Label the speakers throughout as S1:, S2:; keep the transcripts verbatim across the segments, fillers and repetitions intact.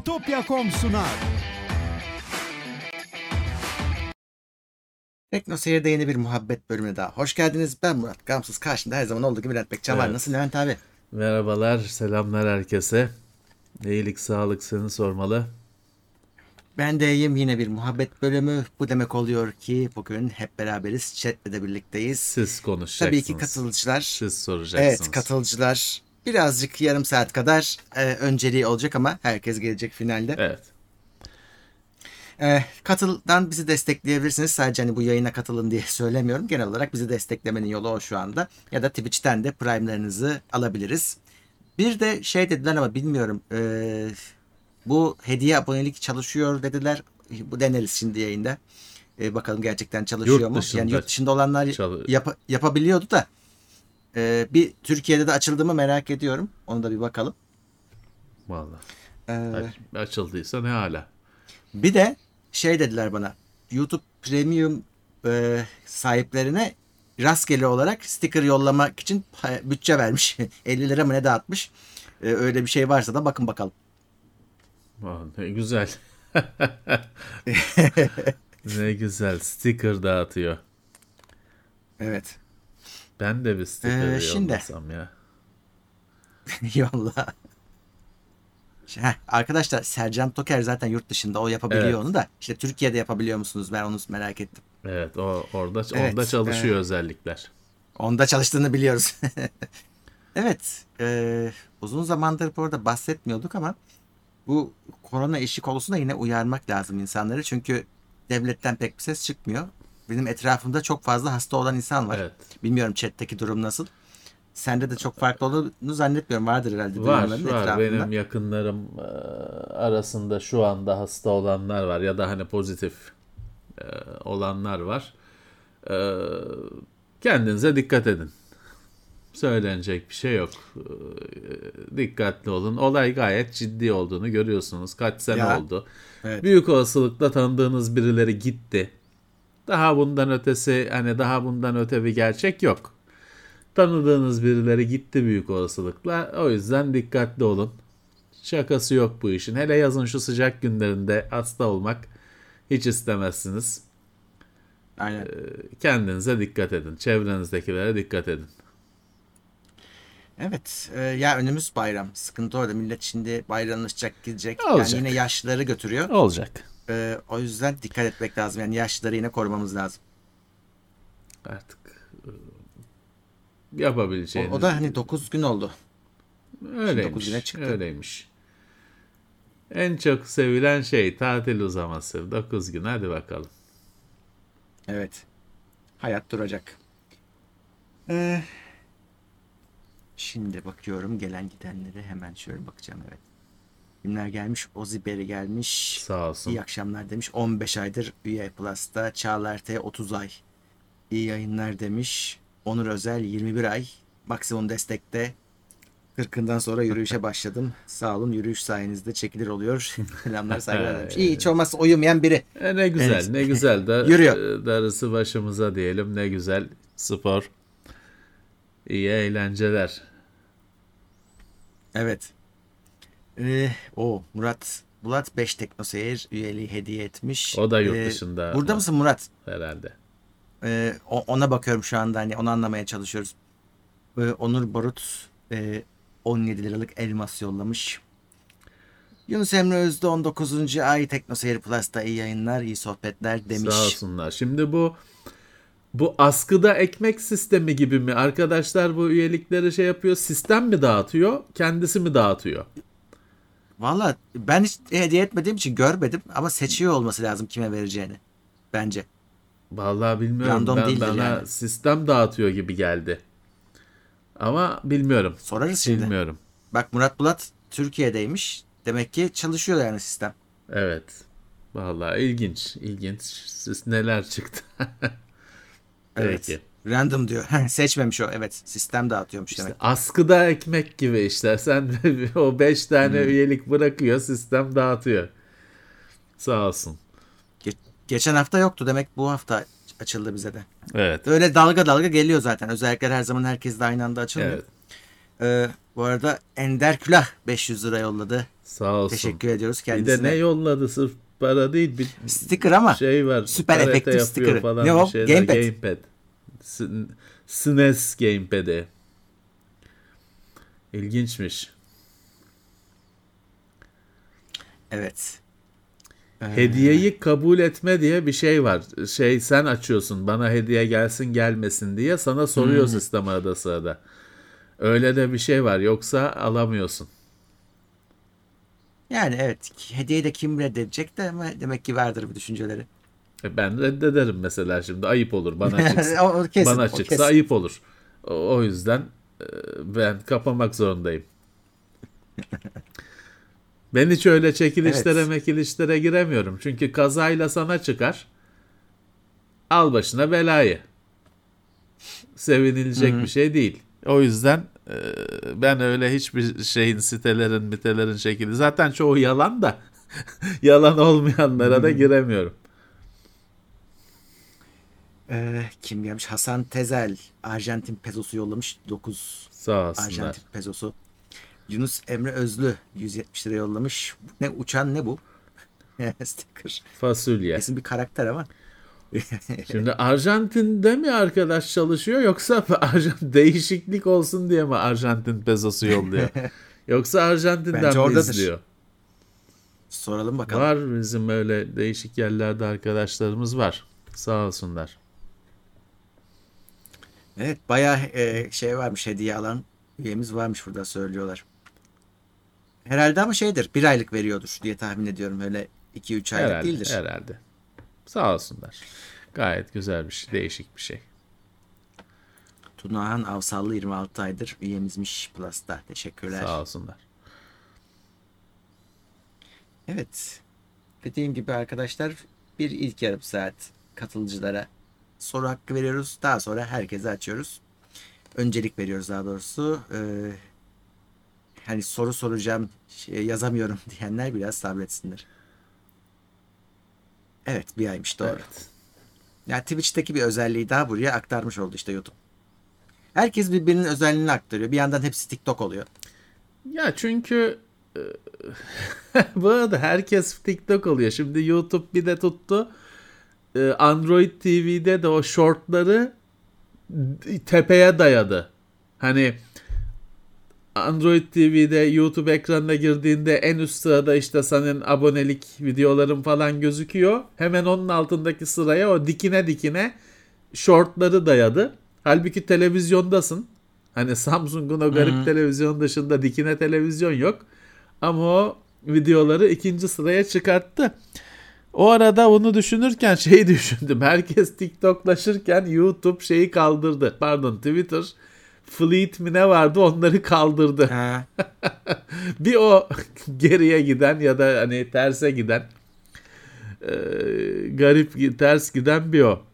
S1: Bitopya nokta com sunar.
S2: Teknoseyir'de yeni bir muhabbet bölümüne daha hoş geldiniz. Ben Murat. Gamsız karşımda her zaman olduğu gibi Levent Bekcan var.
S3: Evet.
S2: Nasılsın Levent abi?
S3: Merhabalar, selamlar herkese. İyilik, sağlık seni sormalı.
S2: Ben de iyiyim. Yine bir muhabbet bölümü. Bu demek oluyor ki bugün hep beraberiz. Chat'le de birlikteyiz.
S3: Siz konuşacaksınız.
S2: Tabii ki katılımcılar.
S3: Siz soracaksınız.
S2: Evet, katılımcılar birazcık yarım saat kadar e, önceliği olacak ama herkes gelecek finalde.
S3: Evet.
S2: E, katıldan bizi destekleyebilirsiniz. Sadece hani bu yayına katılın diye söylemiyorum. Genel olarak bizi desteklemenin yolu o şu anda. Ya da Twitch'ten de Prime'larınızı alabiliriz. Bir de şey dediler ama bilmiyorum. E, bu hediye abonelik çalışıyor dediler. Bu deneriz şimdi yayında. E, bakalım gerçekten çalışıyor
S3: Yurt
S2: mu?
S3: dışında
S2: Yani yurt dışında olanlar
S3: çalı-
S2: yap- yapabiliyordu da. E, bir Türkiye'de de açıldı mı merak ediyorum. Onu da bir bakalım.
S3: Vallahi.
S2: E,
S3: Aç- açıldıysa ne hala.
S2: Bir de şey dediler bana. YouTube Premium e, sahiplerine rastgele olarak sticker yollamak için pa- bütçe vermiş. elli lira mı ne dağıtmış. E, öyle bir şey varsa da bakın bakalım.
S3: Vallahi ne güzel. Ne güzel. Sticker dağıtıyor.
S2: Evet.
S3: Ben de bir sticker
S2: Ee, şimdi-
S3: yollasam ya.
S2: Yolla. Heh, arkadaşlar Sercan Toker zaten yurt dışında o yapabiliyor
S3: Evet.
S2: onu da. İşte Türkiye'de yapabiliyor musunuz? Ben onu merak ettim.
S3: Evet, o orada
S2: Evet,
S3: onda çalışıyor
S2: e-
S3: özellikler.
S2: Onda çalıştığını biliyoruz. Evet. E, uzun zamandır bu arada bahsetmiyorduk ama bu korona işi konusunda yine uyarmak lazım insanları. Çünkü devletten pek bir ses çıkmıyor. Benim etrafımda çok fazla hasta olan insan var.
S3: Evet.
S2: Bilmiyorum chat'teki durum nasıl. Sende de çok farklı olduğunu zannetmiyorum. Vardır herhalde
S3: Var
S2: dünyaların
S3: var
S2: etrafında.
S3: benim yakınlarım e, arasında şu anda hasta olanlar var ya da hani pozitif e, olanlar var. E, kendinize dikkat edin. Söylenecek bir şey yok. E, dikkatli olun. Olay gayet ciddi olduğunu görüyorsunuz. Kaç sene
S2: Ya,
S3: oldu.
S2: evet.
S3: Büyük olasılıkla tanıdığınız birileri gitti. Daha bundan ötesi hani daha bundan öte bir gerçek yok. Tanıdığınız birileri gitti büyük olasılıkla. O yüzden dikkatli olun. Şakası yok bu işin. Hele yazın şu sıcak günlerinde hasta olmak hiç istemezsiniz.
S2: Aynen.
S3: Kendinize dikkat edin. Çevrenizdekilere dikkat edin.
S2: Evet. E, ya önümüz bayram. Sıkıntı orada. Millet şimdi bayramlaşacak, gidecek.
S3: Olacak.
S2: Yani yine yaşlıları götürüyor.
S3: Olacak.
S2: E, o yüzden dikkat etmek lazım. Yani yaşlıları yine korumamız lazım.
S3: Artık e,
S2: O,
S3: yapabileceğiniz.
S2: o da hani dokuz gün oldu. dokuz
S3: öyleymiş.
S2: güne çıktı.
S3: Öyleymiş. En çok sevilen şey tatil uzaması. dokuz gün hadi bakalım.
S2: Evet. Hayat duracak. Ee, şimdi bakıyorum gelen gidenlere hemen şöyle bakacağım. Evet. Kimler gelmiş? Ozi Beri gelmiş.
S3: Sağ olsun.
S2: İyi akşamlar demiş. on beş aydır üye Plus'ta. Çağlar T otuz ay. İyi yayınlar demiş. Onur Özel yirmi bir ay. Maksimum destekte. kırkından sonra yürüyüşe başladım. Sağ olun yürüyüş sayenizde çekilir oluyor. Selamlar saygılar demiş. İyi hiç olmazsa uyumayan biri.
S3: E ne güzel,
S2: Evet.
S3: ne güzel. Da,
S2: Yürüyor.
S3: e, darısı başımıza diyelim. Ne güzel spor. İyi eğlenceler.
S2: Evet. Ee, o Murat Murat beş Teknoseyir üyeliği hediye etmiş.
S3: O da yurt
S2: Ee,
S3: dışında
S2: Burada
S3: ama
S2: mısın Murat?
S3: herhalde.
S2: Ee, o- ona bakıyorum şu anda hani onu anlamaya çalışıyoruz. Ee, Onur Barut e, on yedi liralık elmas yollamış. Yunus Emre Özde on dokuzuncu ay Teknoseyir Plus'ta iyi yayınlar, iyi sohbetler demiş.
S3: Sağ olsunlar. Şimdi bu bu askıda ekmek sistemi gibi mi? Arkadaşlar bu üyelikleri şey yapıyor. Sistem mi dağıtıyor? Kendisi mi dağıtıyor?
S2: Valla ben hiç hediye etmediğim için görmedim ama seçiyor olması lazım kime vereceğini. Bence.
S3: Vallahi bilmiyorum.
S2: Random
S3: Ben,
S2: değildir
S3: bana
S2: yani.
S3: sistem dağıtıyor gibi geldi. Ama bilmiyorum.
S2: Sorarız şimdi.
S3: Bilmiyorum.
S2: Bak Murat Bulat Türkiye'deymiş. Demek ki çalışıyor yani sistem.
S3: Evet. Vallahi ilginç. İlginç. Siz neler çıktı?
S2: Evet.
S3: Peki.
S2: Random diyor. Seçmemiş o. Evet. Sistem dağıtıyormuş
S3: İşte
S2: demek.
S3: askıda ekmek gibi işte. Sen o beş tane
S2: Hmm.
S3: üyelik bırakıyor, sistem dağıtıyor. Sağ olsun.
S2: Ge- geçen hafta yoktu. Demek bu hafta açıldı bize de.
S3: Evet.
S2: Öyle dalga dalga geliyor zaten. Özellikler her zaman herkes de aynı anda açılmıyor.
S3: Evet.
S2: Ee, bu arada Ender Külah beş yüz lira yolladı.
S3: Sağ olsun.
S2: Teşekkür ediyoruz
S3: Bir
S2: kendisine.
S3: de ne yolladı, sırf para değil, bir
S2: Sticker ama
S3: şey var.
S2: süper
S3: Karate
S2: efektif
S3: yapıyor
S2: sticker'ı.
S3: falan
S2: Ne
S3: bir
S2: o?
S3: şeyler.
S2: Gamepad.
S3: Gamepad. S- S N E S Gamepad'i. İlginçmiş.
S2: Evet. Ee,
S3: Hediyeyi kabul etme diye bir şey var. Şey, sen açıyorsun bana hediye gelsin gelmesin diye, sana soruyor
S2: Hmm.
S3: sistem arada sırada. Öyle de bir şey var, yoksa alamıyorsun.
S2: Yani evet, hediyeyi de kim reddedecek de, ama demek ki vardır bu düşünceleri.
S3: E Ben reddederim mesela şimdi, ayıp olur bana çıksa.
S2: o, o kesin,
S3: Bana
S2: o
S3: çıksa
S2: kesin.
S3: ayıp olur. O, o yüzden e, ben kapamak zorundayım. Ben hiç öyle çekilişlere
S2: Evet.
S3: mekilişlere giremiyorum. Çünkü kazayla sana çıkar. Al başına belayı. Sevinilecek bir
S2: Hı-hı.
S3: şey değil. O yüzden e, ben öyle hiçbir şeyin, sitelerin, mitelerin şekli. Zaten çoğu yalan da yalan olmayanlara da giremiyorum.
S2: Ee, kim gelmiş? Hasan Tezel Arjantin pezosu yollamış. dokuz
S3: Sağ olsunlar.
S2: Arjantin pezosu. Yunus Emre Özlü yüz yetmiş lira yollamış. Ne uçan, ne bu? Sticker.
S3: Fasulye.
S2: Kesin bir karakter ama.
S3: Şimdi Arjantin'de mi arkadaş çalışıyor, yoksa Arjant değişiklik olsun diye mi Arjantin pezosu yolluyor? Yoksa Arjantin'den
S2: Bence
S3: mi
S2: oradadır.
S3: izliyor?
S2: Soralım bakalım.
S3: Var, bizim öyle değişik yerlerde arkadaşlarımız var. Sağ olsunlar.
S2: Evet, bayağı e, şey varmış, hediye alan üyemiz varmış, burada söylüyorlar. Herhalde ama şeydir, bir aylık veriyordur diye tahmin ediyorum. Öyle iki üç aylık
S3: Herhalde,
S2: değildir.
S3: herhalde. Sağ olsunlar. Gayet güzel bir şey, değişik bir şey.
S2: Tunahan Avsallı yirmi altı aydır üyemizmiş Plus'ta. Teşekkürler.
S3: Sağ olsunlar.
S2: Evet. Dediğim gibi arkadaşlar, bir ilk yarım saat katılıcılara soru hakkı veriyoruz. Daha sonra herkese açıyoruz. Öncelik veriyoruz daha doğrusu. Ee, hani soru soracağım, şey, yazamıyorum diyenler biraz sabretsinler. Evet, bir aymış, doğru.
S3: Evet.
S2: Yani Twitch'teki bir özelliği daha buraya aktarmış oldu işte YouTube. Herkes birbirinin özelliğini aktarıyor. Bir yandan hepsi TikTok oluyor.
S3: Ya çünkü e, bu arada herkes TikTok oluyor. Şimdi YouTube bir de tuttu. E, Android T V'de de o shortları tepeye dayadı. Hani Android T V'de YouTube ekranına girdiğinde en üst sırada işte senin abonelik videoların falan gözüküyor. Hemen onun altındaki sıraya o dikine dikine shortları dayadı. Halbuki televizyondasın. Hani Samsung'un o garip
S2: Hı-hı.
S3: televizyon dışında dikine televizyon yok. Ama o videoları ikinci sıraya çıkarttı. O arada onu düşünürken şeyi düşündüm. Herkes TikToklaşırken YouTube şeyi kaldırdı. Pardon, Twitter Fleet mi ne vardı, onları kaldırdı.
S2: Ha.
S3: Bir o geriye giden ya da hani terse giden e, garip ters giden bir o.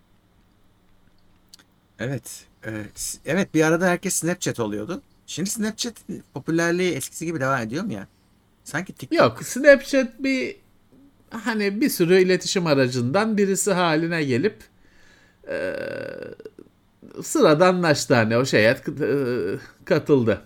S2: Evet. Evet. Evet, bir arada herkes Snapchat oluyordu. Şimdi Snapchat popülerliği eskisi gibi devam ediyor mu ya? Sanki TikTok.
S3: Yok, Snapchat bir hani bir sürü iletişim aracından birisi haline gelip e, sıradanlaştı, hani o şeye e, katıldı.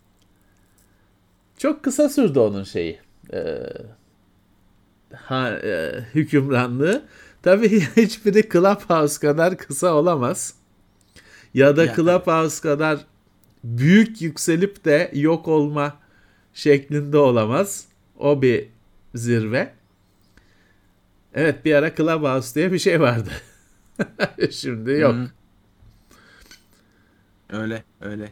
S3: Çok kısa sürdü onun şeyi. E, ha, e, hükümranlığı. Tabii hiçbiri Clubhouse kadar kısa olamaz. Ya da
S2: Ya, tabii.
S3: Clubhouse kadar büyük yükselip de yok olma şeklinde olamaz. O bir zirve. Evet, bir ara Clubhouse diye bir şey vardı. Şimdi yok.
S2: Hı-hı. Öyle, öyle.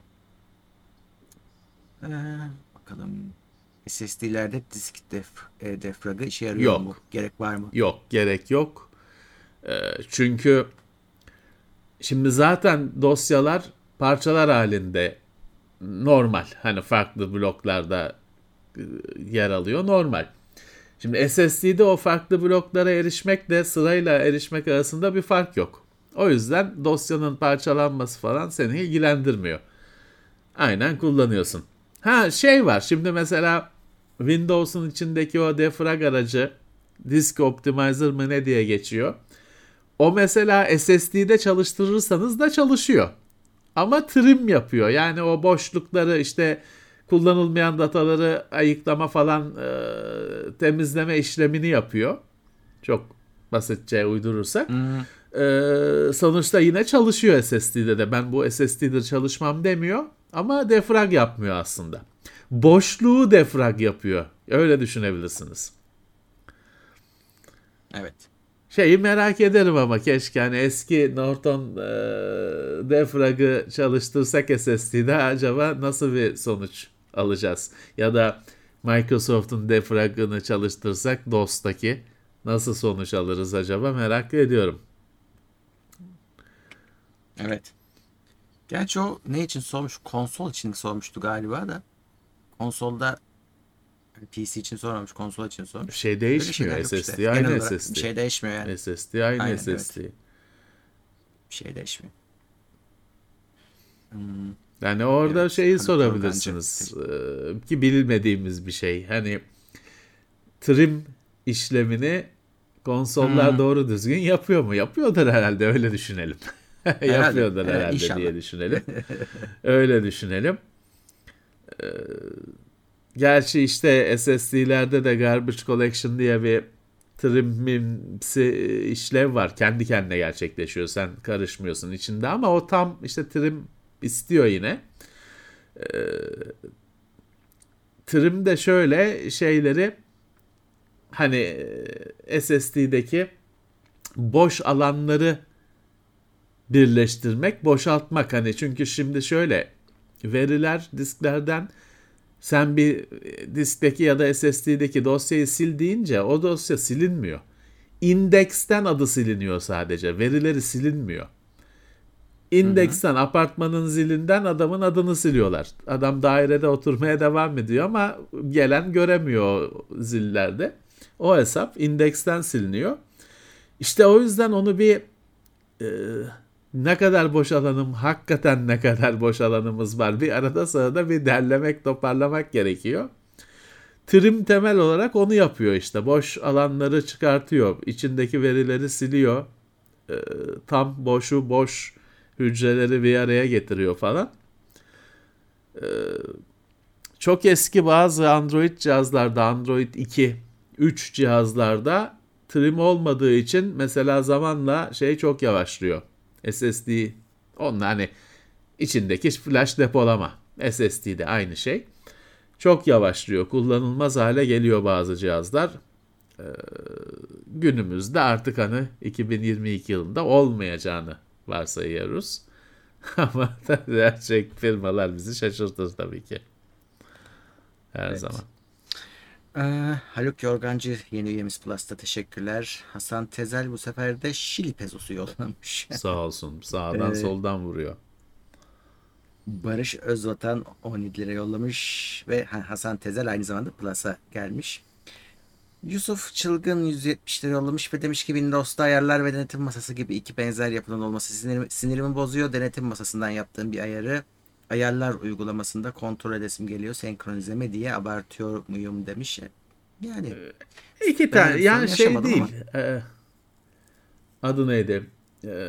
S2: Ee, bakalım. S S D'lerde disk def, e, defragı işe yarıyor
S3: Yok.
S2: mu? Gerek var mı?
S3: Yok, gerek yok. Ee, çünkü şimdi zaten dosyalar parçalar halinde, normal. Hani farklı bloklarda e, yer alıyor, normal. Şimdi S S D'de o farklı bloklara erişmekle sırayla erişmek arasında bir fark yok. O yüzden dosyanın parçalanması falan seni ilgilendirmiyor. Aynen kullanıyorsun. Ha, şey var. Şimdi mesela Windows'un içindeki o defrag aracı, Disk Optimizer mı ne diye geçiyor. O mesela S S D'de çalıştırırsanız da çalışıyor. Ama trim yapıyor. Yani o boşlukları işte kullanılmayan dataları ayıklama falan e, temizleme işlemini yapıyor. Çok basitçe uydurursak.
S2: Hmm.
S3: E, sonuçta yine çalışıyor S S D'de de. Ben bu S S D'dir çalışmam demiyor. Ama defrag yapmıyor aslında. Boşluğu defrag yapıyor. Öyle düşünebilirsiniz.
S2: Evet.
S3: Şeyi merak ederim ama keşke hani eski Norton e, defrag'ı çalıştırsak S S D'de acaba nasıl bir sonuç alacağız? Ya da Microsoft'un defrag'ını çalıştırsak DOS'taki nasıl sonuç alırız acaba merak ediyorum.
S2: Evet. Gerçi o ne için sormuş? Konsol için sormuştu galiba da. Konsolda P C için sormamış, konsol için
S3: Bir
S2: sormuş.
S3: şey
S2: Öyle
S3: değişmiyor.
S2: şeyler yok
S3: S S
S2: işte.
S3: D
S2: Genel
S3: aynı
S2: olarak
S3: S S D.
S2: bir şey değişmiyor yani.
S3: S S D aynı
S2: Aynen,
S3: S S D.
S2: evet. Bir şey değişmiyor. Hmm,
S3: Yani orada
S2: evet.
S3: şeyi
S2: Haluk Yorgancı.
S3: sorabilirsiniz. Ee, ki bilmediğimiz bir şey. Hani trim işlemini konsollar
S2: Hmm.
S3: doğru düzgün yapıyor mu? Yapıyordur herhalde, öyle düşünelim.
S2: Herhalde.
S3: Yapıyordur
S2: Evet,
S3: herhalde
S2: inşallah.
S3: diye düşünelim. Öyle düşünelim. Ee, gerçi işte S S D'lerde de garbage collection diye bir trimimsi işlev var. Kendi kendine gerçekleşiyor. Sen karışmıyorsun içinde ama o tam işte trim istiyor yine. Ee, trim de şöyle şeyleri, hani S S D'deki boş alanları birleştirmek, boşaltmak. Hani çünkü şimdi şöyle, veriler disklerden, sen bir diskteki ya da S S D'deki dosyayı sil deyince o dosya silinmiyor. İndeksten adı siliniyor sadece. Verileri silinmiyor. İndeksten, apartmanın zilinden adamın adını siliyorlar. Adam dairede oturmaya devam ediyor ama gelen göremiyor zillerde. O hesap indeksten siliniyor. İşte o yüzden onu bir e, ne kadar boş alanım, hakikaten ne kadar boş alanımız var, bir arada sırada bir derlemek, toparlamak gerekiyor. Trim temel olarak onu yapıyor işte. Boş alanları çıkartıyor. İçindeki verileri siliyor. E, tam boşu boş hücreleri bir araya getiriyor falan. E, çok eski bazı Android cihazlarda, Android iki, üç cihazlarda trim olmadığı için mesela zamanla şey çok yavaşlıyor. S S D, onun hani içindeki flash depolama. S S D'de aynı şey. Çok yavaşlıyor. Kullanılmaz hale geliyor bazı cihazlar. Ee, günümüzde artık hani iki bin yirmi iki yılında olmayacağını varsayıyoruz. Ama gerçek firmalar bizi şaşırtır tabii ki. Her
S2: Evet.
S3: zaman.
S2: Ee, Haluk Yorgancı yeni üyemiz Plus'ta, teşekkürler. Hasan Tezel bu sefer de Şili pezosu yollamış.
S3: Sağ olsun. Sağdan
S2: Ee,
S3: soldan vuruyor.
S2: Barış Özvatan on yedi lira yollamış ve ha, Hasan Tezel aynı zamanda Plus'a gelmiş. Yusuf Çılgın yüz yetmiş lira yollamış ve demiş ki Windows'ta ayarlar ve denetim masası gibi iki benzer yapının olması sinirimi, sinirimi bozuyor. Denetim masasından yaptığım bir ayarı ayarlar uygulamasında kontrol edesim geliyor. Senkronize diye abartıyor muyum demiş. Yani
S3: İki
S2: ben
S3: tane
S2: öyle bir
S3: yani
S2: sorun
S3: şey
S2: yaşamadım
S3: değil.
S2: ama.
S3: Ee, adı neydi? Ee,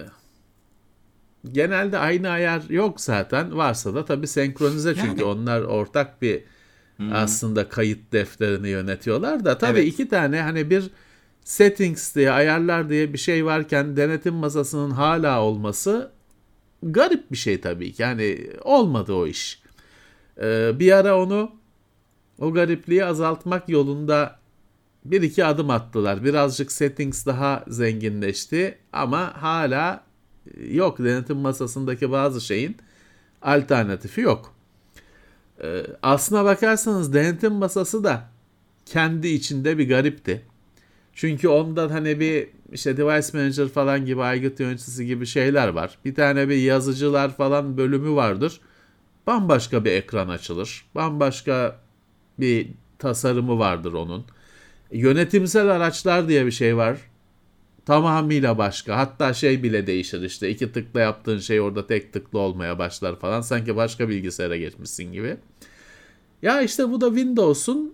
S3: genelde aynı ayar yok zaten. Varsa da tabii senkronize, çünkü
S2: Yani
S3: onlar ortak bir
S2: hmm,
S3: aslında kayıt defterini yönetiyorlar da tabii
S2: evet.
S3: iki tane, hani bir settings diye, ayarlar diye bir şey varken denetim masasının hala olması garip bir şey tabii ki. Yani olmadı o iş. Ee, bir ara onu, o garipliği azaltmak yolunda bir iki adım attılar. Birazcık settings daha zenginleşti ama hala yok, denetim masasındaki bazı şeyin alternatifi yok. Ee, aslına bakarsanız denetim masası da kendi içinde bir garipti. Çünkü ondan hani bir işte device manager falan gibi, aygıt yöneticisi gibi şeyler var. Bir tane bir yazıcılar falan bölümü vardır. Bambaşka bir ekran açılır. Bambaşka bir tasarımı vardır onun. Yönetimsel araçlar diye bir şey var. Tamamıyla başka. Hatta şey bile değişir işte. İki tıkla yaptığın şey orada tek tıkla olmaya başlar falan. Sanki başka bilgisayara geçmişsin gibi. Ya işte bu da Windows'un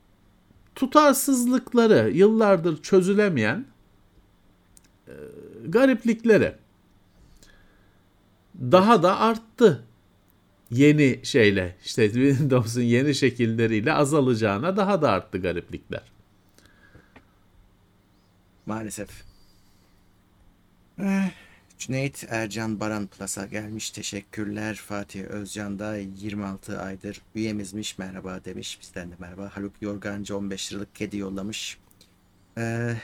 S3: tutarsızlıkları, yıllardır çözülemeyen e, gariplikleri. Daha
S2: Evet.
S3: da arttı. yeni şeyle işte Windows'un yeni şekilleriyle azalacağına daha da arttı gariplikler.
S2: Maalesef. Eh, Cüneyt Ercan Baran Plus'a gelmiş. Teşekkürler. Fatih Özcan da yirmi altı aydır üyemizmiş. Merhaba demiş. Bizden de merhaba. Haluk Yorgancı on beş liralık kedi yollamış. Ee,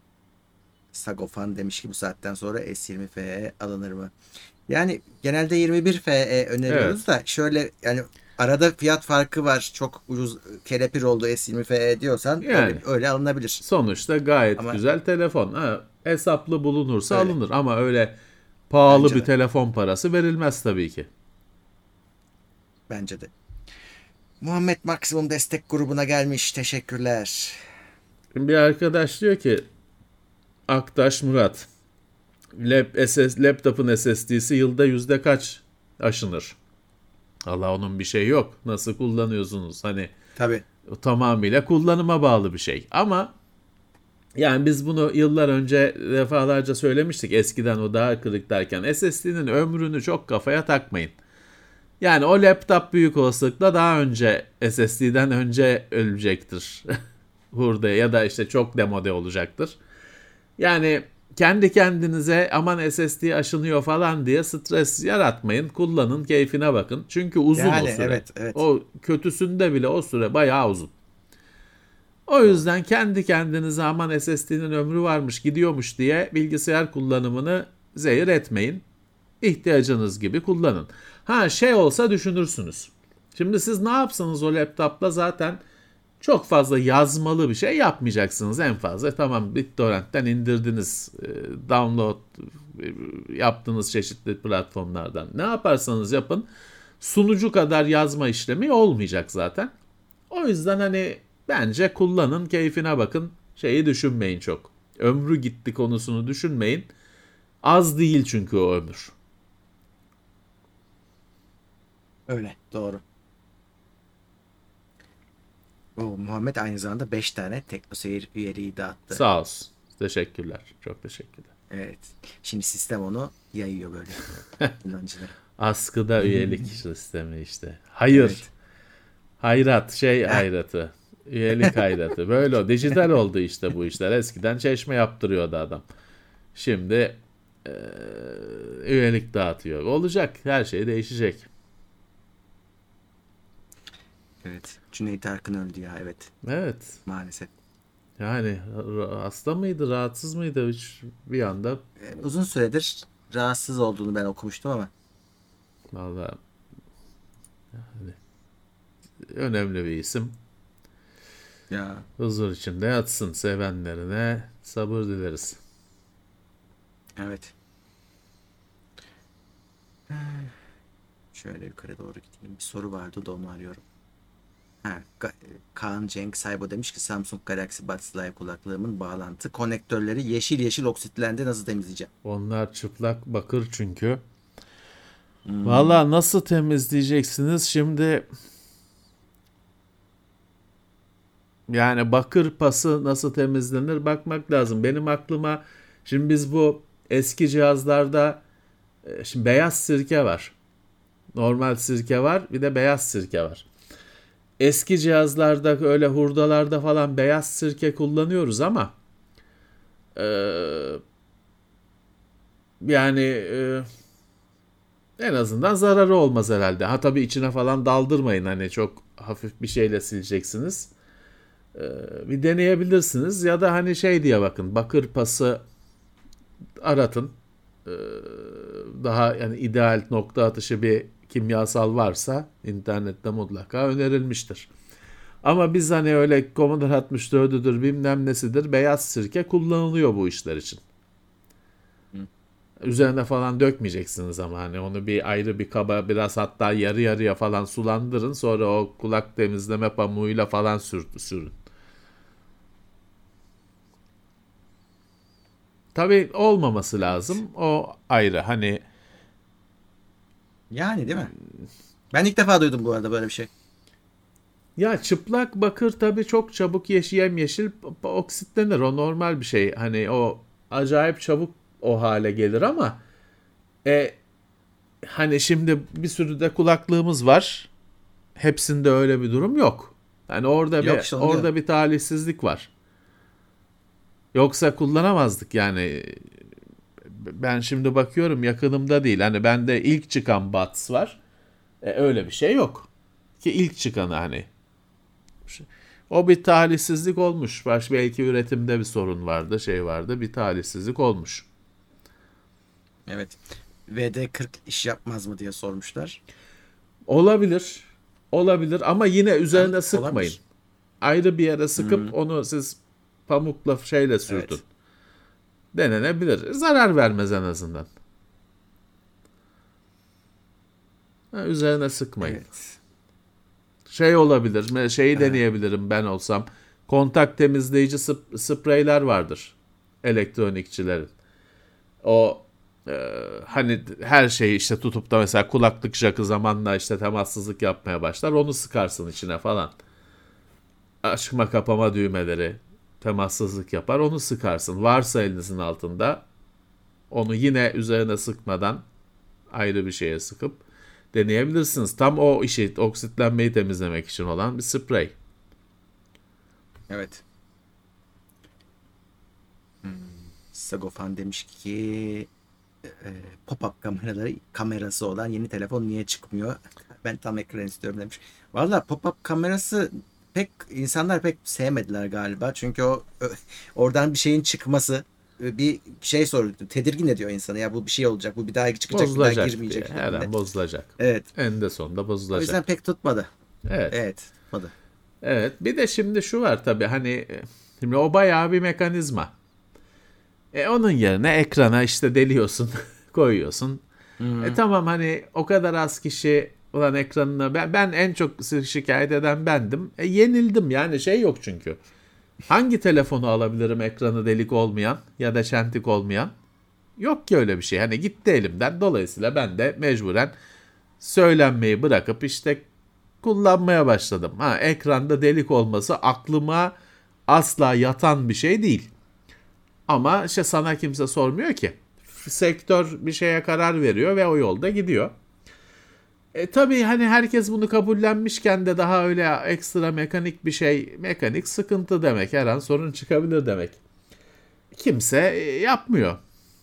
S2: Sagofan demiş ki bu saatten sonra S yirmi F E alınır mı? Yani genelde yirmi bir F E öneriyoruz
S3: Evet.
S2: da şöyle yani arada fiyat farkı var. Çok ucuz kelepir oldu S yirmi F E diyorsan tabii
S3: Yani
S2: öyle alınabilir.
S3: sonuçta gayet
S2: Ama
S3: güzel telefon. Ha, hesaplı bulunursa
S2: öyle.
S3: alınır ama öyle pahalı
S2: Bence
S3: bir
S2: de.
S3: telefon parası verilmez tabii ki.
S2: Bence de. Muhammed Maksimum Destek grubuna gelmiş. Teşekkürler.
S3: Şimdi bir arkadaş diyor ki Aktaş Murat lap, S S, laptopun S S D'si yılda yüzde kaç aşınır? Allah onun bir şey yok. Nasıl kullanıyorsunuz? Hani
S2: Tabii.
S3: tamamıyla kullanıma bağlı bir şey. Ama yani biz bunu yıllar önce defalarca söylemiştik. Eskiden o daha kırık derken S S D'nin ömrünü çok kafaya takmayın. Yani o laptop büyük olasılıkla daha önce S S D'den önce ölecektir. Burada ya da işte çok demode olacaktır. Yani kendi kendinize aman S S D aşınıyor falan diye stres yaratmayın. Kullanın, keyfine bakın. Çünkü uzun o
S2: Yani
S3: süre.
S2: evet evet.
S3: O kötüsünde bile o süre bayağı uzun. O
S2: Doğru.
S3: yüzden kendi kendinize aman S S D'nin ömrü varmış, gidiyormuş diye bilgisayar kullanımını zehir etmeyin. İhtiyacınız gibi kullanın. Ha şey olsa düşünürsünüz. Şimdi siz ne yapsanız o laptopla zaten çok fazla yazmalı bir şey yapmayacaksınız en fazla. Tamam BitTorrent'ten indirdiniz, e, download e, yaptığınız çeşitli platformlardan. Ne yaparsanız yapın sunucu kadar yazma işlemi olmayacak zaten. O yüzden hani bence kullanın, keyfine bakın. Şeyi düşünmeyin çok. Ömrü gitti konusunu düşünmeyin. Az değil çünkü o ömür.
S2: Öyle. Doğru. O Muhammed aynı zamanda beş tane TeknoSeyir üyeliği dağıttı.
S3: Sağ olsun. Teşekkürler. Çok teşekkürler.
S2: Evet. Şimdi sistem onu yayıyor böyle. İnancıları.
S3: Askıda üyelik sistemi işte. Hayır.
S2: Evet.
S3: Hayrat. Şey
S2: Heh.
S3: hayratı. Üyelik hayratı. Böyle o. Dijital oldu işte bu işler. Eskiden çeşme yaptırıyordu adam. Şimdi eee, üyelik dağıtıyor. Olacak. Her şey değişecek.
S2: Evet. Cüneyt Arkın öldü ya. Evet.
S3: Evet.
S2: Maalesef.
S3: Yani ra- hasta mıydı, rahatsız mıydı? Hiç bir anda
S2: Ee, uzun süredir rahatsız olduğunu ben okumuştum ama.
S3: vallahi önemli bir isim.
S2: Ya.
S3: Huzur içinde yatsın. Sevenlerine sabır dileriz.
S2: Evet. Şöyle yukarı doğru gideyim. Bir soru vardı da onu arıyorum. Ha, Ga- Kaan Cenk Saybo demiş ki Samsung Galaxy Buds Live kulaklığımın bağlantı konektörleri yeşil yeşil oksitlendi, nasıl temizleyeceğim?
S3: Onlar çıplak bakır çünkü.
S2: Hmm.
S3: Vallahi nasıl temizleyeceksiniz şimdi? Yani bakır pası nasıl temizlenir bakmak lazım. Benim aklıma şimdi biz bu eski cihazlarda e, şimdi beyaz sirke var. Normal sirke var, bir de beyaz sirke var. Eski cihazlarda öyle hurdalarda falan beyaz sirke kullanıyoruz ama e, yani e, en azından zararı olmaz herhalde. Ha tabii içine falan daldırmayın, hani çok hafif bir şeyle sileceksiniz. E, bir deneyebilirsiniz ya da hani şey diye bakın, bakır pası aratın. E, daha yani ideal nokta atışı bir kimyasal varsa internette mutlaka önerilmiştir. Ama biz hani öyle Commodore altmış dördüdür bilmem nesidir beyaz sirke kullanılıyor bu işler için. Üzerine falan dökmeyeceksiniz ama hani onu bir ayrı bir kaba biraz hatta yarı yarıya falan sulandırın. Sonra o kulak temizleme pamuğuyla falan sür, sürün. Tabii olmaması lazım. O ayrı. Hani
S2: Yani değil mi? Ben ilk defa duydum bu arada böyle bir şey.
S3: ya çıplak bakır tabii çok çabuk yeş yemyeşil oksitlenir. O normal bir şey. Hani o acayip çabuk o hale gelir ama e, hani şimdi bir sürü de kulaklığımız var. Hepsinde öyle bir durum yok. Yani orada
S2: Yok
S3: bir
S2: işte onu diyorum.
S3: orada bir talihsizlik var. Yoksa kullanamazdık yani. Ben şimdi bakıyorum yakınımda değil. Hani bende ilk çıkan Buds var. E, öyle bir şey yok. Ki ilk çıkanı hani. O bir talihsizlik olmuş. Baş belki üretimde bir sorun vardı, şey vardı. Bir talihsizlik olmuş.
S2: Evet. V D kırk iş yapmaz mı diye sormuşlar.
S3: Olabilir. Olabilir ama yine
S2: Ben
S3: üzerine sıkmayın.
S2: olabilir.
S3: Ayrı bir yere
S2: Hmm,
S3: sıkıp onu siz pamukla şeyle sürtün.
S2: evet.
S3: Denenebilir. Zarar vermez en azından. Ha, üzerine sıkmayın.
S2: Evet.
S3: Şey olabilir. Şeyi
S2: Ee,
S3: deneyebilirim ben olsam. Kontak temizleyici sp- spreyler vardır. Elektronikçilerin. O e, hani her şeyi işte tutup da mesela kulaklık jakı zamanla işte temassızlık yapmaya başlar. Onu sıkarsın içine falan. Açma kapama düğmeleri temassızlık yapar. Onu sıkarsın. Varsa elinizin altında onu yine üzerine sıkmadan ayrı bir şeye sıkıp deneyebilirsiniz. Tam o işi oksitlenmeyi temizlemek için olan bir sprey.
S2: evet. Hmm. Sagofan demiş ki e, pop-up kameraları kamerası olan yeni telefon niye çıkmıyor? Ben tam ekran istiyorum demiş. Valla pop-up kamerası pek insanlar pek sevmediler galiba. Çünkü o ö, oradan bir şeyin çıkması e, bir şey soruyor. Tedirgin ediyor insanı. Ya bu bir şey olacak. Bu bir daha çıkacak, bir daha
S3: Bozulacak diye.
S2: girmeyecek
S3: Her
S2: şeklinde.
S3: an bozulacak.
S2: Evet.
S3: Eninde sonunda
S2: O yüzden
S3: bozulacak.
S2: pek tutmadı.
S3: Evet.
S2: Evet, tutmadı.
S3: Evet. Bir de şimdi şu var tabii hani şimdi o bayağı bir mekanizma. E onun yerine ekrana işte deliyorsun, koyuyorsun. E
S2: Hı-hı.
S3: tamam hani o kadar az kişi olan ekranına ben, ben en çok şikayet eden bendim. E yenildim yani şey yok çünkü. Hangi telefonu alabilirim ekranı delik olmayan ya da çentik olmayan? Yok ki öyle bir şey. Hani gitti elimden. Dolayısıyla ben de mecburen söylenmeyi bırakıp işte kullanmaya başladım. Ha, ekranda delik olması aklıma asla yatan bir şey değil. Ama işte sana kimse sormuyor ki. Sektör bir şeye karar veriyor ve o yolda gidiyor. E tabii hani herkes bunu kabullenmişken de daha öyle ekstra mekanik bir şey, mekanik sıkıntı demek. Her an sorun çıkabilir demek. Kimse e, yapmıyor.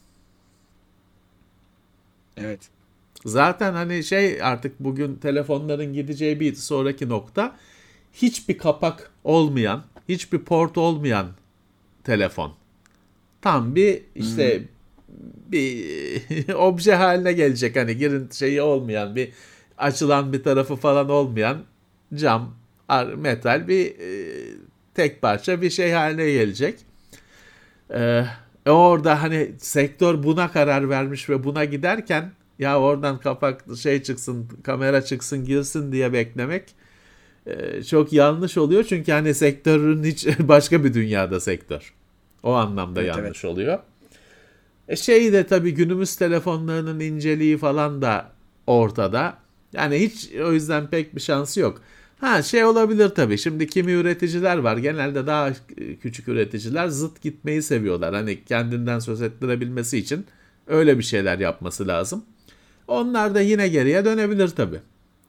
S2: Evet.
S3: Zaten hani şey artık bugün telefonların gideceği bir sonraki nokta hiçbir kapak olmayan, hiçbir port olmayan telefon. Tam bir
S2: Hı-hı.
S3: işte bir obje haline gelecek hani girin şeyi olmayan bir açılan bir tarafı falan olmayan cam metal bir e, tek parça bir şey haline gelecek. Ee, e orada hani sektör buna karar vermiş ve buna giderken ya oradan kapak şey çıksın kamera çıksın girsin diye beklemek e, çok yanlış oluyor çünkü hani sektörün hiç başka bir dünyada sektör. O anlamda
S2: Evet, evet.
S3: yanlış oluyor. E şey de tabii günümüz telefonlarının inceliği falan da ortada. Yani hiç o yüzden pek bir şansı yok. Ha şey olabilir tabii. Şimdi kimi üreticiler var. Genelde daha küçük üreticiler zıt gitmeyi seviyorlar. Hani kendinden söz ettirebilmesi için öyle bir şeyler yapması lazım. Onlar da yine geriye dönebilir tabii.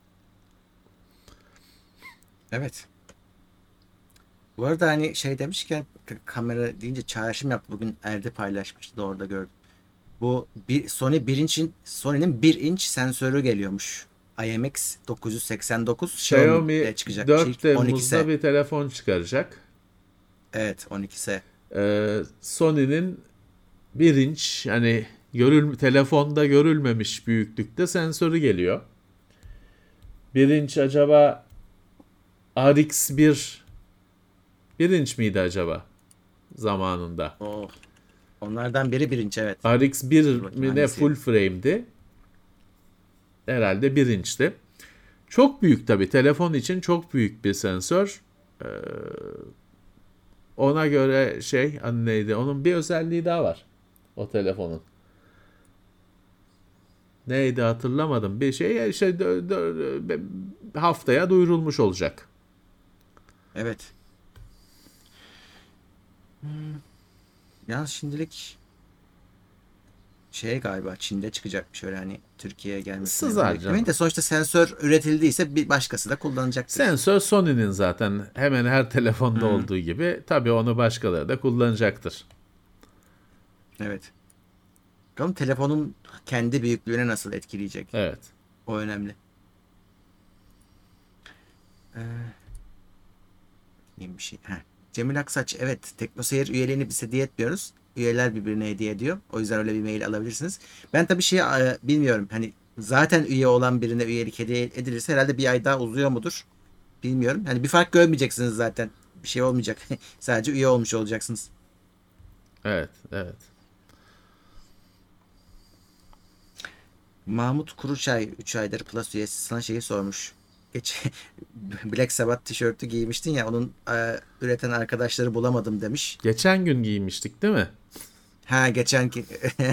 S2: Evet. Bu arada hani şey demişken k- kamera deyince çağrışım yaptı. Bugün Erde paylaşmıştı da orada gördüm. Bu bir Sony bir inç'in Sony'nin bir inç sensörü geliyormuş. I M X dokuz yüz seksen dokuz
S3: Xiaomi
S2: Xiaomi'de çıkacakmış. İlk
S3: dört Temmuz'da
S2: on iki S.
S3: bir telefon çıkaracak.
S2: Evet, on iki S.
S3: Ee, Sony'nin bir inç hani görül telefonda görülmemiş büyüklükte sensörü geliyor. Bir inç acaba R X bir bir inç miydi acaba zamanında?
S2: Oh. Onlardan biri bir inç, evet.
S3: R X bir
S2: Dur bakayım
S3: mi ne full
S2: hangisiydi?
S3: frame'di? Herhalde bir inçti. Çok büyük tabi. Telefon için çok büyük bir sensör. Ee, ona göre şey hani neydi? Onun bir özelliği daha var. O telefonun. Neydi hatırlamadım. Bir şey işte dö- dö- haftaya duyurulmuş olacak.
S2: Evet. Hmm. Ya şimdilik şey galiba Çin'de çıkacakmış öyle hani Türkiye'ye gelmesini
S3: Sızar
S2: beklemeyin
S3: canım.
S2: de sonuçta sensör üretildiyse bir başkası da kullanacaktır.
S3: Sensör Sony'nin zaten hemen her telefonda
S2: Hmm,
S3: olduğu gibi. Tabii onu başkaları da kullanacaktır.
S2: evet. Bakalım telefonun kendi büyüklüğüne nasıl etkileyecek?
S3: Evet.
S2: O önemli. Ee, neyim bir şey? Heh. Cemil Aksaç, evet, TeknoSeyir üyeliğini biz hediye etmiyoruz. Üyeler birbirine hediye ediyor. O yüzden öyle bir mail alabilirsiniz. Ben tabii şey e, bilmiyorum. Hani zaten üye olan birine üyelik hediye edilirse herhalde bir ay daha uzuyor mudur? Bilmiyorum. Hani bir fark görmeyeceksiniz zaten. Bir şey olmayacak. Sadece üye olmuş olacaksınız.
S3: Evet. Evet.
S2: Mahmut Kuruçay üç aydır Plus üyesi sana şeyi sormuş. Geç Black Sabbath tişörtü giymiştin ya onun e, üreten arkadaşları bulamadım demiş.
S3: Geçen gün giymiştik değil mi?
S2: Ha geçenki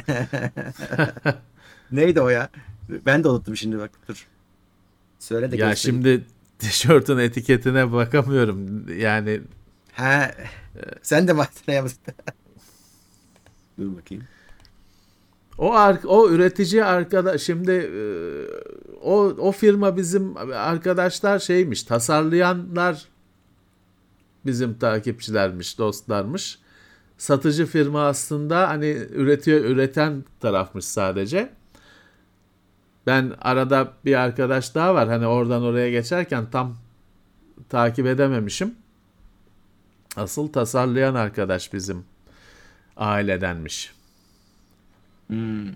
S2: neydi o ya? Ben de unuttum şimdi bak dur. Söyle de
S3: Ya
S2: göstereyim.
S3: şimdi tişörtün etiketine bakamıyorum. Yani
S2: Ha sen de mi hatırlayamadın? Dur bakayım.
S3: o ar- o üretici arkadaş şimdi e, o o firma bizim arkadaşlar şeymiş, tasarlayanlar bizim takipçilermiş, dostlarmış. Satıcı firma aslında hani üretiyor, üreten tarafmış sadece. Ben arada bir arkadaş daha var. Hani oradan oraya geçerken tam takip edememişim. Asıl tasarlayan arkadaş bizim ailedenmiş.
S2: Hmm.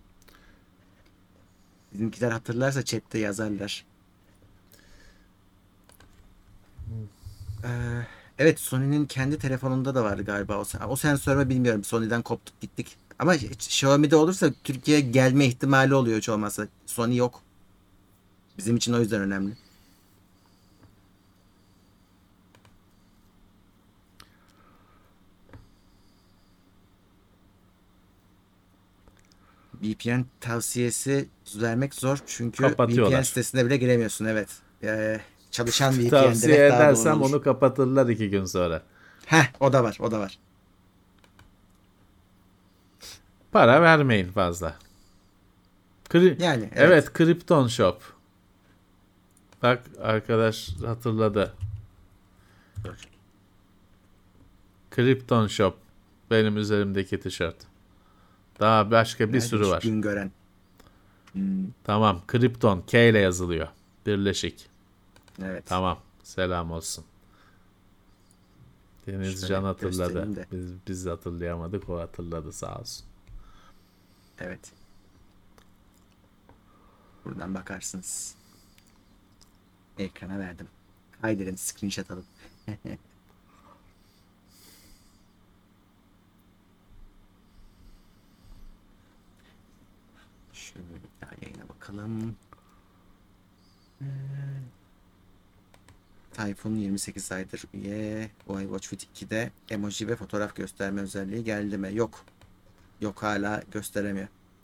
S2: Bizimkiler hatırlarsa chatte yazarlar. Ee, evet Sony'nin kendi telefonunda da vardı galiba. O, o sensör mü bilmiyorum. Sony'den koptuk gittik. Ama Xiaomi'de olursa Türkiye'ye gelme ihtimali oluyor hiç olmazsa. Sony yok. Bizim için o yüzden önemli. V P N tavsiyesi vermek zor çünkü V P N
S3: Kapatıyorlar.
S2: sitesine bile giremiyorsun. Evet. Ee, çalışan V P N
S3: Tavsiye
S2: demek daha doğru
S3: edersem
S2: olur.
S3: onu kapatırlar iki gün sonra.
S2: Heh, o da var, o da var.
S3: Para vermeyin fazla. Kri-
S2: Yani evet.
S3: evet, Krypton Shop. Bak arkadaş hatırladı.
S2: Dur.
S3: Krypton Shop. Benim üzerimdeki tişört. Daha başka bir sürü
S2: Neredeymiş
S3: var.
S2: gün gören? Hmm,
S3: Tamam. Krypton. K ile yazılıyor. Birleşik.
S2: evet.
S3: Tamam. Selam olsun. Denizcan
S2: Şöyle
S3: hatırladı.
S2: göstereyim de.
S3: Biz, biz hatırlayamadık. O hatırladı sağ olsun.
S2: Evet. Buradan bakarsınız. Ekrana verdim. Kaydedin, screenshot alın. Şöyle bir daha yayına bakalım. Ee, Tayfun yirmi sekiz aydır üye. Bu iWatch Fit ikide emoji ve fotoğraf gösterme özelliği geldi mi? Yok. Yok hala gösteremiyor.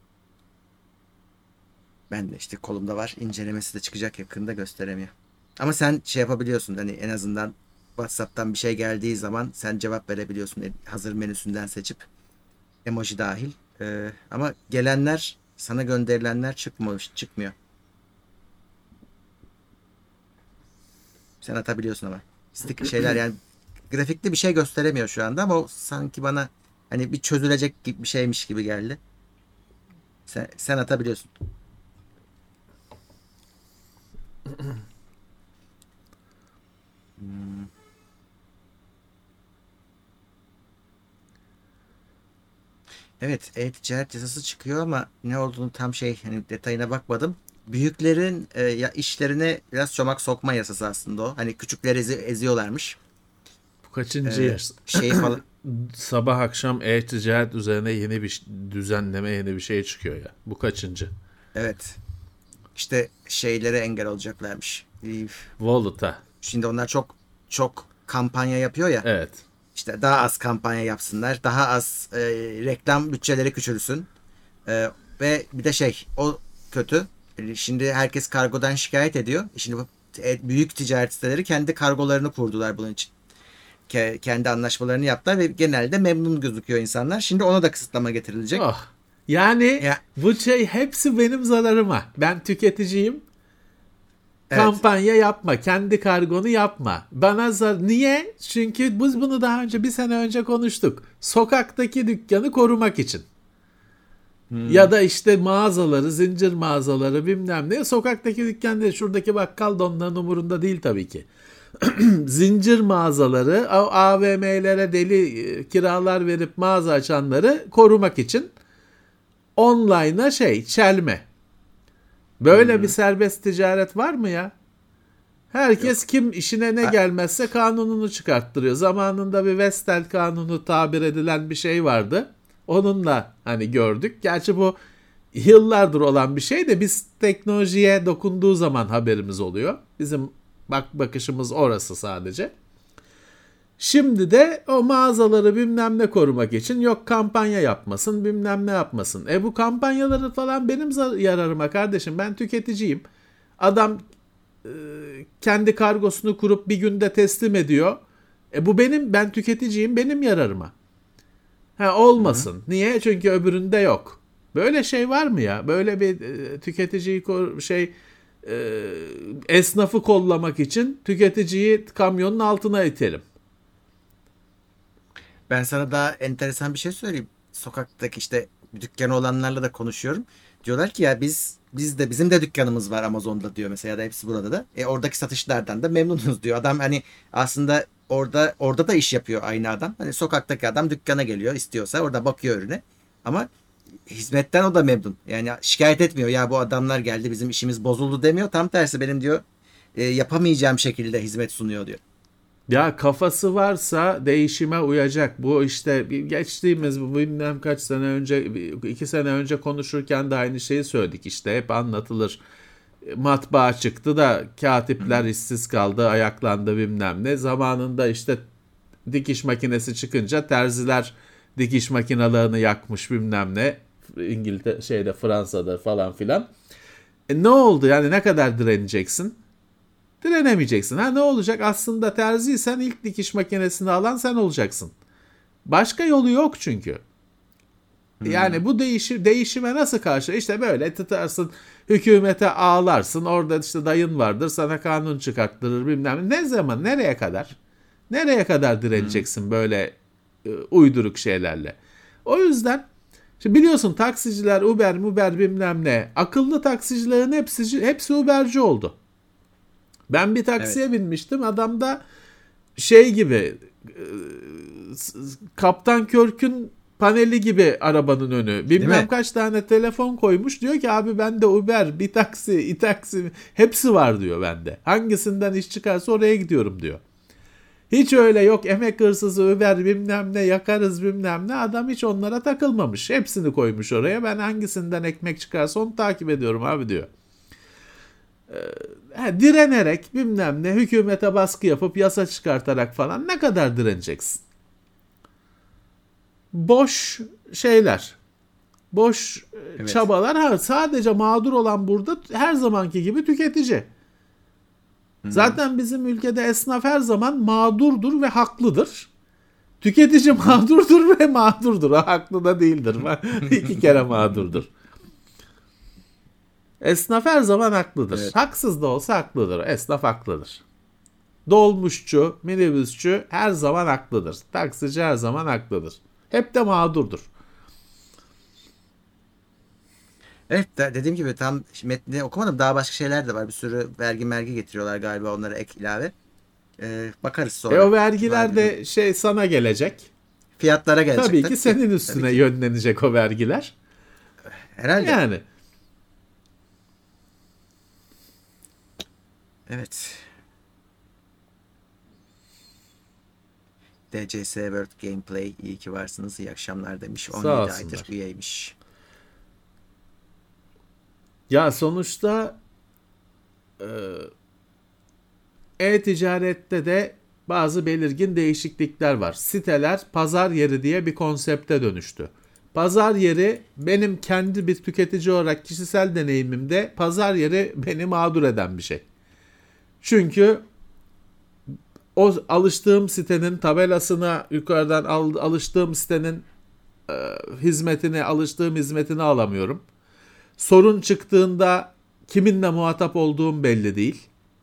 S2: Ben de işte kolumda var. İncelemesi de çıkacak yakında gösteremiyor. Ama sen şey yapabiliyorsun hani en azından WhatsApp'tan bir şey geldiği zaman sen cevap verebiliyorsun. Hazır menüsünden seçip emoji dahil. Ee, ama gelenler sana gönderilenler çıkmıyor, çıkmıyor. Sen atabiliyorsun ama. Stick şeyler yani grafikli bir şey gösteremiyor şu anda ama o sanki bana hani bir çözülecek gibi bir şeymiş gibi geldi. Sen, sen atabiliyorsun. Hmm. Evet, e-ticaret yasası çıkıyor ama ne olduğunu tam şey hani detayına bakmadım. Büyüklerin e, ya işlerine biraz çomak sokma yasası aslında o. Hani küçükleri ezi- eziyorlarmış.
S3: Bu kaçıncı
S2: E,
S3: yaş?
S2: şeyi falan.
S3: Sabah akşam e-ticaret üzerine yeni bir düzenleme, yeni bir şey çıkıyor ya. Bu kaçıncı?
S2: Evet. İşte şeylere engel olacaklarmış. E,
S3: Wallet'a.
S2: Şimdi onlar çok çok kampanya yapıyor ya.
S3: Evet.
S2: İşte daha az kampanya yapsınlar. Daha az e, reklam bütçeleri küçülsün. E, ve bir de şey o kötü. E, Şimdi herkes kargodan şikayet ediyor. E, Şimdi bu e, büyük ticaret siteleri kendi kargolarını kurdular bunun için. Ke- kendi anlaşmalarını yaptılar ve genelde memnun gözüküyor insanlar. Şimdi ona da kısıtlama getirilecek.
S3: Oh. Yani
S2: Ya,
S3: bu şey hepsi benim zararıma. Ben tüketiciyim.
S2: evet.
S3: Kampanya yapma. Kendi kargonu yapma. Bana zar... Niye? Çünkü biz bunu daha önce bir sene önce konuştuk. Sokaktaki dükkanı korumak için.
S2: Hmm.
S3: Ya da işte mağazaları, zincir mağazaları bilmem ne. Sokaktaki dükkan değil. Şuradaki bakkal da onların umurunda değil tabii ki. Zincir mağazaları, A V M'lere deli e, kiralar verip mağaza açanları korumak için online'a şey, çelme. Böyle bir
S2: Hmm.
S3: serbest ticaret var mı ya? Herkes
S2: Yok.
S3: kim işine ne
S2: A-
S3: gelmezse kanununu çıkarttırıyor. Zamanında bir Vestel kanunu tabir edilen bir şey vardı. Onunla hani gördük. Gerçi bu yıllardır olan bir şey de biz teknolojiye dokunduğu zaman haberimiz oluyor. Bizim bak bakışımız orası sadece. Şimdi de o mağazaları bilmem ne korumak için yok kampanya yapmasın bilmem ne yapmasın. E bu kampanyaları falan benim zar- yararıma kardeşim. Ben tüketiciyim. Adam e, kendi kargosunu kurup bir günde teslim ediyor. E bu benim, ben tüketiciyim, benim yararıma. Ha
S2: Hı hı.
S3: olmasın. Niye? Çünkü öbüründe yok. Böyle şey var mı ya? Böyle bir e, tüketiciyi kor- şey e, esnafı kollamak için tüketiciyi kamyonun altına itelim.
S2: Ben sana daha enteresan bir şey söyleyeyim. Sokaktaki işte dükkanı olanlarla da konuşuyorum. Diyorlar ki ya biz biz de bizim de dükkanımız var Amazon'da diyor mesela, ya da hepsi burada da. E oradaki satışlardan da memnunuz diyor. Adam hani aslında orada orada da iş yapıyor aynı adam. Hani sokaktaki adam dükkana geliyor istiyorsa orada bakıyor ürüne. Ama hizmetten o da memnun. Yani şikayet etmiyor. Ya bu adamlar geldi bizim işimiz bozuldu demiyor. Tam tersi benim diyor e, yapamayacağım şekilde hizmet sunuyor diyor.
S3: Ya kafası varsa değişime uyacak. Bu işte geçtiğimiz bu bilmem kaç sene önce, iki sene önce konuşurken de aynı şeyi söyledik. İşte hep anlatılır. Matbaa çıktı da
S2: Hı
S3: katipler
S2: hı.
S3: işsiz kaldı, ayaklandı bilmem ne. Zamanında işte dikiş makinesi çıkınca terziler dikiş makinalarını yakmış bilmem ne. İngiltere şeyde Fransa'da falan filan. E ne oldu yani, ne kadar direneceksin? Direnemeyeceksin. Ha ne olacak? Aslında terziysen ilk dikiş makinesini alan sen olacaksın. Başka yolu yok çünkü.
S2: Hmm.
S3: Yani bu değişim, değişime nasıl karşı? İşte böyle tutarsın, hükümete ağlarsın. Orada işte dayın vardır, sana kanun çıkarttırır bilmem ne. Ne zaman, nereye kadar? Nereye kadar
S2: Hmm.
S3: direneceksin böyle e, uyduruk şeylerle? O yüzden şimdi biliyorsun taksiciler, Uber, Uber bilmem ne. Akıllı taksicilerin hepsi, hepsi Uberci oldu. Ben bir
S2: Evet.
S3: taksiye binmiştim. Adam da şey gibi e, Kaptan Körk'ün paneli gibi arabanın önü.
S2: Değil
S3: Bilmem
S2: mi?
S3: kaç tane telefon koymuş. Diyor ki abi bende Uber, bir taksi, İtaksi hepsi var diyor bende. Hangisinden iş çıkarsa oraya gidiyorum diyor. Hiç öyle yok emek hırsızı Uber bilmem ne yakarız bilmem ne. Adam hiç onlara takılmamış. Hepsini koymuş oraya. Ben hangisinden ekmek çıkarsa onu takip ediyorum abi diyor. Ha, direnerek bilmem ne hükümete baskı yapıp yasa çıkartarak falan ne kadar direneceksin? Boş şeyler. Boş e,
S2: Evet.
S3: çabalar. Ha, sadece mağdur olan burada her zamanki gibi tüketici.
S2: Hmm.
S3: Zaten bizim ülkede esnaf her zaman mağdurdur ve haklıdır. Tüketici
S2: Hı hı.
S3: mağdurdur ve mağdurdur. O haklı da değildir. İki kere mağdurdur. Esnaf her zaman haklıdır.
S2: Evet.
S3: Haksız da olsa haklıdır. Esnaf haklıdır. Dolmuşçu, minibüsçü her zaman haklıdır. Taksici her zaman haklıdır. Hep de mağdurdur.
S2: Evet de- dediğim gibi tam metni okumadım. Daha başka şeyler de var. Bir sürü vergi mergi getiriyorlar galiba, onlara ek ilave. Ee, bakarız
S3: E
S2: sonra.
S3: o
S2: Cuma
S3: vergiler
S2: günü.
S3: de şey sana gelecek.
S2: Fiyatlara gelecek
S3: Tabii ki
S2: tabii ki.
S3: senin
S2: Tabii
S3: üstüne
S2: ki.
S3: yönlenecek o vergiler.
S2: Herhalde.
S3: Yani
S2: Evet. D C S World Gameplay iyi ki varsınız. İyi akşamlar demiş.
S3: sağ
S2: on yedi aydır
S3: olsunlar.
S2: üyeymiş.
S3: Ya sonuçta e, e-ticarette de bazı belirgin değişiklikler var. Siteler pazar yeri diye bir konsepte dönüştü. Pazar yeri benim kendi bir tüketici olarak kişisel deneyimimde pazar yeri beni mağdur eden bir şey. Çünkü o alıştığım sitenin tabelasına yukarıdan al, alıştığım sitenin e, hizmetini, alıştığım hizmetini alamıyorum. Sorun çıktığında kiminle muhatap olduğum belli değil.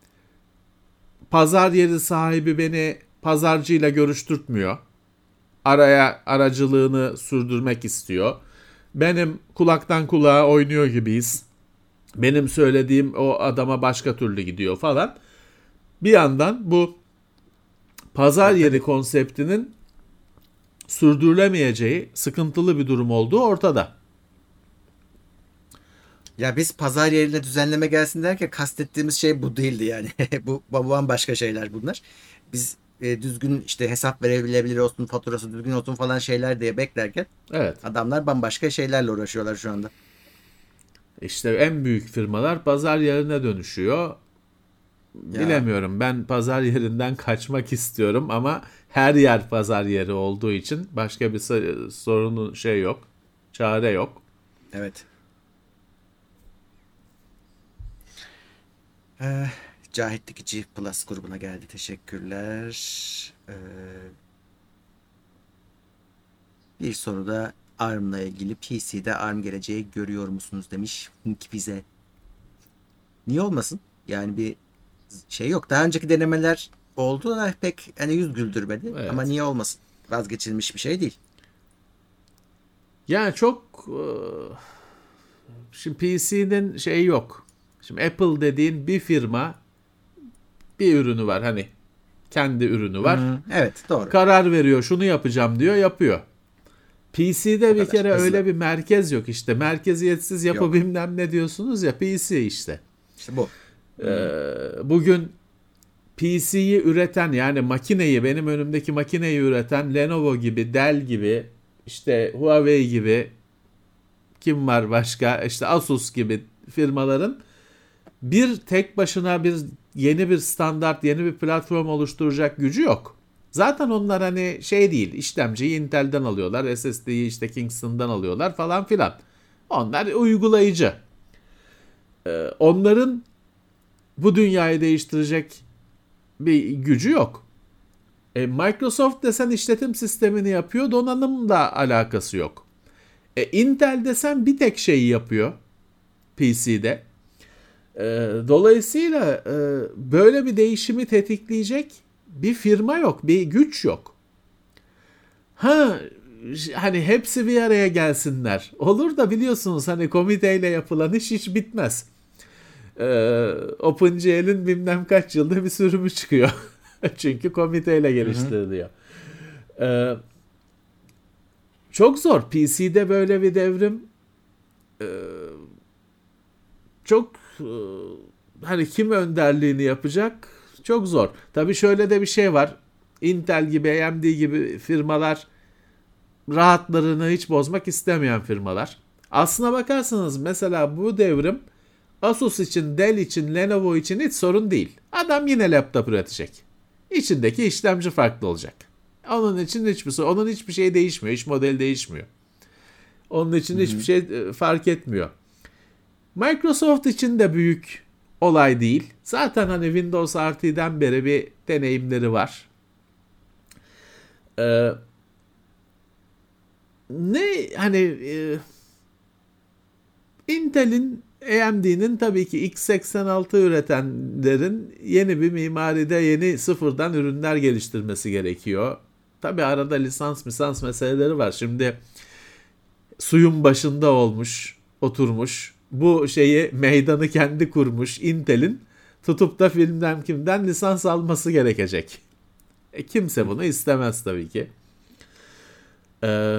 S3: Pazar yeri sahibi beni pazarcıyla görüştürtmüyor. Araya aracılığını sürdürmek istiyor. Benim kulaktan kulağa oynuyor gibiyiz. Benim söylediğim o adama başka türlü gidiyor falan. Bir yandan bu pazar yeri konseptinin sürdürülemeyeceği, sıkıntılı bir durum olduğu ortada.
S2: Ya biz pazar yerine düzenleme gelsin derken kastettiğimiz şey bu değildi yani. bu bambaşka şeyler bunlar. Biz e, düzgün işte hesap verebilebilir olsun, faturası düzgün olsun falan şeyler diye beklerken
S3: Evet.
S2: adamlar bambaşka şeylerle uğraşıyorlar şu anda.
S3: İşte en büyük firmalar pazar yerine dönüşüyor.
S2: Ya.
S3: Bilemiyorum. Ben pazar yerinden kaçmak istiyorum ama her yer pazar yeri olduğu için başka bir sorunun şey yok. Çare yok.
S2: Evet. Ee, Cahit Dikici Plus grubuna geldi. Teşekkürler. Ee, bir soru da ARM'la ilgili. P C'de ARM geleceği görüyor musunuz demiş bize. Niye olmasın? Yani bir şey yok. Daha önceki denemeler oldu da pek hani yüz güldürmedi.
S3: Evet.
S2: Ama niye olmasın? Vazgeçilmiş bir şey değil.
S3: Yani çok şimdi P C'nin şeyi yok. Şimdi Apple dediğin bir firma, bir ürünü var, hani kendi ürünü var.
S2: Hmm, evet, doğru.
S3: Karar veriyor, şunu yapacağım diyor, yapıyor. P C'de bir kere hızlı. Öyle bir merkez yok işte. Merkeziyetsiz yapı yok. Bilmem ne diyorsunuz ya, P C işte.
S2: İşte bu.
S3: Ee, bugün P C'yi üreten, yani makineyi, benim önümdeki makineyi üreten Lenovo gibi, Dell gibi, işte Huawei gibi, kim var başka, işte Asus gibi firmaların bir tek başına bir yeni bir standart, yeni bir platform oluşturacak gücü yok. Zaten onlar hani şey değil, işlemciyi Intel'den alıyorlar, S S D'yi işte Kingston'dan alıyorlar falan filan. Onlar uygulayıcı. Ee, onların bu dünyayı değiştirecek bir gücü yok. E, Microsoft desen işletim sistemini yapıyor, donanımla alakası yok. E, Intel desen bir tek şeyi yapıyor P C'de. E, dolayısıyla e, böyle bir değişimi tetikleyecek bir firma yok, bir güç yok. Ha, hani hepsi bir araya gelsinler. Olur da biliyorsunuz hani komiteyle yapılan iş hiç bitmez. Ee, OpenGL'in bilmem kaç yılda bir sürümü çıkıyor. Çünkü komiteyle geliştiriliyor. Ee, çok zor. P C'de böyle bir devrim e, çok e, hani kim önderliğini yapacak çok zor. Tabii şöyle de bir şey var. Intel gibi, A M D gibi firmalar rahatlarını hiç bozmak istemeyen firmalar. Aslına bakarsanız mesela bu devrim Asus için, Dell için, Lenovo için hiç sorun değil. Adam yine laptop üretecek. İçindeki işlemci farklı olacak. Onun için hiçbir onun hiçbir şey değişmiyor. İş modeli değişmiyor. Onun için Hı-hı. hiçbir şey fark etmiyor. Microsoft için de büyük olay değil. Zaten hani Windows R T'den beri bir deneyimleri var. Ee, ne hani e, Intel'in, A M D'nin tabii ki x seksen altı üretenlerin yeni bir mimaride yeni sıfırdan ürünler geliştirmesi gerekiyor. Tabii arada lisans lisans meseleleri var. Şimdi suyun başında olmuş, oturmuş. Bu şeyi, meydanı kendi kurmuş Intel'in tutup da filmden kimden lisans alması gerekecek. E, kimse bunu istemez tabii ki. Ee,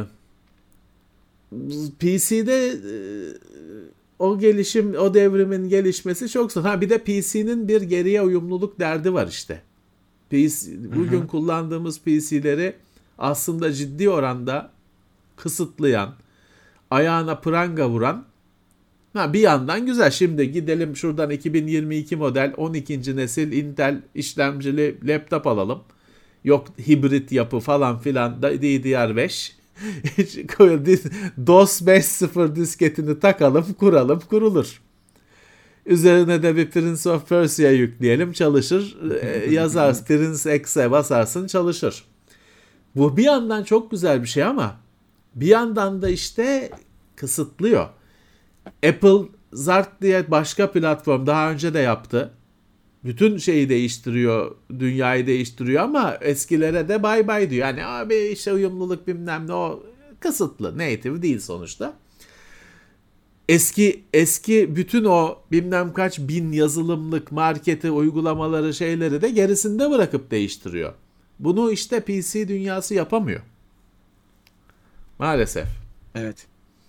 S3: P C'de e, o gelişim, o devrimin gelişmesi çok zor. Ha bir de P C'nin bir geriye uyumluluk derdi var işte. P C, bugün hı hı. kullandığımız P C'leri aslında ciddi oranda kısıtlayan, ayağına pranga vuran, ha bir yandan güzel. Şimdi gidelim şuradan iki bin yirmi iki model on ikinci nesil Intel işlemcili laptop alalım. Yok hibrit yapı falan filan, D D R beş. DOS beş nokta sıfır disketini takalım, kuralım, kurulur. Üzerine de bir Prince of Persia yükleyelim, çalışır. Yazarsın, Prince X'e basarsın, çalışır. Bu bir yandan çok güzel bir şey ama Bir yandan da işte kısıtlıyor. Apple zart diye başka platform daha önce de yaptı. Bütün şeyi değiştiriyor, dünyayı değiştiriyor ama eskilere de bay bay diyor. Yani abi işte uyumluluk bilmem ne, o kısıtlı, native değil sonuçta. Eski eski bütün o bilmem kaç bin yazılımlık marketi, uygulamaları, şeyleri de gerisinde bırakıp değiştiriyor. Bunu işte P C dünyası yapamıyor. Maalesef.
S2: Evet.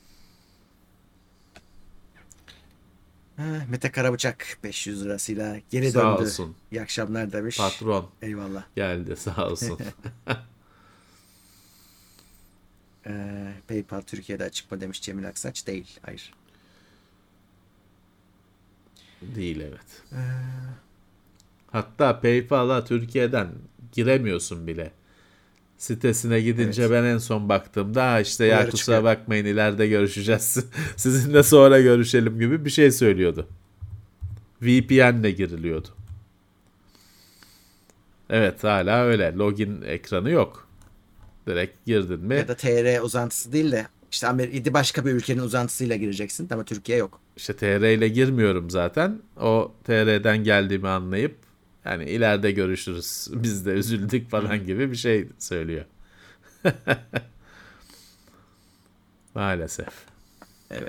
S2: Ha, Mete Karabıçak beş yüz lirasıyla geri
S3: Sağ
S2: döndü.
S3: olsun.
S2: İyi akşamlar demiş.
S3: Patron
S2: Eyvallah.
S3: geldi sağ olsun.
S2: Ee, PayPal Türkiye'de açık mı demiş Cemil Aksaç. Değil. Hayır.
S3: Değil evet.
S2: Ee,
S3: Hatta PayPal'a Türkiye'den giremiyorsun bile. Sitesine gidince
S2: Evet.
S3: ben en son baktığımda "Ha işte ya
S2: Uyarı
S3: kusura
S2: çıkıyor.
S3: bakmayın ileride görüşeceğiz. Sizinle sonra görüşelim" gibi bir şey söylüyordu. V P N'le giriliyordu. Evet hala öyle. Login ekranı yok. Direkt girdin mi?
S2: Ya da T R uzantısı değil de işte Amerika başka bir ülkenin uzantısıyla gireceksin ama Türkiye yok.
S3: İşte T R ile girmiyorum zaten. O T R'den geldiğimi anlayıp yani ileride görüşürüz. Biz de üzüldük falan gibi bir şey söylüyor. Maalesef.
S2: Evet.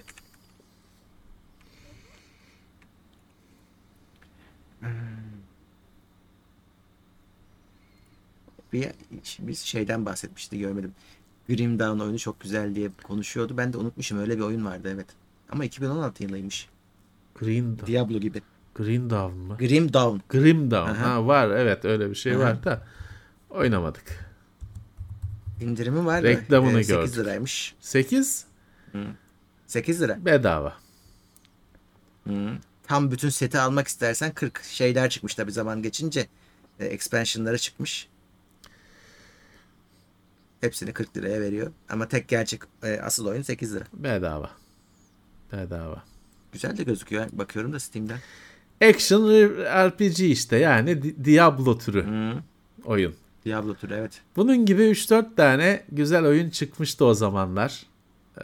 S2: Bir, biz şeyden bahsetmişti görmedim. Grim Dawn oyunu çok güzel diye konuşuyordu. Ben de unutmuşum, öyle bir oyun vardı evet. Ama iki bin on altı yılıymış.
S3: Green,
S2: Diablo gibi.
S3: Green Dawn mı?
S2: Grim Dawn.
S3: Grim Dawn.
S2: Aha.
S3: Ha, var evet öyle bir şey
S2: Aha.
S3: var da oynamadık.
S2: İndirimi var da
S3: Reklamını
S2: e, sekiz
S3: gördük.
S2: liraymış.
S3: sekiz
S2: sekiz lira.
S3: bedava.
S2: Hı. Tam bütün seti almak istersen kırk. Şeyler çıkmış tabi zaman geçince. E, expansion'ları çıkmış. Hepsini kırk liraya veriyor. Ama tek gerçek e, asıl oyun sekiz lira.
S3: Bedava. Bedava.
S2: Güzel de gözüküyor. Bakıyorum da Steam'den.
S3: Action R P G işte yani Di- Diablo türü
S2: Hı.
S3: oyun.
S2: Diablo türü evet.
S3: Bunun gibi üç dört tane güzel oyun çıkmıştı o zamanlar. Ee,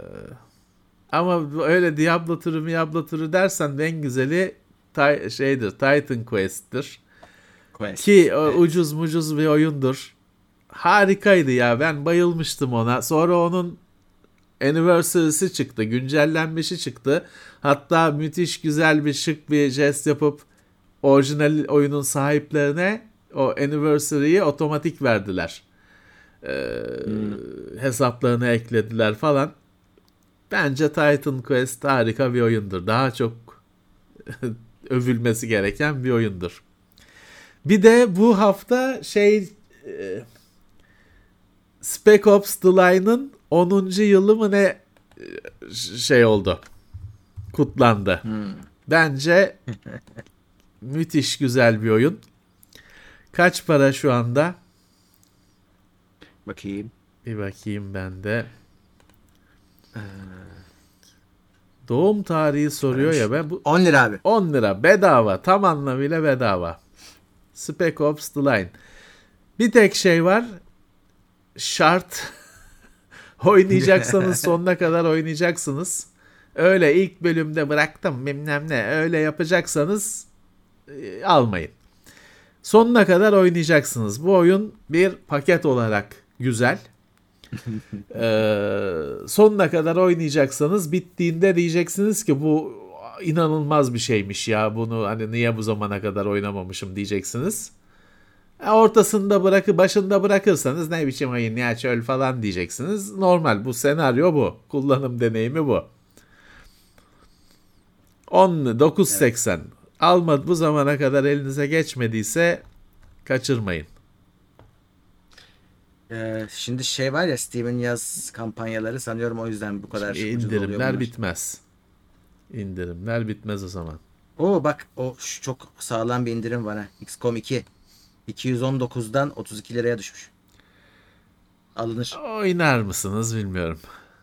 S3: ama öyle Diablo türü Diablo türü dersen de en güzeli ti- şeydir Titan Quest'tir.
S2: Quest.
S3: Ki o
S2: Evet.
S3: ucuz mucuz bir oyundur. Harikaydı ya, ben bayılmıştım ona. Sonra onun Anniversary'si çıktı, güncellenmişi çıktı. Hatta müthiş güzel bir şık bir jest yapıp orijinal oyunun sahiplerine o Anniversary'yi otomatik verdiler. Ee,
S2: Hmm.
S3: Hesaplarına eklediler falan. Bence Titan Quest harika bir oyundur. Daha çok övülmesi gereken bir oyundur. Bir de bu hafta şey e, Spec Ops The Line'ın onuncu yılı mı ne e, şey oldu. Kutlandı.
S2: Hmm.
S3: Bence müthiş güzel bir oyun. Kaç para şu anda?
S2: Bakayım.
S3: Bir bakayım ben de. Doğum tarihi soruyor ya, ben bu
S2: on lira abi.
S3: on lira bedava, tam anlamıyla bedava. Spec Ops The Line. Bir tek şey var. Şart. Oynayacaksanız sonuna kadar oynayacaksınız. Öyle ilk bölümde bıraktım bilmem ne öyle yapacaksanız e, almayın. Sonuna kadar oynayacaksınız. Bu oyun bir paket olarak güzel. Ee, sonuna kadar oynayacaksanız bittiğinde diyeceksiniz ki bu inanılmaz bir şeymiş ya, bunu hani niye bu zamana kadar oynamamışım diyeceksiniz. E, ortasında bırakı başında bırakırsanız ne biçim oyun ya çöl falan diyeceksiniz. Normal, bu senaryo bu. Kullanım deneyimi bu. on dokuz seksen evet. Almadı bu zamana kadar elinize geçmediyse kaçırmayın.
S2: Ee, şimdi şey var ya, Steam'in yaz kampanyaları, sanıyorum o yüzden bu kadar
S3: Şimdi
S2: ucuz oluyor
S3: indirimler
S2: bunlar.
S3: bitmez. İndirimler bitmez o zaman.
S2: Oo bak, o şu çok sağlam bir indirim var ha. X COM iki iki yüz on dokuzdan otuz iki liraya düşmüş. Alınır.
S3: Oynar mısınız bilmiyorum.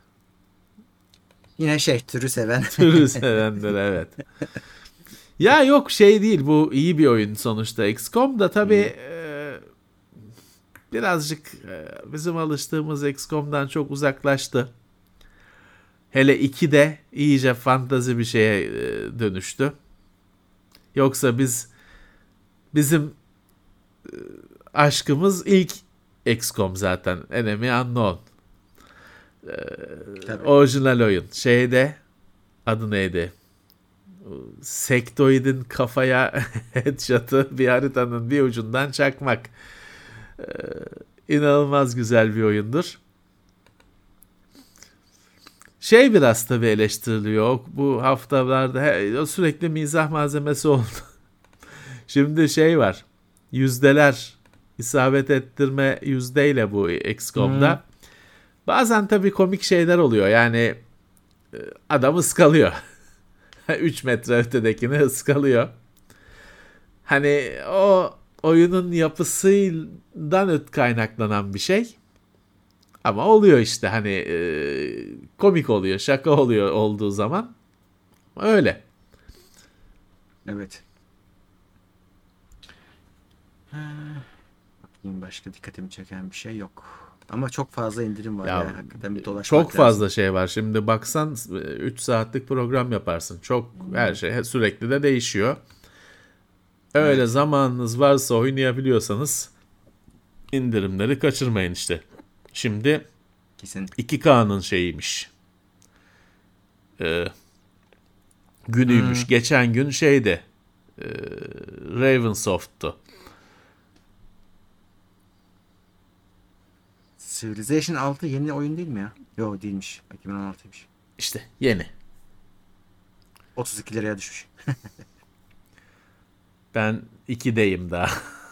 S2: Yine şey, türü seven.
S3: Türü sevenler evet. Ya yok şey değil, bu iyi bir oyun sonuçta. X COM da tabii e, birazcık e, bizim alıştığımız X COM'dan çok uzaklaştı. Hele ikide iyice fantazi bir şeye e, dönüştü. Yoksa biz bizim e, aşkımız ilk X COM zaten. Enemy Unknown. E, orijinal oyun. Şeyde adı neydi? Sektoid'in kafaya headshot'ı bir haritanın bir ucundan çakmak. Ee, inanılmaz güzel bir oyundur. Şey biraz tabii eleştiriliyor. Bu haftalarda he, sürekli mizah malzemesi oldu. Şimdi şey var. Yüzdeler isabet ettirme yüzdeyle bu X COM'da. Hmm. Bazen tabii komik şeyler oluyor. Yani adam ıskalıyor. üç metre ötedekini ıskalıyor. Hani o oyunun yapısından öt kaynaklanan bir şey. Ama oluyor işte hani e, komik oluyor, şaka oluyor olduğu zaman. Öyle.
S2: Evet. Ha, bakayım başka dikkatimi çeken bir şey yok. Ama çok fazla indirim var ya, ya hakikaten bir dolaşmak
S3: çok fazla lazım. Şey var. Şimdi baksan üç saatlik program yaparsın. Çok hmm. her şey sürekli de değişiyor. Öyle evet. Zamanınız varsa oynayabiliyorsanız indirimleri kaçırmayın işte. Şimdi kesin iki K'nın şeyiymiş. Ee, günüymüş. Hmm. Geçen gün şeydi. E, Ravensoft'tu.
S2: Civilization altı yeni oyun değil mi ya? Yok değilmiş. iki bin on altıymış.
S3: İşte yeni.
S2: otuz iki liraya düşmüş.
S3: Ben ikideyim daha.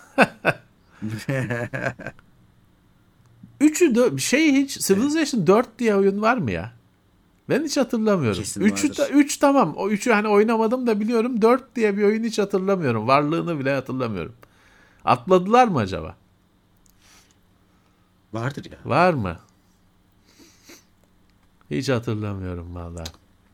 S3: Üçü de şey hiç Civilization evet. dört diye oyun var mı ya? Ben hiç hatırlamıyorum. Kesin üçü ta, üç tamam. O üçü hani oynamadım da biliyorum. dört diye bir oyun hiç hatırlamıyorum. Varlığını bile hatırlamıyorum. Atladılar mı acaba?
S2: Vardır ya.
S3: Var mı? Hiç hatırlamıyorum vallahi.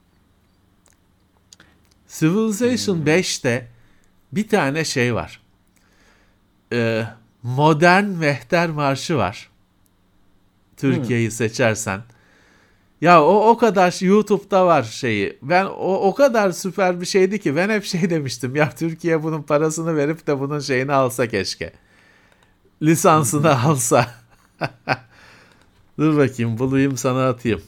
S3: Civilization hmm. beşte bir tane şey var. Ee, modern Mehter Marşı var. Türkiye'yi hmm. seçersen. Ya o o kadar YouTube'da var şeyi. Ben o o kadar süper bir şeydi ki ben hep şey demiştim. Ya Türkiye bunun parasını verip de bunun şeyini alsa keşke. Lisansını alsa. Dur bakayım bulayım sana atayım.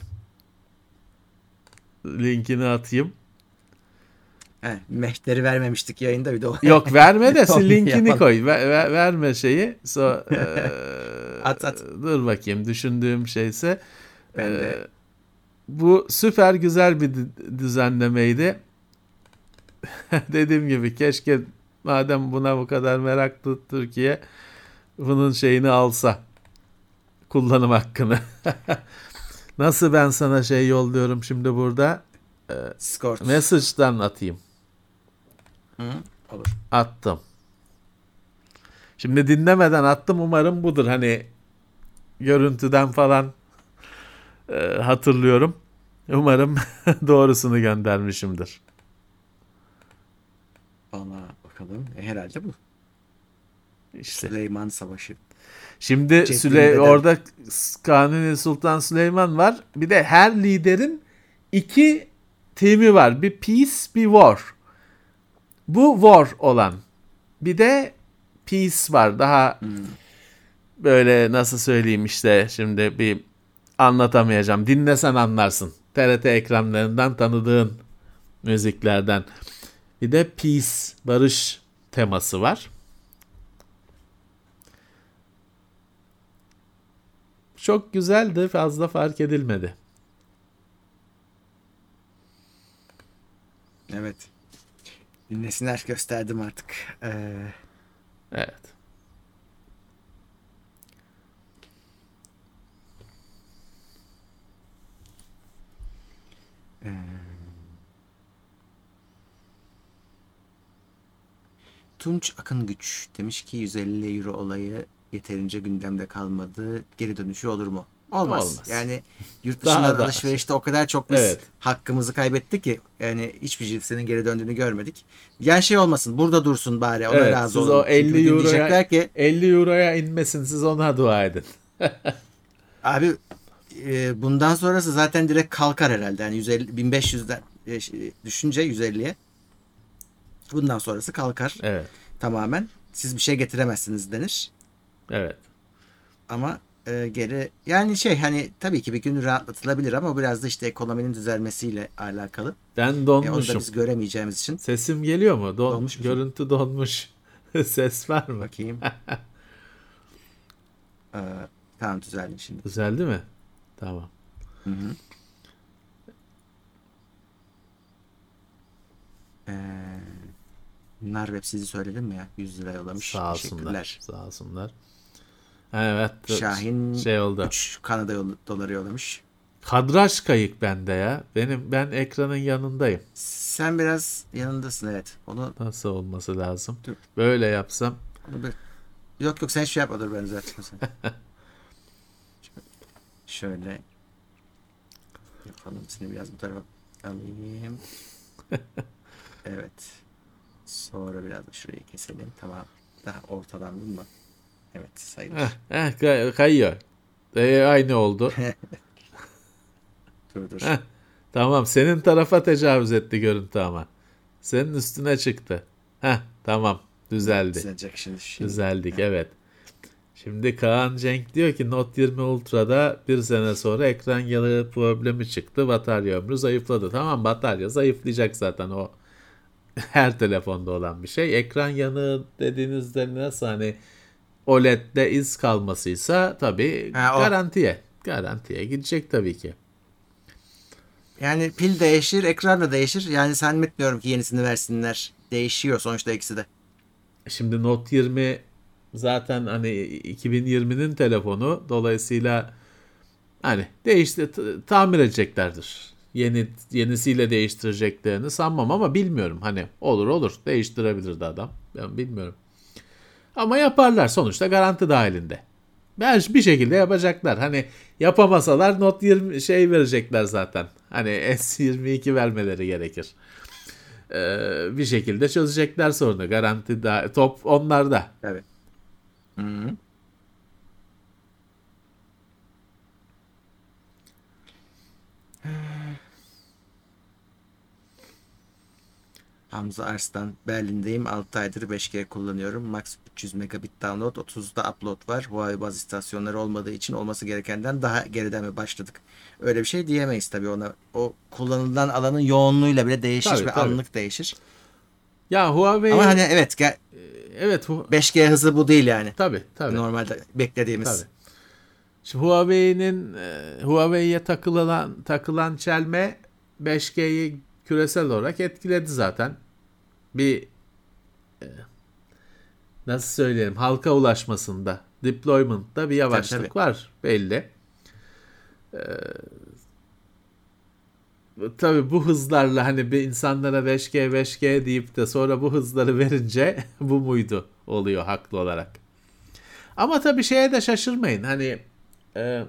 S3: Linkini atayım.
S2: He, Mehter'i vermemiştik yayında bir de o.
S3: Yok verme de sil linkini koy. Ver, ver, verme şeyi. So, e,
S2: at at.
S3: Dur bakayım düşündüğüm şeyse.
S2: Ben e, de.
S3: Bu süper güzel bir düzenlemeydi. Dediğim gibi keşke madem buna bu kadar meraklı Türkiye bunun şeyini alsa. Kullanım hakkını. Nasıl ben sana şey yolluyorum şimdi burada?
S2: Discord.
S3: Message'dan atayım.
S2: Hı, olur.
S3: Attım. Şimdi dinlemeden attım umarım budur. Hani görüntüden falan e, hatırlıyorum. Umarım doğrusunu göndermişimdir.
S2: Vallahi bakalım. E, herhalde bu.
S3: İşte.
S2: Süleyman Savaşı.
S3: Şimdi Süle orada Kanuni Sultan Süleyman var. Bir de her liderin iki timi var. Bir peace, bir war. Bu war olan. Bir de peace var. Daha hmm. böyle nasıl söyleyeyim işte şimdi bir anlatamayacağım. Dinlesen anlarsın. T R T ekranlarından tanıdığın müziklerden. Bir de peace, barış teması var. Çok güzeldi, fazla fark edilmedi.
S2: Evet. Dinlesinler, gösterdim artık. Ee...
S3: Evet.
S2: Ee... Tunç Akın Güç demiş ki yüz elli euro olayı yeterince gündemde kalmadı. Geri dönüşü olur mu? Olmaz.
S3: Olmaz.
S2: Yani yurt
S3: Daha
S2: dışından
S3: da-
S2: alışverişte o kadar çok biz
S3: Evet.
S2: hakkımızı kaybettik ki yani hiçbir cinsinin geri döndüğünü görmedik. Yani şey olmasın, burada dursun bari, ona
S3: Evet,
S2: razı
S3: siz
S2: olalım.
S3: o
S2: Çünkü bir
S3: elli
S2: gün
S3: euroya
S2: diyecekler ki
S3: elli euroya inmesin, siz ona dua edin.
S2: abi e, bundan sonrası zaten direkt kalkar herhalde. Yani yüz elli, bin beş yüzden e, şey, düşünce yüz elliye bundan sonrası kalkar
S3: Evet.
S2: tamamen. Siz bir şey getiremezsiniz denir.
S3: Evet.
S2: Ama e, geri yani şey hani tabii ki bir gün rahatlatılabilir ama biraz da işte ekonominin düzelmesiyle alakalı.
S3: Ben
S2: E, onu da
S3: donmuşum.
S2: biz göremeyeceğimiz için.
S3: Sesim geliyor mu? Don,
S2: Donmuş musun?
S3: görüntü donmuş. Ses var mı?
S2: Bakayım. Ee, tamam düzeldim şimdi.
S3: Düzeldi mi? Tamam.
S2: Hı hı. Ee, Nar Web sizi söyledim mi ya? yüz lira yollamış.
S3: Sağ olsunlar.
S2: Teşekkürler.
S3: Sağ olsunlar. Evet.
S2: Şahin
S3: Şey oldu.
S2: üç Kanada yol- doları yollamış.
S3: Kadraj kayık bende ya. Benim ben ekranın yanındayım.
S2: Sen biraz yanındasın, evet. Onu,
S3: Nasıl olması lazım?
S2: Dur.
S3: Böyle yapsam.
S2: onu bir... Yok yok sen şey yapma, dur ben düzelteyim seni. Şöyle yapalım. Seni biraz bu tarafa alayım. Evet. Sonra biraz da şurayı keselim. Tamam. Daha ortalandın mı? Evet sayılır.
S3: Heh, heh, kay- kayıyor. E, aynı oldu.
S2: Dur dur.
S3: Heh, tamam, senin tarafa tecavüz etti görüntü ama. Senin üstüne çıktı. Heh, tamam, düzeldi.
S2: Düzelecek şimdi. şimdi.
S3: Düzeldik, evet. Şimdi Kaan Cenk diyor ki Note yirmi Ultra'da bir sene sonra ekran yanığı problemi çıktı. Batarya ömrü zayıfladı. Tamam, batarya zayıflayacak zaten, o her telefonda olan bir şey. Ekran yanığı dediğinizde nasıl, hani O L E D'de iz kalmasıysa tabii
S2: Ha, o.
S3: garantiye. Garantiye gidecek tabii ki.
S2: Yani pil değişir, ekran da değişir. Yani zannetmiyorum ki yenisini versinler. Değişiyor sonuçta ikisi de.
S3: Şimdi Note yirmi zaten hani iki bin yirminin telefonu, dolayısıyla hani değişti, t- tamir edeceklerdir. Yeni yenisiyle değiştireceklerini sanmam ama bilmiyorum. Hani olur olur değiştirebilirdi adam. Ben bilmiyorum. Ama yaparlar, sonuçta garanti dahilinde. Ben bir şekilde yapacaklar. Hani yapamasalar Note yirmi şey verecekler zaten. Hani S yirmi iki vermeleri gerekir. Ee, bir şekilde çözecekler sorunu. Garanti da, top onlarda.
S2: Evet. Hı-hı. Hamza Arslan, Berlin'deyim. altı aydır beş G kullanıyorum. Max üç yüz megabit download, otuzda upload var. Huawei baz istasyonları olmadığı için olması gerekenden daha geriden mi başladık? Öyle bir şey diyemeyiz tabii ona. O kullanılan alanın yoğunluğuyla bile değişir
S3: Tabii,
S2: ve
S3: tabii.
S2: anlık değişir.
S3: Ya Huawei,
S2: Ama hani evet gel,
S3: evet hu-
S2: beş G hızı bu değil yani.
S3: tabii tabii.
S2: Normalde beklediğimiz.
S3: Tabii. Şimdi Huawei'nin e, Huawei'ye takılan takılan çelme beş G'yi küresel olarak etkiledi zaten. Bir e, nasıl söyleyelim, halka ulaşmasında, deployment'ta bir yavaşlık
S2: Tabii, tabii.
S3: var belli. E, tabii bu hızlarla hani bir insanlara beş G beş G deyip de sonra bu hızları verince bu muydu oluyor haklı olarak. Ama tabii şeye de şaşırmayın. Hani e,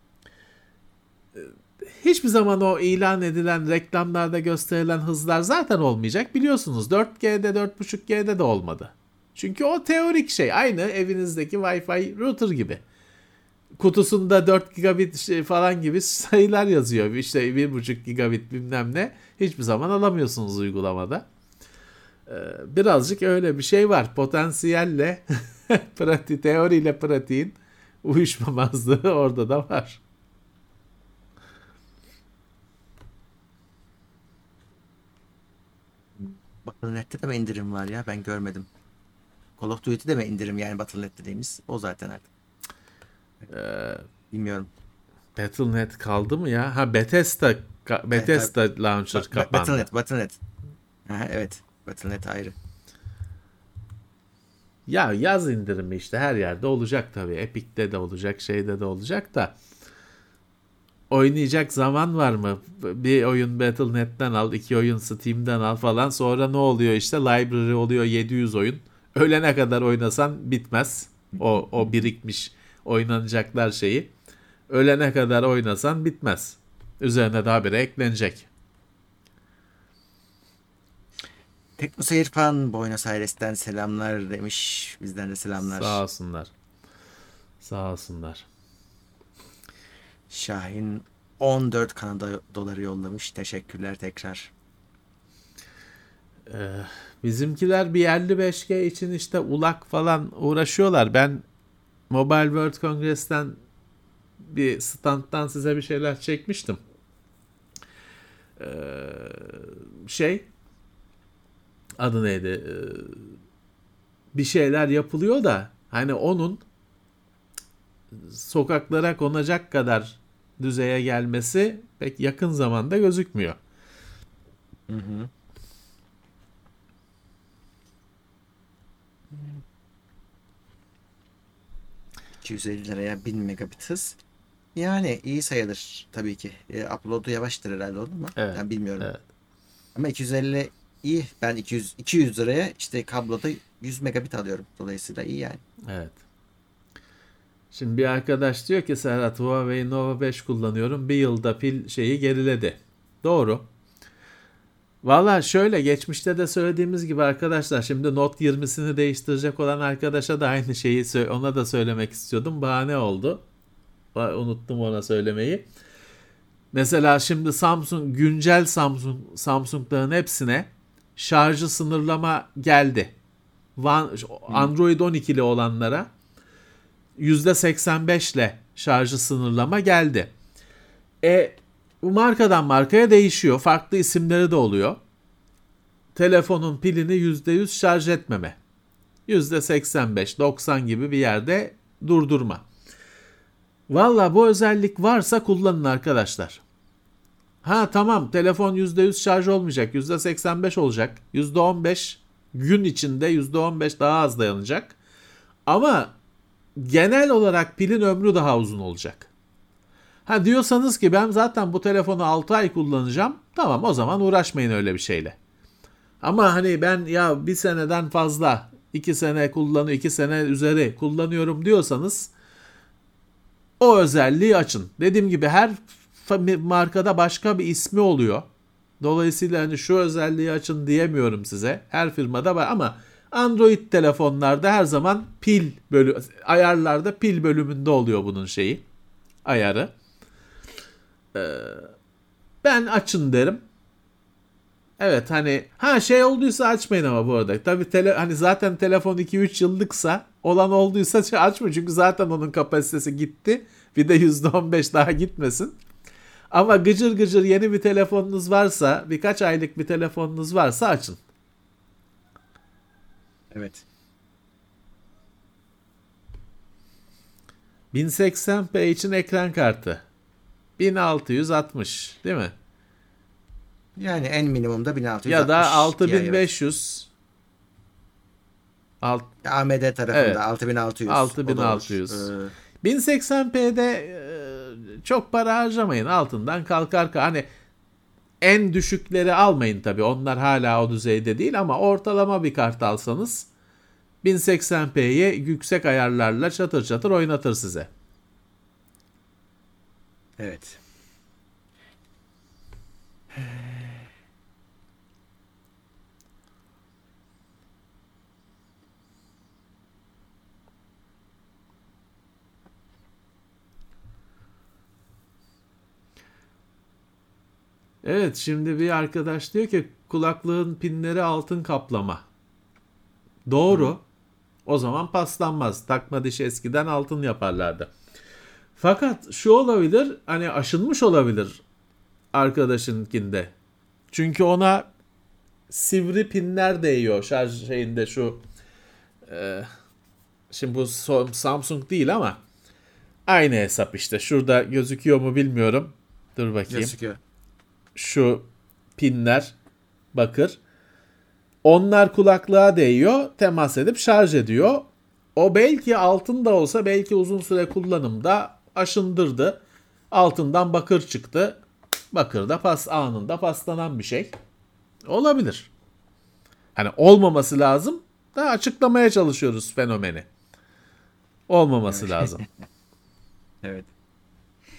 S3: hiçbir zaman o ilan edilen, reklamlarda gösterilen hızlar zaten olmayacak. Biliyorsunuz dört G'de, dört buçuk G'de de olmadı. Çünkü o teorik şey. Aynı evinizdeki Wi-Fi router gibi. Kutusunda dört gigabit şey falan gibi sayılar yazıyor. İşte bir buçuk gigabit bilmem ne. Hiçbir zaman alamıyorsunuz uygulamada. Ee, birazcık öyle bir şey var. Potansiyelle prati, teoriyle pratiğin uyuşmamazlığı orada da var.
S2: Battle nokta net'te de mi indirim var ya? Ben görmedim. Call of Duty'de mi indirim yani Battle nokta net dediğimiz? O zaten artık.
S3: Ee,
S2: Bilmiyorum.
S3: Battle nokta net kaldı mı ya? Ha, Bethesda Bethesda Launcher
S2: Ba-
S3: kapandı.
S2: Battle nokta net, Battle nokta net. Aha, evet. Battle nokta net ayrı.
S3: Ya yaz indirimi işte her yerde olacak tabii. Epic'te de olacak, şeyde de olacak da. Oynayacak zaman var mı? Bir oyun Battle nokta net'ten al, iki oyun Steam'den al falan. Sonra ne oluyor işte? Library oluyor yedi yüz oyun. Ölene kadar oynasan bitmez. O, o birikmiş oynanacaklar şeyi. ölene kadar oynasan bitmez. Üzerine daha biri eklenecek.
S2: Tekno Seyirpan Buenos Aires'ten selamlar demiş. Bizden de selamlar.
S3: Sağ olsunlar. Sağ olsunlar.
S2: Şahin on dört Kanada doları yollamış. Teşekkürler tekrar.
S3: Ee, bizimkiler bir elli beş G için işte ulak falan uğraşıyorlar. Ben Mobile World Congress'ten bir standtan size bir şeyler çekmiştim. Ee, şey adı neydi? Ee, bir şeyler yapılıyor da hani onun sokaklara konacak kadar düzeye gelmesi pek yakın zamanda gözükmüyor.
S2: Hı hı. iki yüz elli liraya bin megabit hız. Yani iyi sayılır tabii ki. E, upload'u yavaştır herhalde onun ama
S3: Evet.
S2: ben bilmiyorum.
S3: Evet.
S2: Ama iki yüz elli iyi. Ben iki yüz iki yüz liraya işte kabloda yüz megabit alıyorum. Dolayısıyla iyi yani.
S3: Evet. Şimdi bir arkadaş diyor ki Serhat, Huawei Nova beş kullanıyorum. Bir yılda pil şeyi geriledi. Doğru. Valla şöyle, geçmişte de söylediğimiz gibi arkadaşlar, şimdi Note yirmisini değiştirecek olan arkadaşa da aynı şeyi ona da söylemek istiyordum. Bahane oldu. Unuttum ona söylemeyi. Mesela şimdi Samsung, güncel Samsung Samsung'ların hepsine şarjı sınırlama geldi. Android on ikili olanlara yüzde seksen beş ile şarjı sınırlama geldi. E bu markadan markaya değişiyor. Farklı isimleri de oluyor. Telefonun pilini yüzde yüz şarj etmeme. yüzde seksen beş doksan gibi bir yerde durdurma. Valla bu özellik varsa kullanın arkadaşlar. Ha tamam, telefon yüzde yüz şarj olmayacak. yüzde seksen beş olacak. yüzde on beş gün içinde yüzde on beş daha az dayanacak. Ama genel olarak pilin ömrü daha uzun olacak. Ha diyorsanız ki ben zaten bu telefonu altı ay kullanacağım. Tamam, o zaman uğraşmayın öyle bir şeyle. Ama hani ben ya bir seneden fazla, iki sene kullanıyor, iki sene üzeri kullanıyorum diyorsanız o özelliği açın. Dediğim gibi her markada başka bir ismi oluyor. Dolayısıyla hani şu özelliği açın diyemiyorum size. Her firmada var ama Android telefonlarda her zaman pil bölü ayarlarda pil bölümünde oluyor bunun şeyi. Ayarı. Ee, ben açın derim. Evet hani ha şey olduysa açmayın ama bu arada. Tabii tele, hani zaten telefon iki üç yıllıksa olan olduysa şey açmayın. Çünkü zaten onun kapasitesi gitti. Bir de yüzde on beş daha gitmesin. Ama gıcır gıcır yeni bir telefonunuz varsa, birkaç aylık bir telefonunuz varsa açın.
S2: Evet.
S3: bin seksen p için ekran kartı. bin altı yüz altmış değil mi?
S2: Yani en minimumda bin altı yüz altmış.
S3: Ya da altı bin beş yüz.
S2: Alt, A M D tarafında evet. altı bin altı yüz.
S3: altı bin altı yüz. Ee... bin seksen p'de e, çok para harcamayın. Altından kalkar. Hani en düşükleri almayın tabii. Onlar hala o düzeyde değil ama ortalama bir kart alsanız bin seksen p'ye yüksek ayarlarla çatır çatır oynatır size.
S2: Evet.
S3: Evet, şimdi bir arkadaş diyor ki kulaklığın pinleri altın kaplama. Doğru. Hı. O zaman paslanmaz. Takma diş eskiden altın yaparlardı. Fakat şu olabilir, hani aşınmış olabilir arkadaşınkinde. Çünkü ona sivri pinler değiyor şarj şeyinde şu. E, şimdi bu Samsung değil ama aynı hesap işte. Şurada gözüküyor mu bilmiyorum. Dur bakayım.
S2: Gözüküyor.
S3: Şu pinler bakır. Onlar kulaklığa değiyor, temas edip şarj ediyor. O belki altın da olsa belki uzun süre kullanımda aşındırdı. Altından bakır çıktı. Bakır da pas anında paslanan bir şey. Olabilir. Hani olmaması lazım da açıklamaya çalışıyoruz fenomeni. Olmaması
S2: evet.
S3: lazım.
S2: Evet.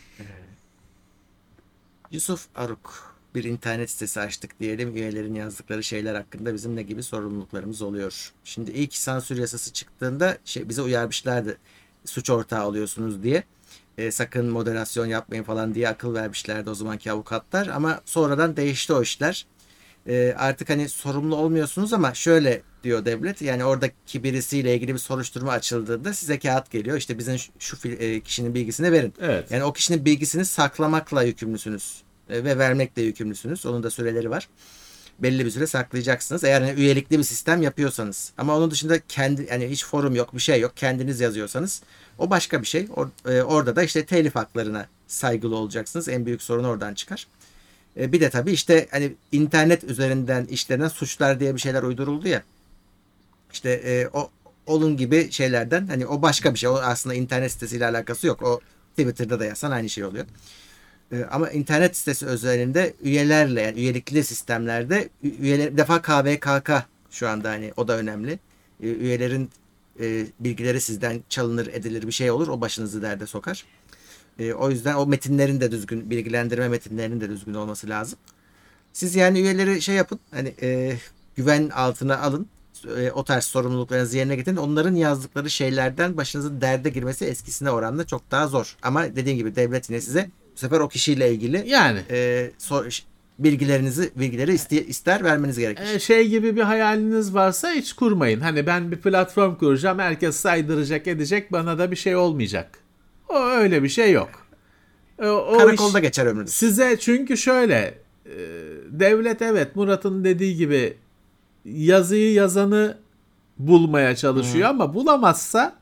S2: Yusuf Aruk, bir internet sitesi açtık diyelim. Üyelerin yazdıkları şeyler hakkında bizim ne gibi sorumluluklarımız oluyor? Şimdi ilk sansür yasası çıktığında şey, bize uyarmışlardı. Suç ortağı oluyorsunuz diye. E, sakın moderasyon yapmayın falan diye akıl vermişlerdi o zamanki avukatlar. Ama sonradan değişti o işler. E, artık hani sorumlu olmuyorsunuz ama şöyle diyor devlet. Yani oradaki birisiyle ilgili bir soruşturma açıldığında size kağıt geliyor. İşte bizim şu, şu e, kişinin bilgisini verin.
S3: Evet.
S2: Yani o kişinin bilgisini saklamakla yükümlüsünüz e, ve vermekle yükümlüsünüz. Onun da süreleri var. Belli bir süre saklayacaksınız. Eğer hani üyelikli bir sistem yapıyorsanız. Ama onun dışında kendi yani hiç forum yok, bir şey yok. Kendiniz yazıyorsanız o başka bir şey. Or- e, orada da işte telif haklarına saygılı olacaksınız. En büyük sorun oradan çıkar. E, bir de tabii işte hani internet üzerinden işlenen suçlar diye bir şeyler uyduruldu ya. İşte e, o onun gibi şeylerden hani o başka bir şey. O aslında internet sitesiyle alakası yok. O Twitter'da da yazsan aynı şey oluyor. E, ama internet sitesi özelinde üyelerle yani üyelikli sistemlerde ü- üyeler bir defa K V K K şu anda hani o da önemli. E, üyelerin e, bilgileri sizden çalınır edilir bir şey olur. O başınızı derde sokar. E, o yüzden o metinlerin de düzgün bilgilendirme metinlerinin de düzgün olması lazım. Siz yani üyeleri şey yapın hani e, güven altına alın. E, o tarz sorumluluklarınızı yerine getirin. Onların yazdıkları şeylerden başınızın derde girmesi eskisine oranla çok daha zor. Ama dediğim gibi devlet yine size bu sefer o kişiyle ilgili
S3: Yani
S2: e, sor- bilgilerinizi bilgileri iste- ister vermeniz gerekir.
S3: e, şey gibi bir hayaliniz varsa hiç kurmayın. Hani ben bir platform kuracağım, herkes saydıracak edecek, bana da bir şey olmayacak. O öyle bir şey yok. O, o
S2: Karakolda
S3: iş
S2: geçer ömrünüz.
S3: size çünkü şöyle e, devlet evet Murat'ın dediği gibi yazıyı yazanı bulmaya çalışıyor ama bulamazsa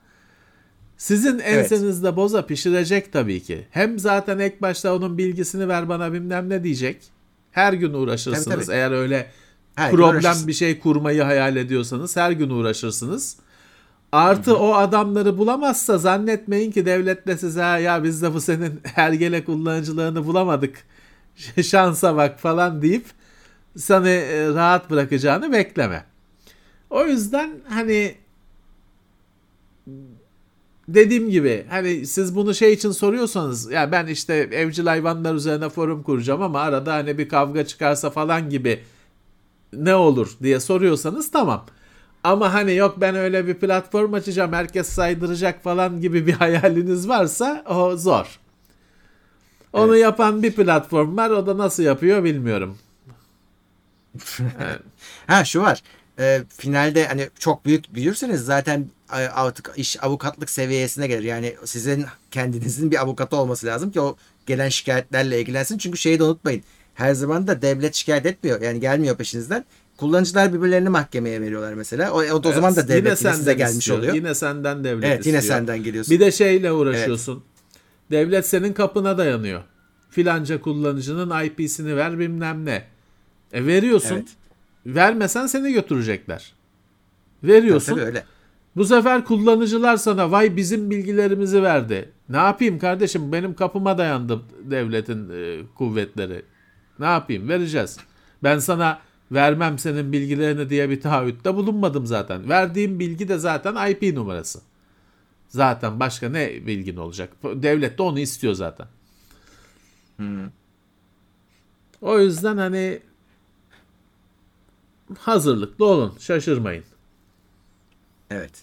S3: sizin
S2: Evet.
S3: ensenizde boza pişirecek tabii ki. Hem zaten ilk başta onun bilgisini ver bana bilmem ne diyecek. Her gün
S2: Tabii
S3: uğraşırsınız.
S2: tabii.
S3: Eğer öyle
S2: Her gün
S3: problem
S2: uğraşırsın.
S3: bir şey kurmayı hayal ediyorsanız her gün uğraşırsınız. Artı o adamları bulamazsa zannetmeyin ki devlet de size "Ha ya biz de bu senin hergele kullanıcılarını bulamadık. Şansa bak" falan deyip seni e, rahat bırakacağını bekleme. O yüzden hani dediğim gibi hani siz bunu şey için soruyorsanız ya ben işte evcil hayvanlar üzerine forum kuracağım ama arada hani bir kavga çıkarsa falan gibi ne olur diye soruyorsanız tamam. Ama hani yok ben öyle bir platform açacağım herkes saydıracak falan gibi bir hayaliniz varsa o zor. Onu
S2: Evet.
S3: yapan bir platform var, o da nasıl yapıyor bilmiyorum. Evet.
S2: Ha şu var. E, finalde hani çok büyük büyürseniz zaten e, artık iş avukatlık seviyesine gelir. Yani sizin kendinizin bir avukatı olması lazım ki o gelen şikayetlerle ilgilensin. Çünkü şeyi de unutmayın. Her zaman da devlet şikayet etmiyor. Yani gelmiyor peşinizden. Kullanıcılar birbirlerini mahkemeye veriyorlar mesela. O, o, o zaman da
S3: Evet, yine
S2: devlet yine size
S3: senden
S2: gelmiş
S3: istiyor.
S2: oluyor.
S3: Yine senden devlet
S2: Evet, yine
S3: istiyor.
S2: senden geliyorsun.
S3: Bir de şeyle
S2: Evet.
S3: uğraşıyorsun. Devlet senin kapına dayanıyor. Filanca kullanıcının I P'sini ver bilmem ne. E veriyorsun.
S2: Evet.
S3: Vermesen seni götürecekler.
S2: Tabii tabii
S3: Veriyorsun.
S2: öyle.
S3: Bu sefer kullanıcılar sana vay bizim bilgilerimizi verdi. Ne yapayım kardeşim benim kapıma dayandı devletin e, kuvvetleri. Ne yapayım vereceğiz. Ben sana vermem senin bilgilerini diye bir taahhütte bulunmadım zaten. Verdiğim bilgi de zaten I P numarası. Zaten başka ne bilgin olacak? Devlet de onu istiyor zaten.
S2: Hmm.
S3: O yüzden hani hazırlıklı olun, şaşırmayın.
S2: Evet.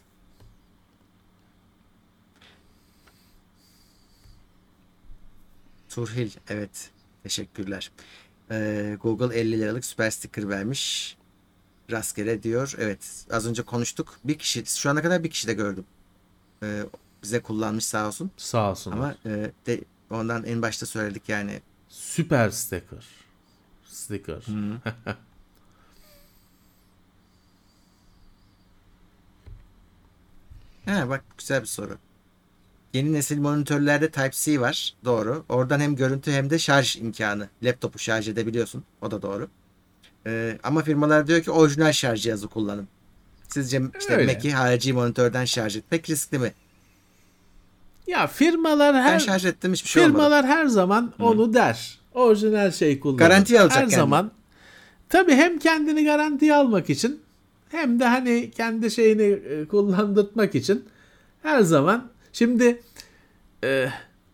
S2: Turhil. Evet. Teşekkürler. Ee, Google elli liralık süper sticker vermiş. Rastgele diyor. Evet. Az önce konuştuk. Bir kişi şu ana kadar bir kişi de gördüm. Ee, bize kullanmış sağ olsun.
S3: Sağ olsunlar.
S2: Ama e, de, ondan en başta söyledik yani.
S3: Süper sticker. Sticker.
S2: Hı. Ha, bak güzel bir soru. Yeni nesil monitörlerde Type-C var. Doğru. Oradan hem görüntü hem de şarj imkanı. Laptopu şarj edebiliyorsun. O da doğru. Ee, ama firmalar diyor ki orijinal şarj cihazı kullanın. Sizce işte
S3: Öyle.
S2: Mac'i harici monitörden şarj etmek riskli mi?
S3: Ya firmalar
S2: Ben
S3: her
S2: şarj ettim hiçbir şey olmadı.
S3: firmalar her zaman onu der. Orijinal şey kullanın.
S2: Garantiye alacak
S3: Her
S2: kendini.
S3: zaman. Tabii hem kendini garantiye almak için hem de hani kendi şeyini e, kullandırtmak için her zaman. Şimdi e,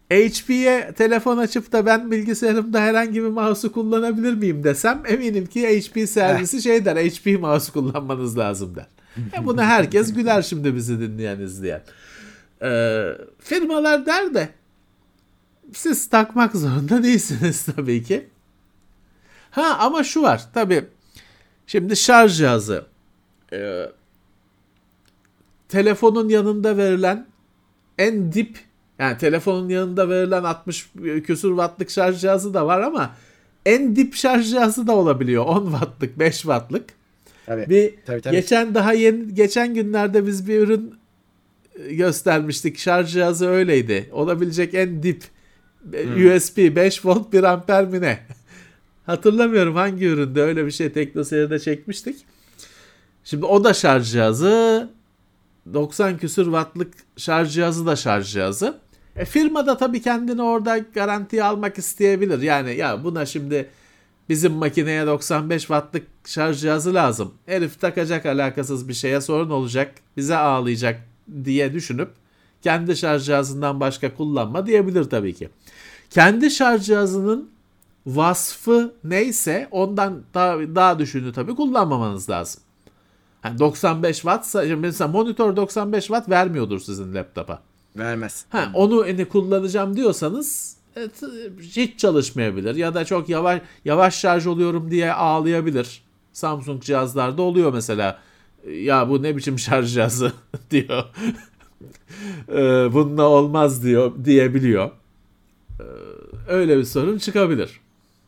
S3: H P'ye telefon açıp da ben bilgisayarımda herhangi bir mouse'u kullanabilir miyim desem eminim ki H P servisi şey der, H P mouse kullanmanız lazım der. E buna herkes güler şimdi bizi dinleyen izleyen. Ee, firmalar der de siz takmak zorunda değilsiniz tabii ki. Ha ama şu var tabii şimdi şarj cihazı e, telefonun yanında verilen en dip yani telefonun yanında verilen altmış küsur wattlık şarj cihazı da var ama en dip şarj cihazı da olabiliyor. on wattlık, beş wattlık. Tabii, bir tabii, tabii. Geçen daha yeni geçen günlerde biz bir ürün göstermiştik. Şarj cihazı öyleydi. Olabilecek en dip hmm. U S B beş volt bir amper mi ne? Hatırlamıyorum hangi üründe öyle bir şey TeknoSeyir'de çekmiştik. Şimdi o da şarj cihazı. doksan küsur wattlık şarj cihazı da şarj cihazı. E firma da tabii kendini orada garantiye almak isteyebilir. Yani ya buna şimdi bizim makineye doksan beş wattlık şarj cihazı lazım. Herif takacak alakasız bir şeye sorun olacak. Bize ağlayacak diye düşünüp kendi şarj cihazından başka kullanma diyebilir tabii ki. Kendi şarj cihazının vasfı neyse ondan daha, daha düşüğünü tabii kullanmamanız lazım. Yani doksan beş watt mesela monitör doksan beş watt vermiyordur sizin laptopa.
S2: Vermez.
S3: Ha, onu hani kullanacağım diyorsanız evet, hiç çalışmayabilir ya da çok yavaş yavaş şarj oluyorum diye ağlayabilir. Samsung cihazlarda oluyor mesela. Ya bu ne biçim şarj cihazı diyor. Bununla olmaz diyor diyebiliyor. Öyle bir sorun çıkabilir.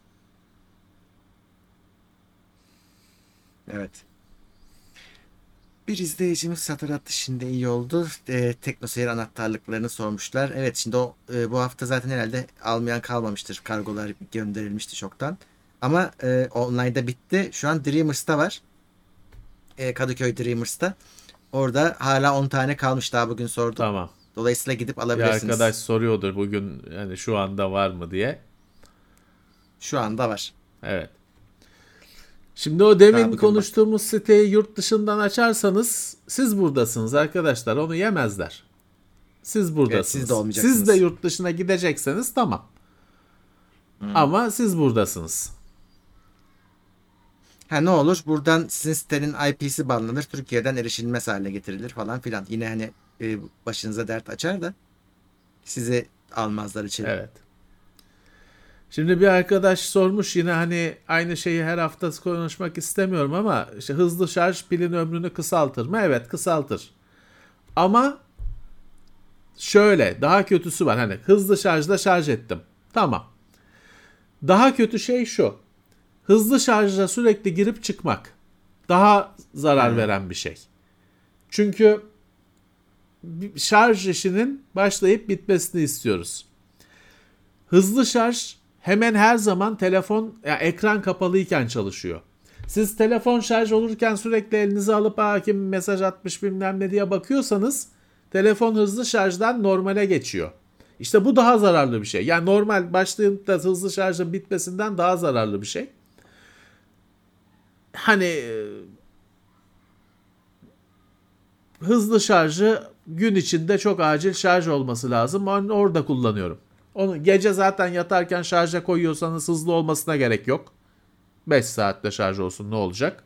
S2: Evet. Bir izleyicimiz hatırlattı şimdi iyi oldu. E, TeknoSeyir anahtarlıklarını sormuşlar. Evet şimdi o e, bu hafta zaten herhalde almayan kalmamıştır. Kargolar gönderilmişti çoktan. Ama e, online'da bitti. Şu an Dreamers'ta var. E, Kadıköy Dreamers'ta. Orada hala on tane kalmış daha bugün sordum.
S3: Tamam.
S2: Dolayısıyla gidip alabilirsiniz.
S3: Bir arkadaş soruyordur bugün yani şu anda var mı diye.
S2: Şu anda var.
S3: Evet. Şimdi o demin konuştuğumuz bak. Siteyi yurt dışından açarsanız siz buradasınız arkadaşlar. Onu yemezler. Siz buradasınız. Evet, siz de olmayacaksınız. Siz de yurt dışına gidecekseniz tamam. Hmm. Ama siz buradasınız.
S2: Ha ne olur buradan sizin sitenin I P'si banlanır. Türkiye'den erişilmez hale getirilir falan filan. Yine hani e, başınıza dert açar da sizi almazlar içeri.
S3: Evet. Şimdi bir arkadaş sormuş yine hani aynı şeyi her hafta konuşmak istemiyorum ama işte hızlı şarj pilin ömrünü kısaltır mı? Evet kısaltır. Ama şöyle daha kötüsü var. Hani hızlı şarjda şarj ettim. Tamam. Daha kötü şey şu. Hızlı şarja sürekli girip çıkmak. Daha zarar hmm. veren bir şey. Çünkü şarj işinin başlayıp bitmesini istiyoruz. Hızlı şarj hemen her zaman telefon yani ekran kapalıyken çalışıyor. Siz telefon şarj olurken sürekli elinize alıp aa kim mesaj atmış bilmem ne diye bakıyorsanız telefon hızlı şarjdan normale geçiyor. İşte bu daha zararlı bir şey. Yani normal başlayıp da hızlı şarjın bitmesinden daha zararlı bir şey. Hani hızlı şarjı gün içinde çok acil şarj olması lazım. Ben orada kullanıyorum. Onu gece zaten yatarken şarja koyuyorsanız hızlı olmasına gerek yok. beş saatte şarj olsun ne olacak?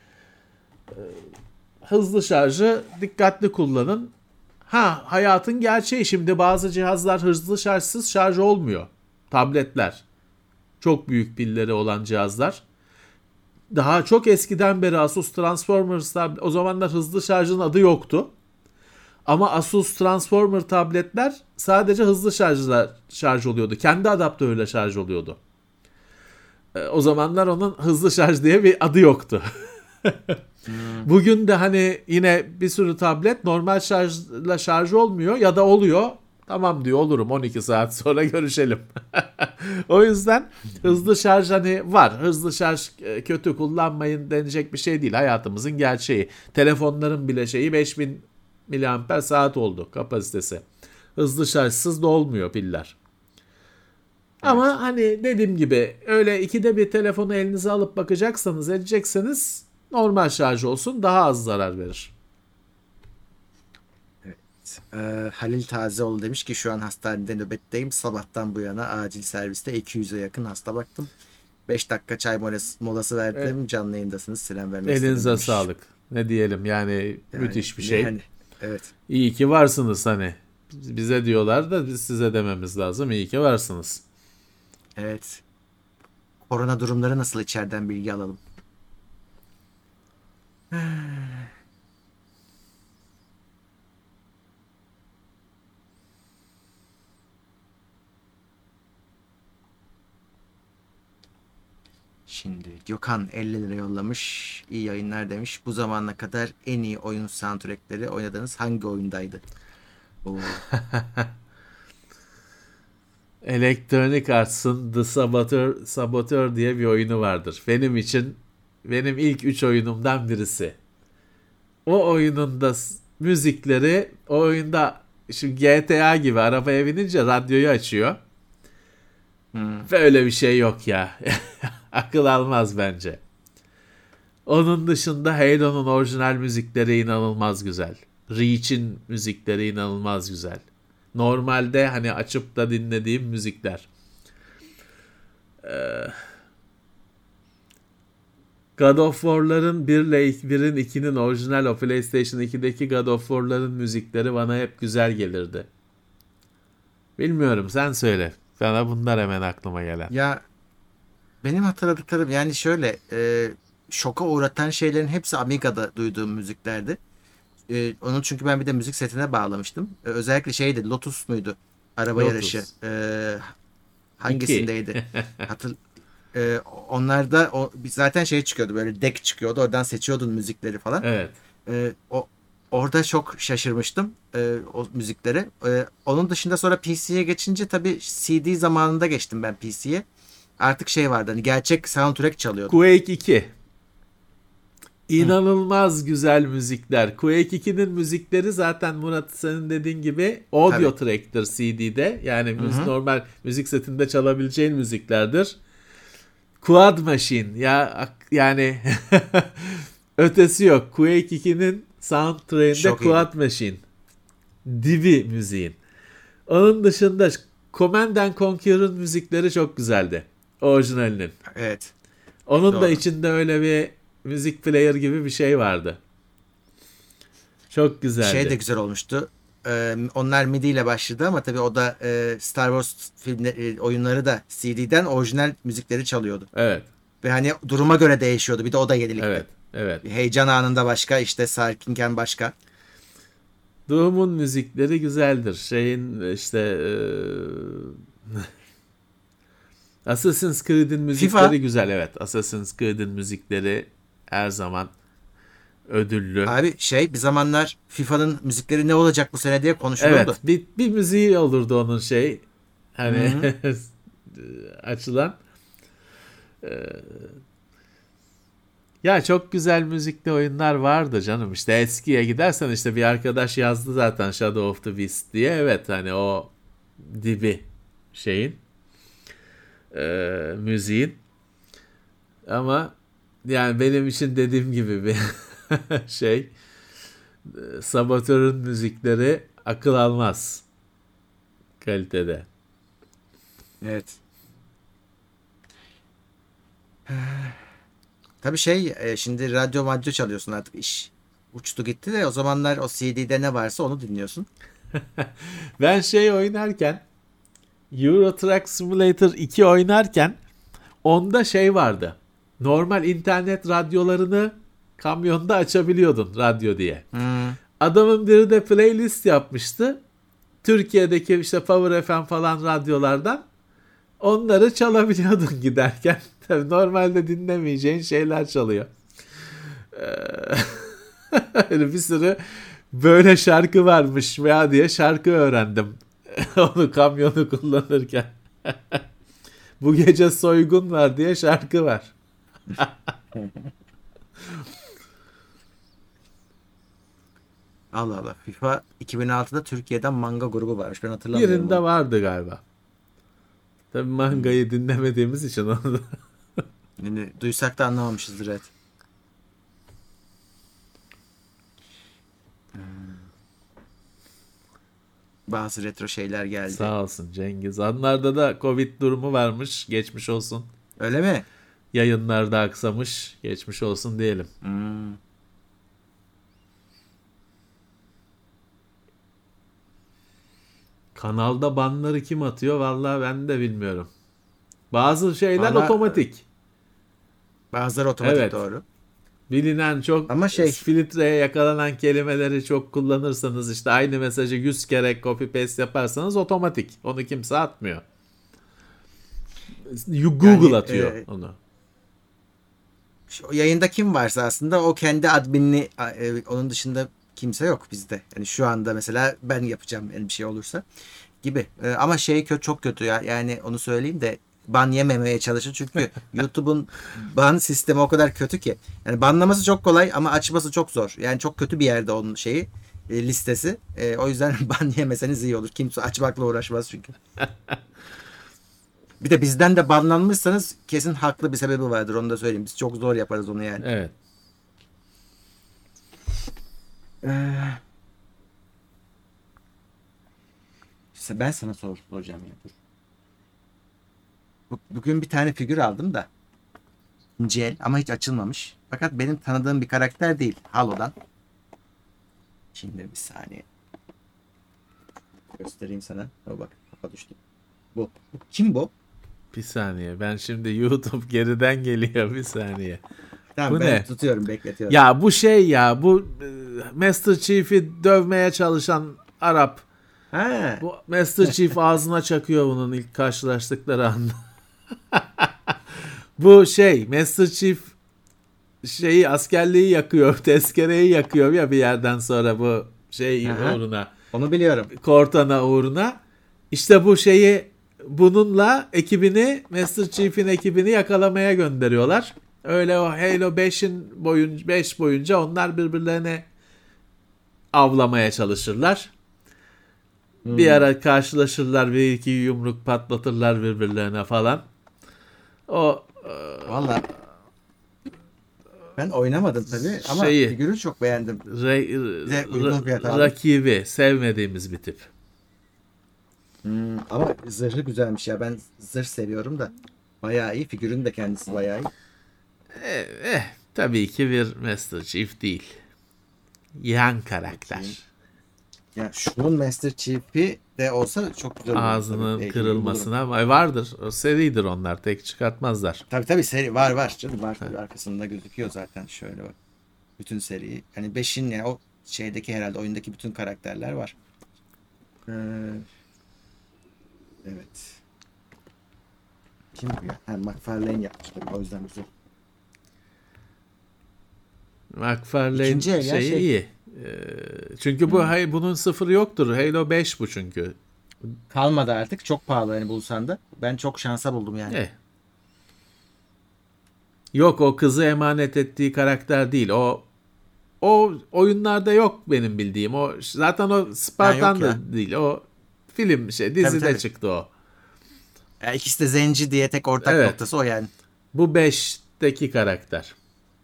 S3: Hızlı şarjı dikkatli kullanın. Ha hayatın gerçeği şimdi bazı cihazlar hızlı şarjsız şarj olmuyor. Tabletler. Çok büyük pilleri olan cihazlar. Daha çok eskiden beri Asus Transformers'lar o zamanlar hızlı şarjın adı yoktu. Ama Asus Transformer tabletler sadece hızlı şarjla şarj oluyordu. Kendi adaptörüyle şarj oluyordu. E, o zamanlar onun hızlı şarj diye bir adı yoktu. hmm. Bugün de hani yine bir sürü tablet normal şarjla şarj olmuyor ya da oluyor. Tamam diyor olurum on iki saat sonra görüşelim. O yüzden hızlı şarj hani var. Hızlı şarj kötü kullanmayın denecek bir şey değil. Hayatımızın gerçeği. Telefonların bile şeyi beş bin miliamper saat oldu kapasitesi. Hızlı şarjsız da olmuyor piller. Evet. Ama hani dediğim gibi öyle ikide bir telefonu elinize alıp bakacaksanız edecekseniz normal şarj olsun daha az zarar verir.
S2: Evet. Ee, Halil Tazeoğlu demiş ki şu an hastanede nöbetteyim. Sabahtan bu yana acil serviste iki yüze yakın hasta baktım. beş dakika çay molası, molası
S3: E,
S2: verdim. Canlı yayındasınız. Selam vermek istedim
S3: elinize
S2: demiş.
S3: sağlık. Ne diyelim yani,
S2: Yani,
S3: müthiş bir şey.
S2: yani evet.
S3: İyi ki varsınız hani. Bize diyorlar da biz size dememiz lazım. İyi ki varsınız.
S2: Evet. Korona durumları nasıl, içeriden bilgi alalım. Şimdi Gökhan elli lira yollamış. İyi yayınlar demiş. Bu zamana kadar en iyi oyun soundtrackleri oynadığınız hangi oyundaydı? Oo.
S3: Electronic Arts'ın The Saboteur, Saboteur diye bir oyunu vardır. Benim için benim ilk üç oyunumdan birisi. O oyunun da s- müzikleri, o oyunda şu G T A gibi arabaya binince radyoyu açıyor.
S2: Hmm,
S3: Böyle bir şey yok ya. Akıl almaz bence. Onun dışında Halo'nun orijinal müzikleri inanılmaz güzel. Reach'in müzikleri inanılmaz güzel. Normalde hani açıp da dinlediğim müzikler. God of War'ların bir ile birin ikinin orijinal, o PlayStation ikideki God of War'ların müzikleri bana hep güzel gelirdi. Bilmiyorum, sen söyle. Bana bunlar hemen aklıma gelen.
S2: Ya benim hatırladıklarım yani şöyle, e, şoka uğratan şeylerin hepsi Amiga'da duyduğum müziklerdi. E, onun çünkü ben bir de müzik setine bağlamıştım. E, özellikle şeydi, Lotus muydu? Araba yarışı.
S3: Lotus.
S2: E,
S3: iki.
S2: hangisindeydi? Hatır, e, onlarda o, zaten şey çıkıyordu, böyle deck çıkıyordu. Oradan seçiyordun müzikleri falan.
S3: Evet.
S2: E, o orada çok şaşırmıştım e, o müziklere. E, onun dışında sonra P C'ye geçince tabii C D zamanında geçtim ben P C'ye. Artık şey vardı, hani gerçek soundtrack çalıyordu.
S3: Quake iki.
S2: Hı,
S3: İnanılmaz güzel müzikler. Quake ikinin müzikleri zaten Murat senin dediğin gibi
S2: tabii.
S3: audio track'tir C D'de. Yani
S2: Hı
S3: müz-
S2: hı.
S3: normal müzik setinde çalabileceğin müziklerdir. Quad Machine ya ak- yani ötesi yok. Quake ikinin soundtrack'inde
S2: Çok iyiydi.
S3: Quad Machine. Divi müziğin. Onun dışında Command and Conquer'ın müzikleri çok güzeldi. Orijinalinin.
S2: Evet.
S3: Onun da
S2: Doğru.
S3: içinde öyle bir müzik player gibi bir şey vardı. Çok
S2: Şey de
S3: güzeldi.
S2: güzel olmuştu. Ee, onlar MIDI ile başladı ama tabii o da e, Star Wars filmleri, oyunları da C D'den orijinal müzikleri çalıyordu.
S3: Evet.
S2: Ve hani duruma göre değişiyordu. Bir de o da yenilikti.
S3: Evet. Evet.
S2: Heyecan anında başka, işte sakinken başka.
S3: Doom'un müzikleri güzeldir. Şeyin işte eee, Assassin's Creed'in müzikleri
S2: FIFA
S3: güzel. Evet. Assassin's Creed'in müzikleri her zaman ödüllü.
S2: abi, şey, bir zamanlar FIFA'nın müzikleri ne olacak bu sene diye
S3: Evet.
S2: konuşulurdu.
S3: Bir, bir müziği olurdu onun şey.
S2: Hı
S3: Hani
S2: hı.
S3: açılan. Ya çok güzel müzikli oyunlar vardı canım. İşte eskiye gidersen işte bir arkadaş yazdı zaten Shadow of the Beast diye. Evet hani o dibi şeyin e, müziğin. Ama yani benim için dediğim gibi bir şey, e, Sabotör'ün müzikleri akıl almaz kalitede.
S2: Evet. Tabii şey, e, şimdi radyo madyo çalıyorsun, artık iş uçtu gitti de o zamanlar o C D'de ne varsa onu dinliyorsun.
S3: Ben şey oynarken, Euro Truck Simulator iki oynarken onda şey vardı. Normal internet radyolarını kamyonda açabiliyordun radyo diye.
S2: Hmm.
S3: Adamın biri de playlist yapmıştı. Türkiye'deki işte Power F M falan radyolardan onları çalabiliyordun giderken. Tabii normalde dinlemeyeceğin şeyler çalıyor. Ee, bir sürü böyle şarkı varmış veya diye şarkı öğrendim. Onu kamyonu kullanırken. Bu gece soygun var diye şarkı var.
S2: Allah Allah. FIFA iki bin altıda Türkiye'den manga grubu varmış. Ben hatırlamıyorum
S3: Birinde
S2: onu.
S3: vardı galiba. Tabii
S2: Hmm.
S3: mangayı dinlemediğimiz için onu da.
S2: Yani duysak da anlamamışızdır, evet. bazı retro şeyler geldi.
S3: Sağ olsun Cengiz. Anlarda da Covid durumu varmış. Geçmiş olsun.
S2: Öyle mi?
S3: Yayınlarda aksamış. Geçmiş olsun diyelim.
S2: Hmm.
S3: Kanalda banları kim atıyor? Vallahi ben de bilmiyorum. Bazı şeyler
S2: Vallahi,
S3: otomatik.
S2: bazıları otomatik,
S3: Evet.
S2: doğru.
S3: Bilinen çok
S2: Ama şey-
S3: filtreye yakalanan kelimeleri çok kullanırsanız, işte aynı mesajı yüz kere copy paste yaparsanız otomatik. Onu kimse atmıyor. Google
S2: Yani,
S3: atıyor
S2: e,
S3: onu.
S2: Şu yayında kim varsa aslında o kendi adminini, e, onun dışında kimse yok bizde. Yani şu anda mesela ben yapacağım yani bir şey olursa gibi. E, ama şey kötü, çok kötü ya. Yani onu söyleyeyim de ban yememeye çalışın. Çünkü YouTube'un ban sistemi o kadar kötü ki. Yani banlaması çok kolay ama açması çok zor. Yani çok kötü bir yerde onun şeyi, e, listesi. E, o yüzden ban yemeseniz iyi olur. Kimse açmakla uğraşmaz çünkü. Bir de bizden de banlanmışsanız kesin haklı bir sebebi vardır. Onu da söyleyeyim. Biz çok zor yaparız onu yani.
S3: Evet.
S2: Ee, işte ben sana sor, soracağım ya. Dur. Bu- Bugün bir tane figür aldım da. İnce el ama hiç açılmamış. Fakat benim tanıdığım bir karakter değil. Halo'dan. Şimdi bir saniye. Göstereyim sana. O bak, kafa düştü. Bu. Bu kim bu?
S3: Bir saniye. Ben şimdi YouTube geriden geliyor, bir saniye.
S2: Tamam,
S3: Bu
S2: ben
S3: ne?
S2: tutuyorum, bekletiyorum.
S3: Ya bu şey ya, bu e, Master Chief'i dövmeye çalışan Arap.
S2: Ha.
S3: Bu Master Chief ağzına çakıyor bunun ilk karşılaştıkları anda. Bu şey, Master Chief şeyi, askerliği yakıyor, tezkereyi yakıyor ya bir yerden sonra, bu şey
S2: Aha.
S3: uğruna,
S2: Onu biliyorum.
S3: Cortana uğruna. İşte bu şeyi, bununla ekibini, Master Chief'in ekibini yakalamaya gönderiyorlar. Öyle o Halo beşin boyunca beş boyunca onlar birbirlerine avlamaya çalışırlar. Bir ara karşılaşırlar, bir iki yumruk patlatırlar birbirlerine falan. O
S2: Valla ben oynamadım tabii ama
S3: Şeyi-
S2: figürü çok beğendim.
S3: re-
S2: Bize uygun fiyat aldım.
S3: rakibi, sevmediğimiz bir tip.
S2: Hmm, ama zırhı güzelmiş ya. Ben zırh seviyorum da. Bayağı iyi. Figürün de kendisi bayağı iyi.
S3: Eh, eh, tabii ki bir Master Chief değil. Yan karakter.
S2: Bakayım. Ya şunun Master Chief'i de olsa çok güzel olur.
S3: Ağzının
S2: Tabii,
S3: kırılmasına ama vardır. O seridir onlar. Tek çıkartmazlar.
S2: Tabii tabii, seri var var canım, var tabii, arkasında gözüküyor zaten, şöyle bak. Bütün seriyi. Hani beşin yani o şeydeki, herhalde oyundaki bütün karakterler var. Ee, evet. Kim bu ya? Ha, McFarlane yapmış tabii, o yüzden güzel.
S3: McFarlane
S2: İkinci el ya,
S3: şeyi
S2: şey.
S3: iyi. Ee, çünkü bu hay bunun sıfırı yoktur. Halo beş bu çünkü.
S2: Kalmadı artık. Çok pahalı hani bulsan da. Ben çok şansa buldum yani.
S3: Eh. Yok, o kızı emanet ettiği karakter değil. O o oyunlarda yok benim bildiğim. O zaten o Spartan
S2: Ha, yok
S3: da
S2: ya.
S3: değil. O film şey, dizide
S2: Tabii, tabii.
S3: çıktı o.
S2: Ya ikisi de zenci diye tek ortak
S3: Evet.
S2: noktası o yani.
S3: Bu beşteki karakter.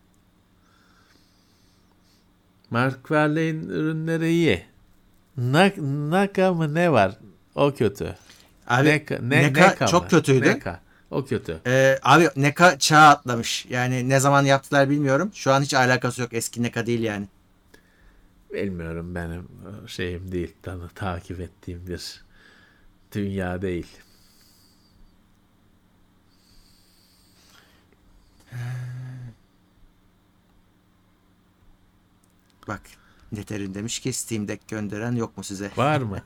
S3: McFarlane ürünleri iyi. Na- Naka mı ne var? O kötü.
S2: Abi
S3: Neka, ne,
S2: Neka
S3: Neka
S2: çok
S3: mı?
S2: kötüydü.
S3: Neka. O kötü.
S2: Ee, abi Neka çağ atlamış. Yani ne zaman yaptılar bilmiyorum. Şu an hiç alakası yok. Eski Neka değil yani.
S3: Bilmiyorum, benim şeyim değil. Tanı, takip ettiğim bir dünya değil.
S2: Bak, Neterin demiş ki Steam Deck gönderen yok mu size?
S3: Var mı?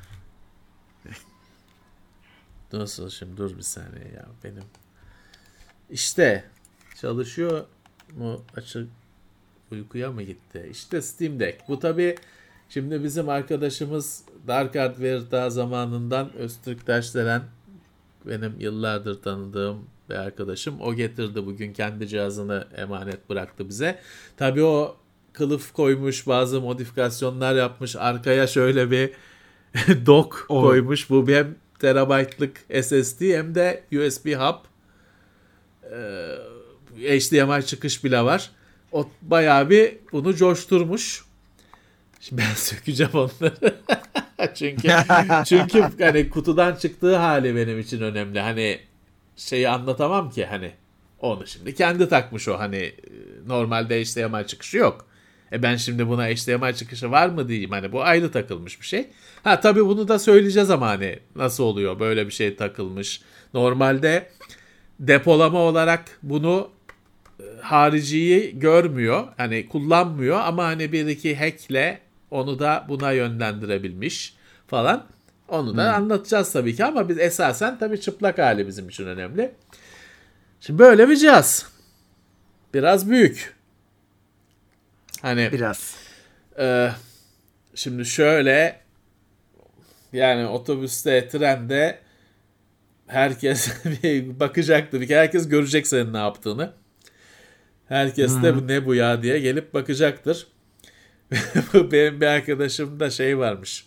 S3: Nasıl şimdi, dur bir saniye ya benim. İşte çalışıyor mu, açık, uykuya mı gitti? İşte Steam Deck. Bu tabii şimdi bizim arkadaşımız Dark Hardware daha zamanından Öztürk Taşdelen, benim yıllardır tanıdığım bir arkadaşım. O getirdi, bugün kendi cihazını emanet bıraktı bize. Tabii o kılıf koymuş, bazı modifikasyonlar yapmış. Arkaya şöyle bir dock
S2: O.
S3: koymuş. Bu hem terabaytlık S S D hem de U S B hub. Ee, H D M I çıkış bile var. O bayağı bir bunu coşturmuş. Şimdi ben sökeceğim onları. çünkü çünkü hani kutudan çıktığı hali benim için önemli. Hani şeyi anlatamam ki hani onu şimdi kendi takmış o hani normalde H D M I çıkışı yok. E ben şimdi buna H D M I çıkışı var mı diyeyim hani bu ayrı takılmış bir şey. Ha tabii bunu da söyleyeceğiz ama hani nasıl oluyor böyle bir şey takılmış. Normalde depolama olarak bunu hariciyi görmüyor. Hani kullanmıyor ama hani bir iki hackle onu da buna yönlendirebilmiş falan. Onu da hmm. anlatacağız tabii ki ama biz esasen tabii çıplak hali bizim için önemli. Şimdi böyle bir cihaz. Biraz büyük. Hani
S2: biraz.
S3: E, şimdi şöyle yani otobüste, trende herkes bir bakacaktır. Herkes görecek senin ne yaptığını. Herkes de hmm. ne bu ya diye gelip bakacaktır. Benim bir arkadaşımda şey varmış.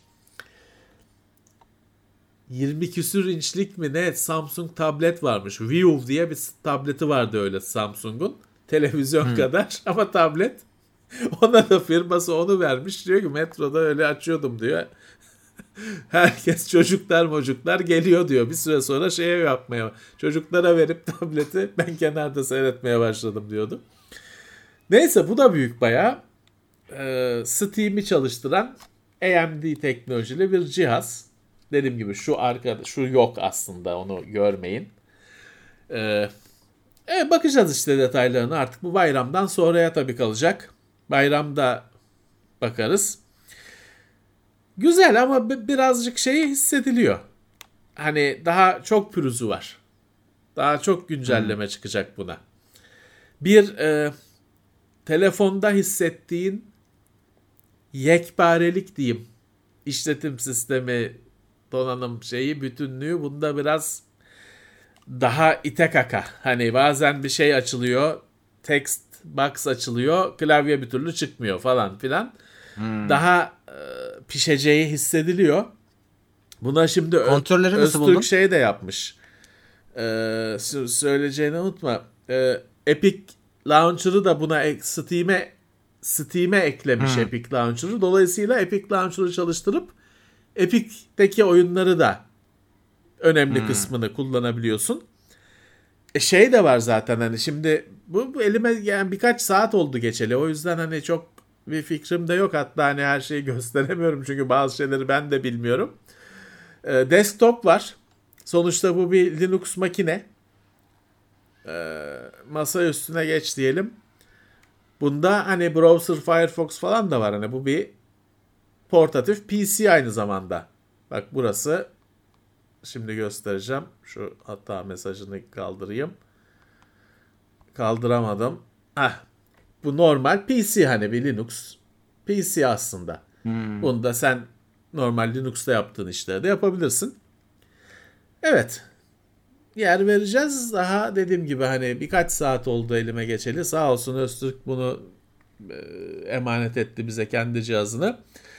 S3: yirmi küsür inçlik mi ne Samsung tablet varmış. View diye bir tableti vardı öyle Samsung'un. Televizyon hmm. kadar ama tablet. Ona da firması onu vermiş. Diyor ki metroda öyle açıyordum diyor. Herkes çocuklar mocuklar geliyor diyor. Bir süre sonra şeye yapmaya, çocuklara verip tableti ben kenarda seyretmeye başladım diyordu. Neyse bu da büyük bayağı. Ee, Steam'i çalıştıran A M D teknolojili bir cihaz. Dediğim gibi şu arkada, şu yok aslında onu görmeyin. Ee, e, bakacağız işte detaylarına artık bu bayramdan sonraya tabii kalacak. Bayramda bakarız. Güzel ama birazcık şeyi hissediliyor. Hani daha çok pürüzü var. Daha çok güncelleme hmm. çıkacak buna. Bir e, telefonda hissettiğin yekparelik diyeyim. İşletim sistemi, donanım şeyi, bütünlüğü bunda biraz daha ite kaka. Hani bazen bir şey açılıyor, text box açılıyor, klavye bir türlü çıkmıyor falan filan. Hmm. Daha e, pişeceği hissediliyor. Buna şimdi
S2: kontrolleri
S3: Ö-
S2: nasıl
S3: Öztürk
S2: buldun?
S3: şey de yapmış. Ee, söyleyeceğini unutma. Ee, Epic Launcher'ı da buna ek, Steam'e Steam'e eklemiş hmm. Epic Launcher'ı. Dolayısıyla Epic Launcher'ı çalıştırıp Epic'teki oyunları da önemli hmm. kısmını kullanabiliyorsun. E şey de var zaten hani şimdi bu, bu elime yani birkaç saat oldu geçeli. O yüzden hani çok bir fikrim de yok. Hatta hani her şeyi gösteremiyorum çünkü bazı şeyleri ben de bilmiyorum. E, desktop var. Sonuçta bu bir Linux makine. E, masa üstüne geç diyelim. Bunda hani browser, Firefox falan da var. Hani bu bir portatif P C aynı zamanda. Bak burası. Şimdi göstereceğim. Şu hatta mesajını kaldırayım. Kaldıramadım. Heh. Bu normal P C hani bir Linux P C aslında. Hmm. Bunu da sen normal Linux'ta yaptığın işleri de yapabilirsin. Evet. Yer vereceğiz. Daha dediğim gibi hani birkaç saat oldu elime geçeli. Sağ olsun Öztürk bunu e, emanet etti bize kendi cihazını.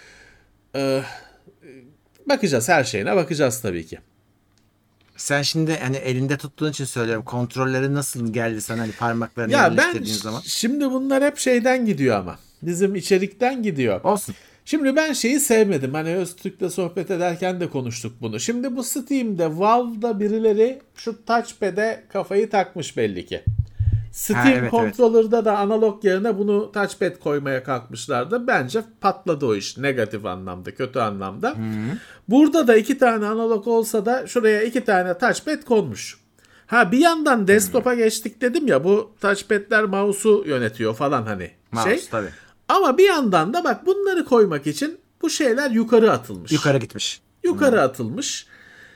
S3: E, bakacağız her şeyine bakacağız tabii ki.
S2: Sen şimdi hani elinde tuttuğun için söylüyorum. Kontrolleri nasıl geldi sana hani parmaklarını ya yerleştirdiğin zaman?
S3: Ben şimdi bunlar hep şeyden gidiyor ama. Bizim içerikten gidiyor.
S2: Olsun.
S3: Şimdi ben şeyi sevmedim. Hani Öztürk'le sohbet ederken de konuştuk bunu. Şimdi bu Steam'de, Valve'da birileri şu touchpad'e kafayı takmış belli ki. Steam ha, evet, Controller'da evet. da analog yerine bunu touchpad koymaya kalkmışlardı. Bence patladı o iş. Negatif anlamda, kötü anlamda. Hı-hı. Burada da iki tane analog olsa da şuraya iki tane touchpad konmuş. Ha bir yandan desktop'a Hı-hı. geçtik dedim ya, bu touchpad'ler mouse'u yönetiyor falan hani
S2: Mouse,
S3: şey.
S2: Tabii.
S3: Ama bir yandan da bak bunları koymak için bu şeyler yukarı atılmış.
S2: Yukarı gitmiş.
S3: Yukarı Hı-hı. atılmış.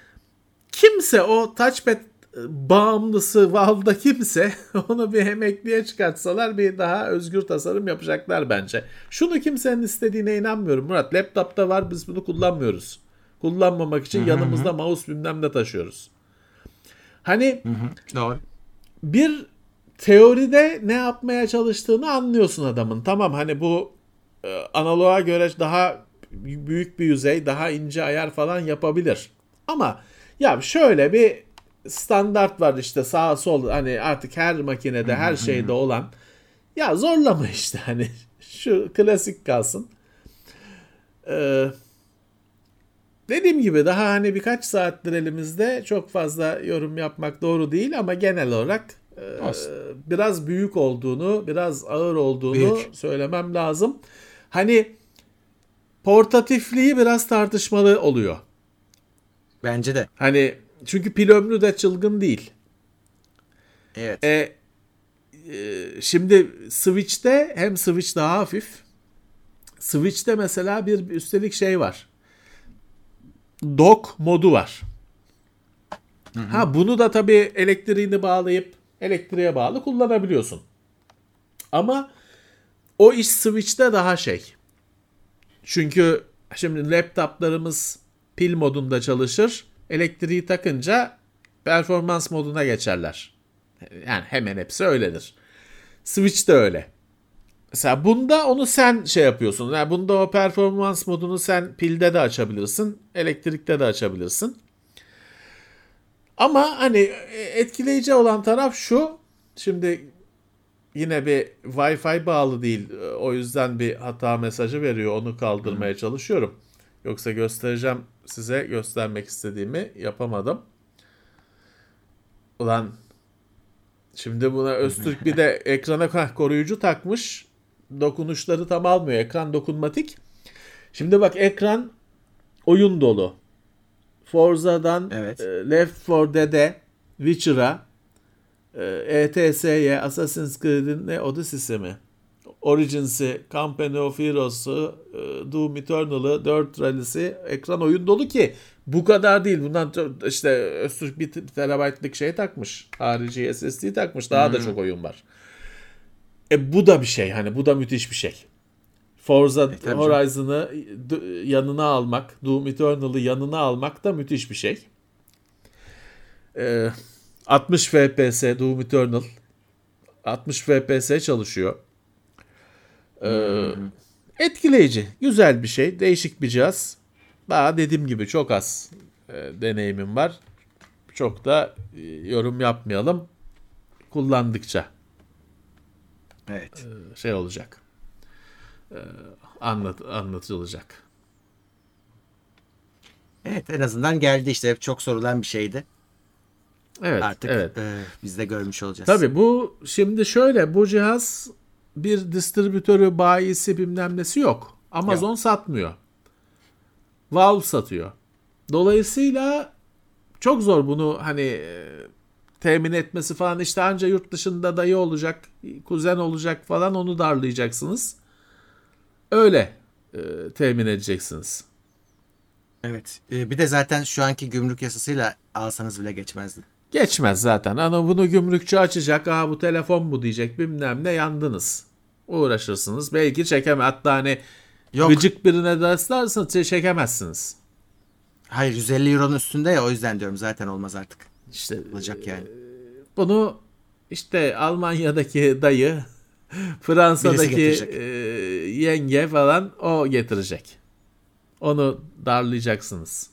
S3: Kimse o touchpad bağımlısı Valve'da kimse onu bir emekliye çıkartsalar bir daha özgür tasarım yapacaklar bence. Şunu kimsenin istediğine inanmıyorum Murat. Laptop'ta var, biz bunu kullanmıyoruz. Kullanmamak için Hı-hı. yanımızda mouse bilmem ne taşıyoruz. Hani
S2: Hı-hı. Doğru.
S3: Bir teoride ne yapmaya çalıştığını anlıyorsun adamın. Tamam hani bu e, analoğa göre daha büyük bir yüzey, daha ince ayar falan yapabilir. Ama ya şöyle bir standart var işte, sağ sol hani artık her makinede her şeyde olan, ya zorlama işte hani şu klasik kalsın. Ee, dediğim gibi daha hani birkaç saattir elimizde, çok fazla yorum yapmak doğru değil ama genel olarak e,
S2: Olsun.
S3: biraz büyük olduğunu, biraz ağır olduğunu
S2: Büyük.
S3: söylemem lazım. Hani portatifliği biraz tartışmalı oluyor.
S2: Bence de.
S3: Hani çünkü pil ömrü de çılgın değil.
S2: Evet.
S3: E, e, şimdi Switch'te hem Switch daha hafif. Switch'te mesela bir üstelik şey var. Dock modu var.
S2: Hı hı.
S3: Ha bunu da tabii elektriğini bağlayıp elektriğe bağlı kullanabiliyorsun. Ama o iş Switch'te daha şey. Çünkü şimdi laptoplarımız pil modunda çalışır. Elektriği takınca performans moduna geçerler. Yani hemen hepsi öyledir. Switch de öyle. Mesela bunda onu sen şey yapıyorsun. Yani bunda o performans modunu sen pilde de açabilirsin, elektrikte de açabilirsin. Ama hani etkileyici olan taraf şu. Şimdi yine bir Wi-Fi bağlı değil. O yüzden bir hata mesajı veriyor. Onu kaldırmaya çalışıyorum. Yoksa göstereceğim size, göstermek istediğimi yapamadım. Ulan şimdi buna Öztürk bir de ekrana koruyucu takmış. Dokunuşları tam almıyor. Ekran dokunmatik. Şimdi bak ekran oyun dolu. Forza'dan e,
S2: Evet.
S3: Left four Dead'e, Witcher'a, E T S'ye, Assassin's Creed'in ne Odyssey'si mi? Origins'i, Company of Heroes'u, e, Doom Eternal'ı, Dirt Rally'si ekran oyun dolu ki bu kadar değil. Bundan işte Öztürk bir terabaytlık şey takmış. Harici S S D takmış. Daha da
S2: Hmm.
S3: çok oyun var. E bu da bir şey. Hani bu da müthiş bir şey. Forza
S2: E, tabii canım.
S3: Horizon'ı yanına almak, Doom Eternal'ı yanına almak da müthiş bir şey. Ee, altmış F P S Doom Eternal altmış F P S çalışıyor. Ee,
S2: Hmm.
S3: etkileyici, güzel bir şey, değişik bir cihaz. Daha dediğim gibi çok az e, deneyimim var. Çok da e, yorum yapmayalım. Kullandıkça
S2: Evet.
S3: şey olacak. E, anlat anlatılacak.
S2: Evet, en azından geldi işte. Hep çok sorulan bir şeydi.
S3: Evet,
S2: Artık
S3: evet.
S2: e, biz de görmüş olacağız.
S3: Tabii bu şimdi şöyle, bu cihaz bir distribütörü, bayisi bilmem nesi yok.
S2: Yok.
S3: Amazon satmıyor. Valve satıyor. Dolayısıyla çok zor bunu hani e, temin etmesi falan, işte anca yurt dışında dayı olacak, kuzen olacak falan, onu darlayacaksınız. Öyle e, temin edeceksiniz.
S2: Evet. E, bir de zaten şu anki gümrük yasasıyla alsanız bile geçmezdi.
S3: Geçmez zaten. Ama bunu gümrükçü açacak. Aa bu telefon bu diyecek, bilmem ne, yandınız. Uğraşırsınız. Belki çekemez. Hatta hani
S2: Yok.
S3: gıcık birine rastlarsanız çekemezsiniz.
S2: Hayır, yüz elli euronun üstünde ya, o yüzden diyorum, zaten olmaz artık.
S3: İşte
S2: Olacak yani.
S3: bunu işte Almanya'daki dayı,
S2: Birisi
S3: Fransa'daki e,
S2: getirecek.
S3: yenge falan o getirecek. Onu darlayacaksınız.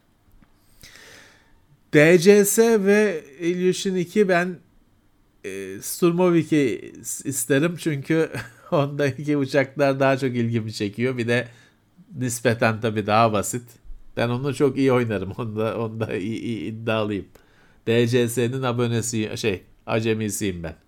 S3: D C S ve Illusion iki, ben e, Sturmovik'i isterim çünkü ondaki uçaklar daha çok ilgimi çekiyor. Bir de nispeten tabii daha basit. Ben onu çok iyi oynarım. Onda onda iyi, iyi iddialıyım. D C S'nin abonesi şey acemisiyim ben.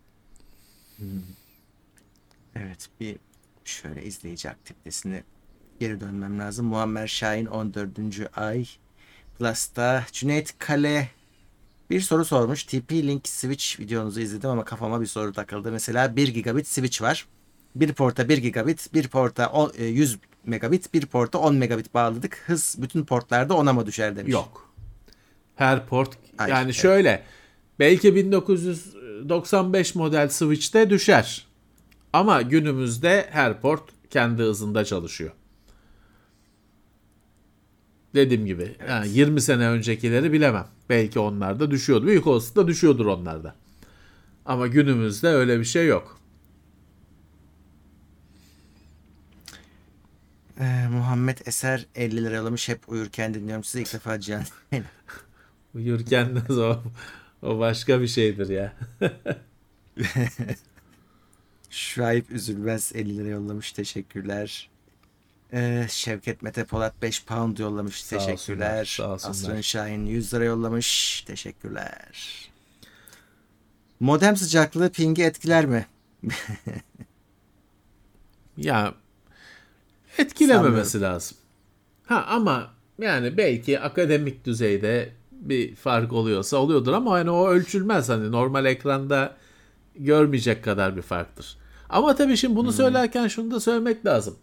S2: Evet, bir şöyle izleyici aktivitesini geri dönmem lazım. Muammer Şahin on dördüncü ay. Plus'ta Cüneyt Kale bir soru sormuş. T P-Link Switch videonuzu izledim ama kafama bir soru takıldı. Mesela bir gigabit switch var. Bir porta bir gigabit, bir porta on- e, yüz megabit, bir porta on megabit bağladık. Hız bütün portlarda ona mı düşer demiş.
S3: Yok. Her port
S2: Hayır.
S3: yani
S2: Evet.
S3: şöyle, belki bin dokuz yüz doksan beş model Switch'te düşer. Ama günümüzde her port kendi hızında çalışıyor. Dediğim gibi yani
S2: Evet.
S3: yirmi sene öncekileri bilemem. Belki onlar da düşüyordu. Büyük olasılıkla düşüyordur onlarda. Ama günümüzde öyle bir şey yok.
S2: Ee, Muhammed Eser elli lira yollamış. Hep uyurken dinliyorum sizi. İlk defa Cihan.
S3: Uyurken de o, o başka bir şeydir ya.
S2: Şuayb Üzülmez elli lira yollamış. Teşekkürler. Ee, Şevket Mete Polat beş pound yollamış.
S3: Sağ
S2: Teşekkürler.
S3: olsunlar, sağ olsunlar.
S2: Aslan Şahin yüz lira yollamış. Teşekkürler. Modem sıcaklığı pingi etkiler mi?
S3: Ya etkilememesi lazım. Ha ama yani belki akademik düzeyde bir fark oluyorsa oluyordur ama hani o ölçülmez, hani normal ekranda görmeyecek kadar bir farktır. Ama tabii şimdi bunu söylerken şunu da söylemek lazım.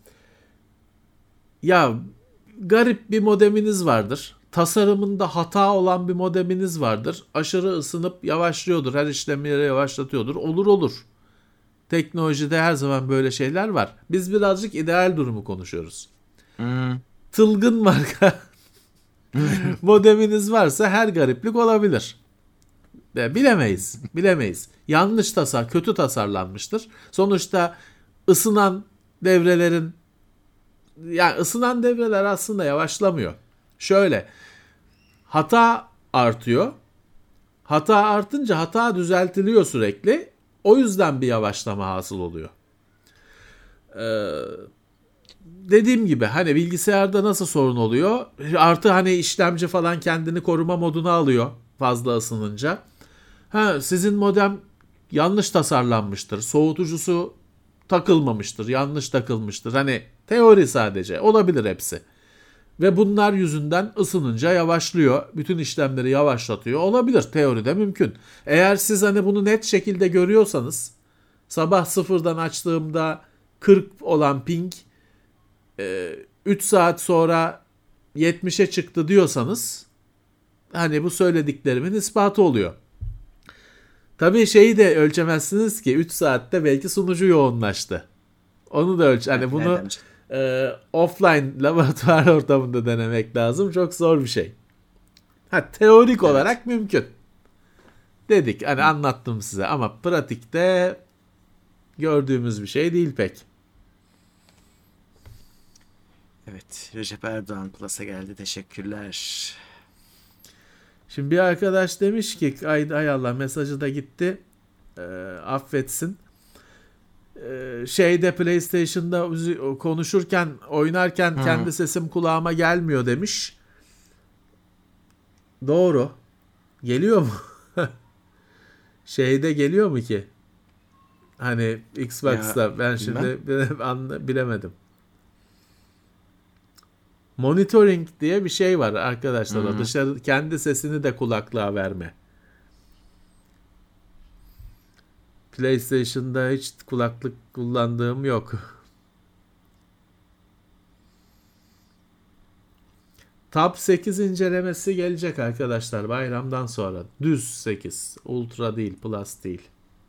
S3: Ya garip bir modeminiz vardır. Tasarımında hata olan bir modeminiz vardır. Aşırı ısınıp yavaşlıyordur. Her işlemleri yavaşlatıyordur. Olur olur. Teknolojide her zaman böyle şeyler var. Biz birazcık ideal durumu konuşuyoruz.
S2: Hmm.
S3: Tılgın marka modeminiz varsa her gariplik olabilir. Bilemeyiz. Bilemeyiz. Yanlış tasar, kötü tasarlanmıştır. Sonuçta ısınan devrelerin, yani ısınan devreler aslında yavaşlamıyor. Şöyle, hata artıyor. Hata artınca hata düzeltiliyor sürekli. O yüzden bir yavaşlama hasıl oluyor. Ee, dediğim gibi hani bilgisayarda nasıl sorun oluyor? Artı hani işlemci falan kendini koruma moduna alıyor fazla ısınınca. Ha, sizin modem yanlış tasarlanmıştır. Soğutucusu takılmamıştır. Yanlış takılmıştır. Hani teori sadece. Olabilir hepsi. Ve bunlar yüzünden ısınınca yavaşlıyor. Bütün işlemleri yavaşlatıyor. Olabilir. Teoride mümkün. Eğer siz hani bunu net şekilde görüyorsanız, sabah sıfırdan açtığımda kırk olan ping üç saat sonra yetmişe çıktı diyorsanız, hani bu söylediklerimin ispatı oluyor. Tabii şeyi de ölçemezsiniz ki üç saatte belki sunucu yoğunlaştı. Onu da ölç. Hani bunu e, offline laboratuvar ortamında denemek lazım. Çok zor bir şey. Ha, teorik evet. olarak mümkün. Dedik hani Hı. anlattım size ama pratikte gördüğümüz bir şey değil pek.
S2: Evet, Recep Erdoğan Plus'a geldi. Teşekkürler.
S3: Şimdi bir arkadaş demiş ki ay, ay Allah mesajı da gitti. E, affetsin. E, şeyde PlayStation'da konuşurken, oynarken hmm. kendi sesim kulağıma gelmiyor demiş. Doğru. Geliyor mu? Şeyde geliyor mu ki? Hani Xbox'ta ya, ben şimdi bilmem. bilemedim. Monitoring diye bir şey var arkadaşlar. Hmm. Dışarı kendi sesini de kulaklığa verme. PlayStation'da hiç kulaklık kullandığım yok. Tab sekiz incelemesi gelecek arkadaşlar bayramdan sonra. Düz sekiz. Ultra değil, Plus değil.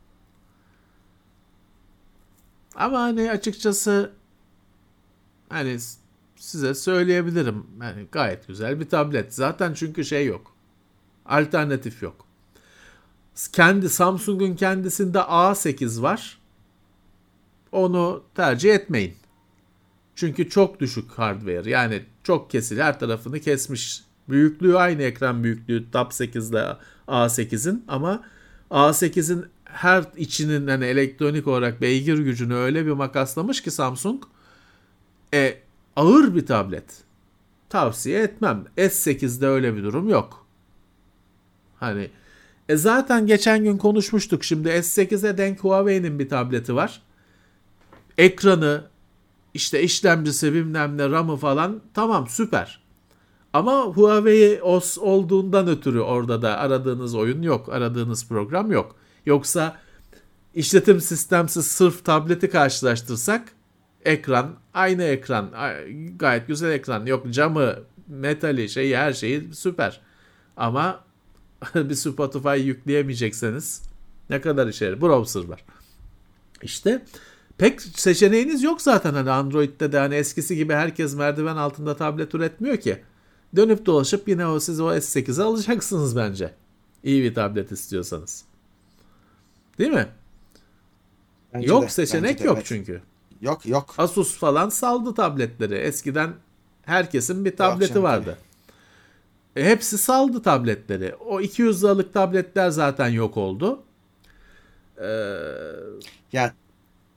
S3: Ama hani açıkçası hani size söyleyebilirim. Yani gayet güzel bir tablet. Zaten çünkü şey yok. Alternatif yok. Kendi Samsung'un kendisinde A sekiz var. Onu tercih etmeyin. Çünkü çok düşük hardware. Yani çok kesili. Her tarafını kesmiş. Büyüklüğü aynı ekran büyüklüğü Tab sekiz ile A sekizin ama A sekizin her içinin hani elektronik olarak beygir gücünü öyle bir makaslamış ki Samsung e, ağır bir tablet. Tavsiye etmem. S sekizde öyle bir durum yok. Hani e zaten geçen gün konuşmuştuk. Şimdi S sekize denk Huawei'nin bir tableti var. Ekranı, işte işlemcisi, bilmem ne, RAM'ı falan tamam süper. Ama Huawei O S olduğundan ötürü orada da aradığınız oyun yok. Aradığınız program yok. Yoksa işletim sistemsiz sırf tableti karşılaştırsak ekran, aynı ekran, gayet güzel ekran. Yok camı, metali, şeyi, her şeyi süper. Ama bir Spotify yükleyemeyecekseniz ne kadar işe yarar? Browser var. İşte pek seçeneğiniz yok zaten hani Android'de de hani eskisi gibi herkes merdiven altında tablet üretmiyor ki. Dönüp dolaşıp yine o siz o S sekizi alacaksınız bence. İyi bir tablet istiyorsanız. Değil mi? Bence yok de, seçenek de, yok evet. Çünkü.
S2: Yok yok.
S3: Asus falan saldı tabletleri. Eskiden herkesin bir tableti yok, vardı. E, hepsi saldı tabletleri. O iki yüz liralık tabletler zaten yok oldu. Ee...
S2: Ya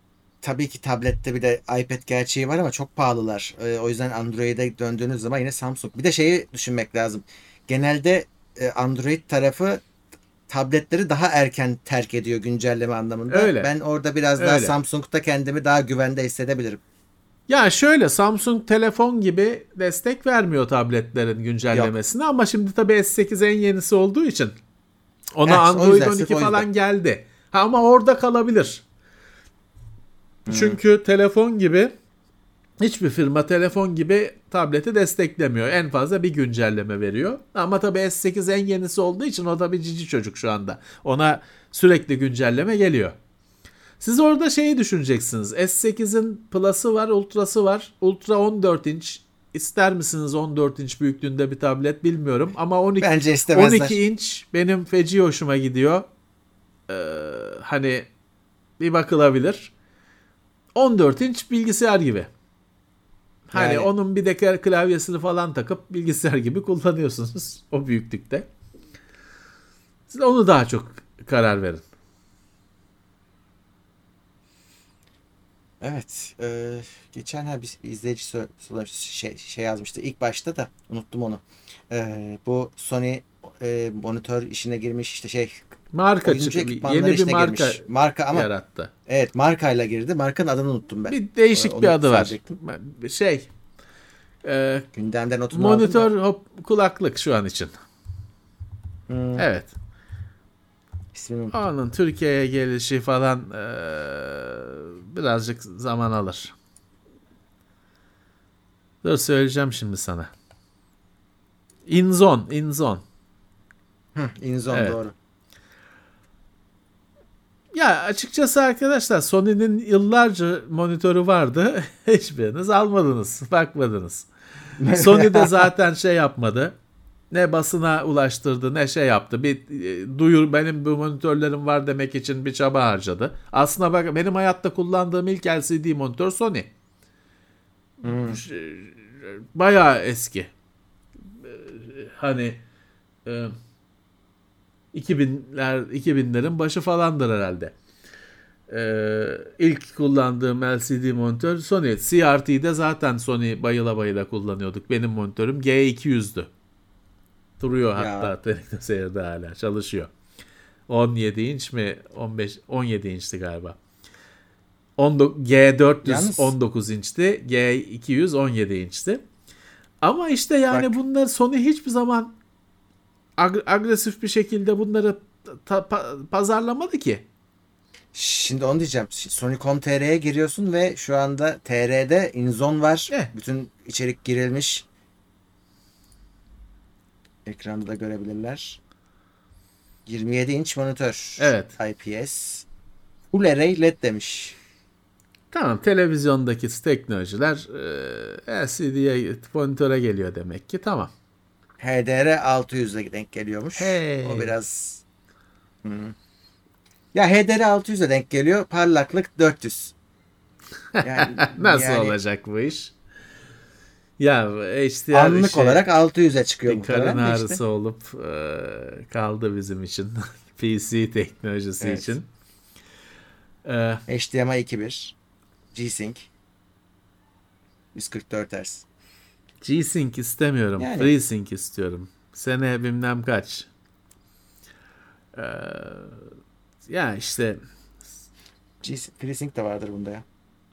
S2: tabii ki tablette bir de iPad gerçeği var ama çok pahalılar. E, o yüzden Android'e döndüğünüz zaman yine Samsung. Bir de şeyi düşünmek lazım. Genelde e, Android tarafı tabletleri daha erken terk ediyor güncelleme anlamında.
S3: Öyle.
S2: Ben orada biraz daha
S3: Öyle.
S2: Samsung'da kendimi daha güvende hissedebilirim.
S3: Ya şöyle, Samsung telefon gibi destek vermiyor tabletlerin
S2: Yok.
S3: güncellemesine ama şimdi tabii S sekiz en yenisi olduğu için ona
S2: Eh, işte o
S3: Android
S2: yüzden, sırf
S3: on iki
S2: o yüzden.
S3: falan geldi. Ha, ama orada kalabilir.
S2: Hmm.
S3: Çünkü telefon gibi hiçbir firma telefon gibi tableti desteklemiyor. En fazla bir güncelleme veriyor. Ama tabii S sekiz en yenisi olduğu için o da bir cici çocuk şu anda. Ona sürekli güncelleme geliyor. Siz orada şeyi düşüneceksiniz. S sekizin Plus'ı var, Ultra'sı var. Ultra on dört inç. İster misiniz on dört inç büyüklüğünde bir tablet bilmiyorum. Ama on iki,
S2: Bence
S3: on iki
S2: istemezler.
S3: inç benim feci hoşuma gidiyor. Ee, hani bir bakılabilir. on dört inç bilgisayar gibi. Hani
S2: Yani
S3: onun bir de klavyesini falan takıp bilgisayar gibi kullanıyorsunuz o büyüklükte. Siz onu daha çok karar verin.
S2: evet. E, geçen ha bir izleyici sö- sö- şey, şey yazmıştı. İlk başta da unuttum onu. E, bu Sony e, monitör işine girmiş işte şey
S3: Marka
S2: oyuncu
S3: çıktı.
S2: ekipmanları
S3: Yeni bir
S2: işine
S3: marka
S2: girmiş. Marka ama
S3: yarattı.
S2: evet markayla girdi. Markanın adını unuttum ben.
S3: Bir
S2: E,
S3: değişik bir
S2: onu
S3: adı var.
S2: söyleyecektim.
S3: Şey, e,
S2: Gündemden notunu aldım da.
S3: monitör hop, kulaklık şu an için.
S2: Hmm,
S3: Evet.
S2: ismini unuttum.
S3: Onun Türkiye'ye gelişi falan e, birazcık zaman alır. Dur, söyleyeceğim şimdi sana. Inzon, Inzon.
S2: Hı, Inzon
S3: Evet.
S2: doğru.
S3: Ya açıkçası arkadaşlar, Sony'nin yıllarca monitörü vardı. Hiçbiriniz almadınız, bakmadınız. Sony de zaten şey yapmadı. Ne basına ulaştırdı, ne şey yaptı. Bir e, duyur, benim bu monitörlerim var demek için bir çaba harcadı. Aslına bak, benim hayatta kullandığım ilk L C D monitör Sony.
S2: Hmm.
S3: Bayağı eski. Hani e, iki binler iki binlerin başı falandır herhalde. Ee, ilk kullandığım L C D monitör Sony. C R T'de zaten Sony bayıla bayıla kullanıyorduk. Benim monitörüm G iki yüzdü. Duruyor
S2: Ya
S3: hatta TeleSeyir'de hala çalışıyor. on yedi inç mi? on beş on yedi inçti galiba. on dokuz G dört yüz
S2: yalnız
S3: on dokuz inçti. G iki yüz on yedi inçti. Ama işte
S2: bak
S3: yani bunlar, Sony hiçbir zaman ag- agresif bir şekilde bunları ta- pa- pazarlamadı ki.
S2: şimdi onu diyeceğim. Sony nokta com nokta t r'ye giriyorsun ve şu anda T R'de Inzon var.
S3: Eh,
S2: Bütün içerik girilmiş. Ekranda da görebilirler. yirmi yedi inç monitör.
S3: evet.
S2: I P S. Full Array L E D demiş.
S3: Tamam, televizyondaki teknolojiler e, L C D'ye, monitöre geliyor demek ki. Tamam.
S2: H D R altı yüze denk geliyormuş. O
S3: Hey.
S2: biraz hmm. Ya H D R altı yüze denk geliyor. Parlaklık dört yüz. Yani
S3: Nasıl
S2: yani
S3: olacak bu iş? Ya H D R
S2: anlık
S3: işi
S2: olarak altı yüze çıkıyor
S3: bir karın
S2: muhtemelen de işte.
S3: ağrısı olup e, kaldı bizim için. P C teknolojisi
S2: Evet.
S3: için. E,
S2: H D M I iki nokta bir. G-Sync. yüz kırk dört Hz.
S3: G-Sync istemiyorum.
S2: Yani
S3: FreeSync istiyorum. Sene bilmem kaç. E, ya işte
S2: G- FreeSync de vardır bunda ya.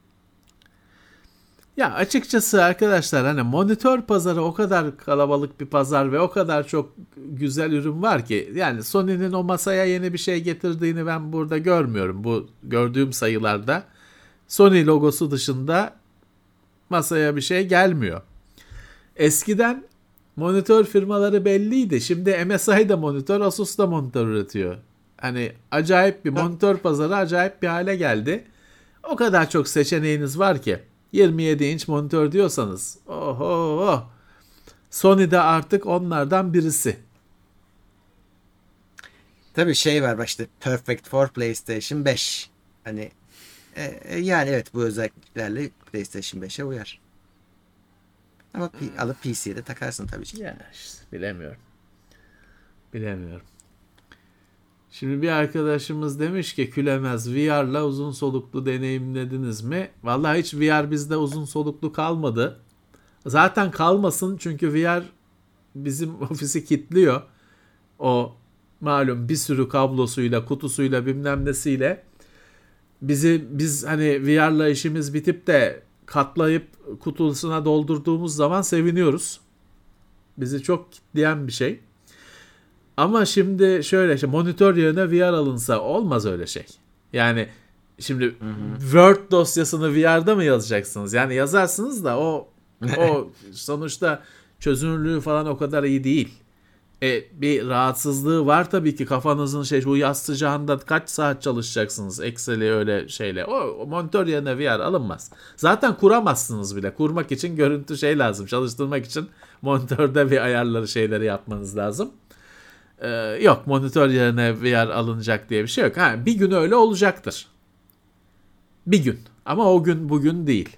S3: Ya açıkçası arkadaşlar, hani monitör pazarı o kadar kalabalık bir pazar ve o kadar çok güzel ürün var ki, yani Sony'nin o masaya yeni bir şey getirdiğini ben burada görmüyorum. Bu gördüğüm sayılarda Sony logosu dışında masaya bir şey gelmiyor. Eskiden monitör firmaları belliydi. Şimdi M S I da monitör, Asus da monitör üretiyor. Hani acayip bir
S2: Ha,
S3: monitör pazarı, acayip bir hale geldi. O kadar çok seçeneğiniz var ki. yirmi yedi inç monitör diyorsanız, oho, Sony de artık onlardan birisi.
S2: tabii şey var bak işte Perfect for PlayStation beş. Hani e, e, yani evet bu özelliklerle PlayStation beşe uyar. Ama P- alıp P C'ye de takarsın tabii ki.
S3: Ya işte bilemiyorum. Bilemiyorum. Şimdi bir arkadaşımız demiş ki Külemez V R'la uzun soluklu deneyimlediniz mi? Vallahi hiç V R bizde uzun soluklu kalmadı. Zaten kalmasın çünkü V R bizim ofisi kilitliyor. O malum bir sürü kablosuyla, kutusuyla, bilmem nesiyle. Bizi biz hani V R'la işimiz bitip de katlayıp kutusuna doldurduğumuz zaman seviniyoruz. Bizi çok kilitleyen bir şey. Ama şimdi şöyle işte monitör yerine V R alınsa olmaz öyle şey. Yani şimdi hı hı. Word dosyasını V R'da mı yazacaksınız? Yani yazarsınız da o o sonuçta çözünürlüğü falan o kadar iyi değil. E, bir rahatsızlığı var tabii ki kafanızın şey bu yaz sıcağında kaç saat çalışacaksınız Excel'i öyle şeyle. O, o monitör yerine V R alınmaz. Zaten kuramazsınız bile. Kurmak için görüntü şey lazım. Çalıştırmak için monitörde bir ayarları şeyleri yapmanız lazım. Ee, yok monitör yerine V R alınacak diye bir şey yok. Ha, bir gün öyle olacaktır. Bir gün. Ama o gün bugün değil.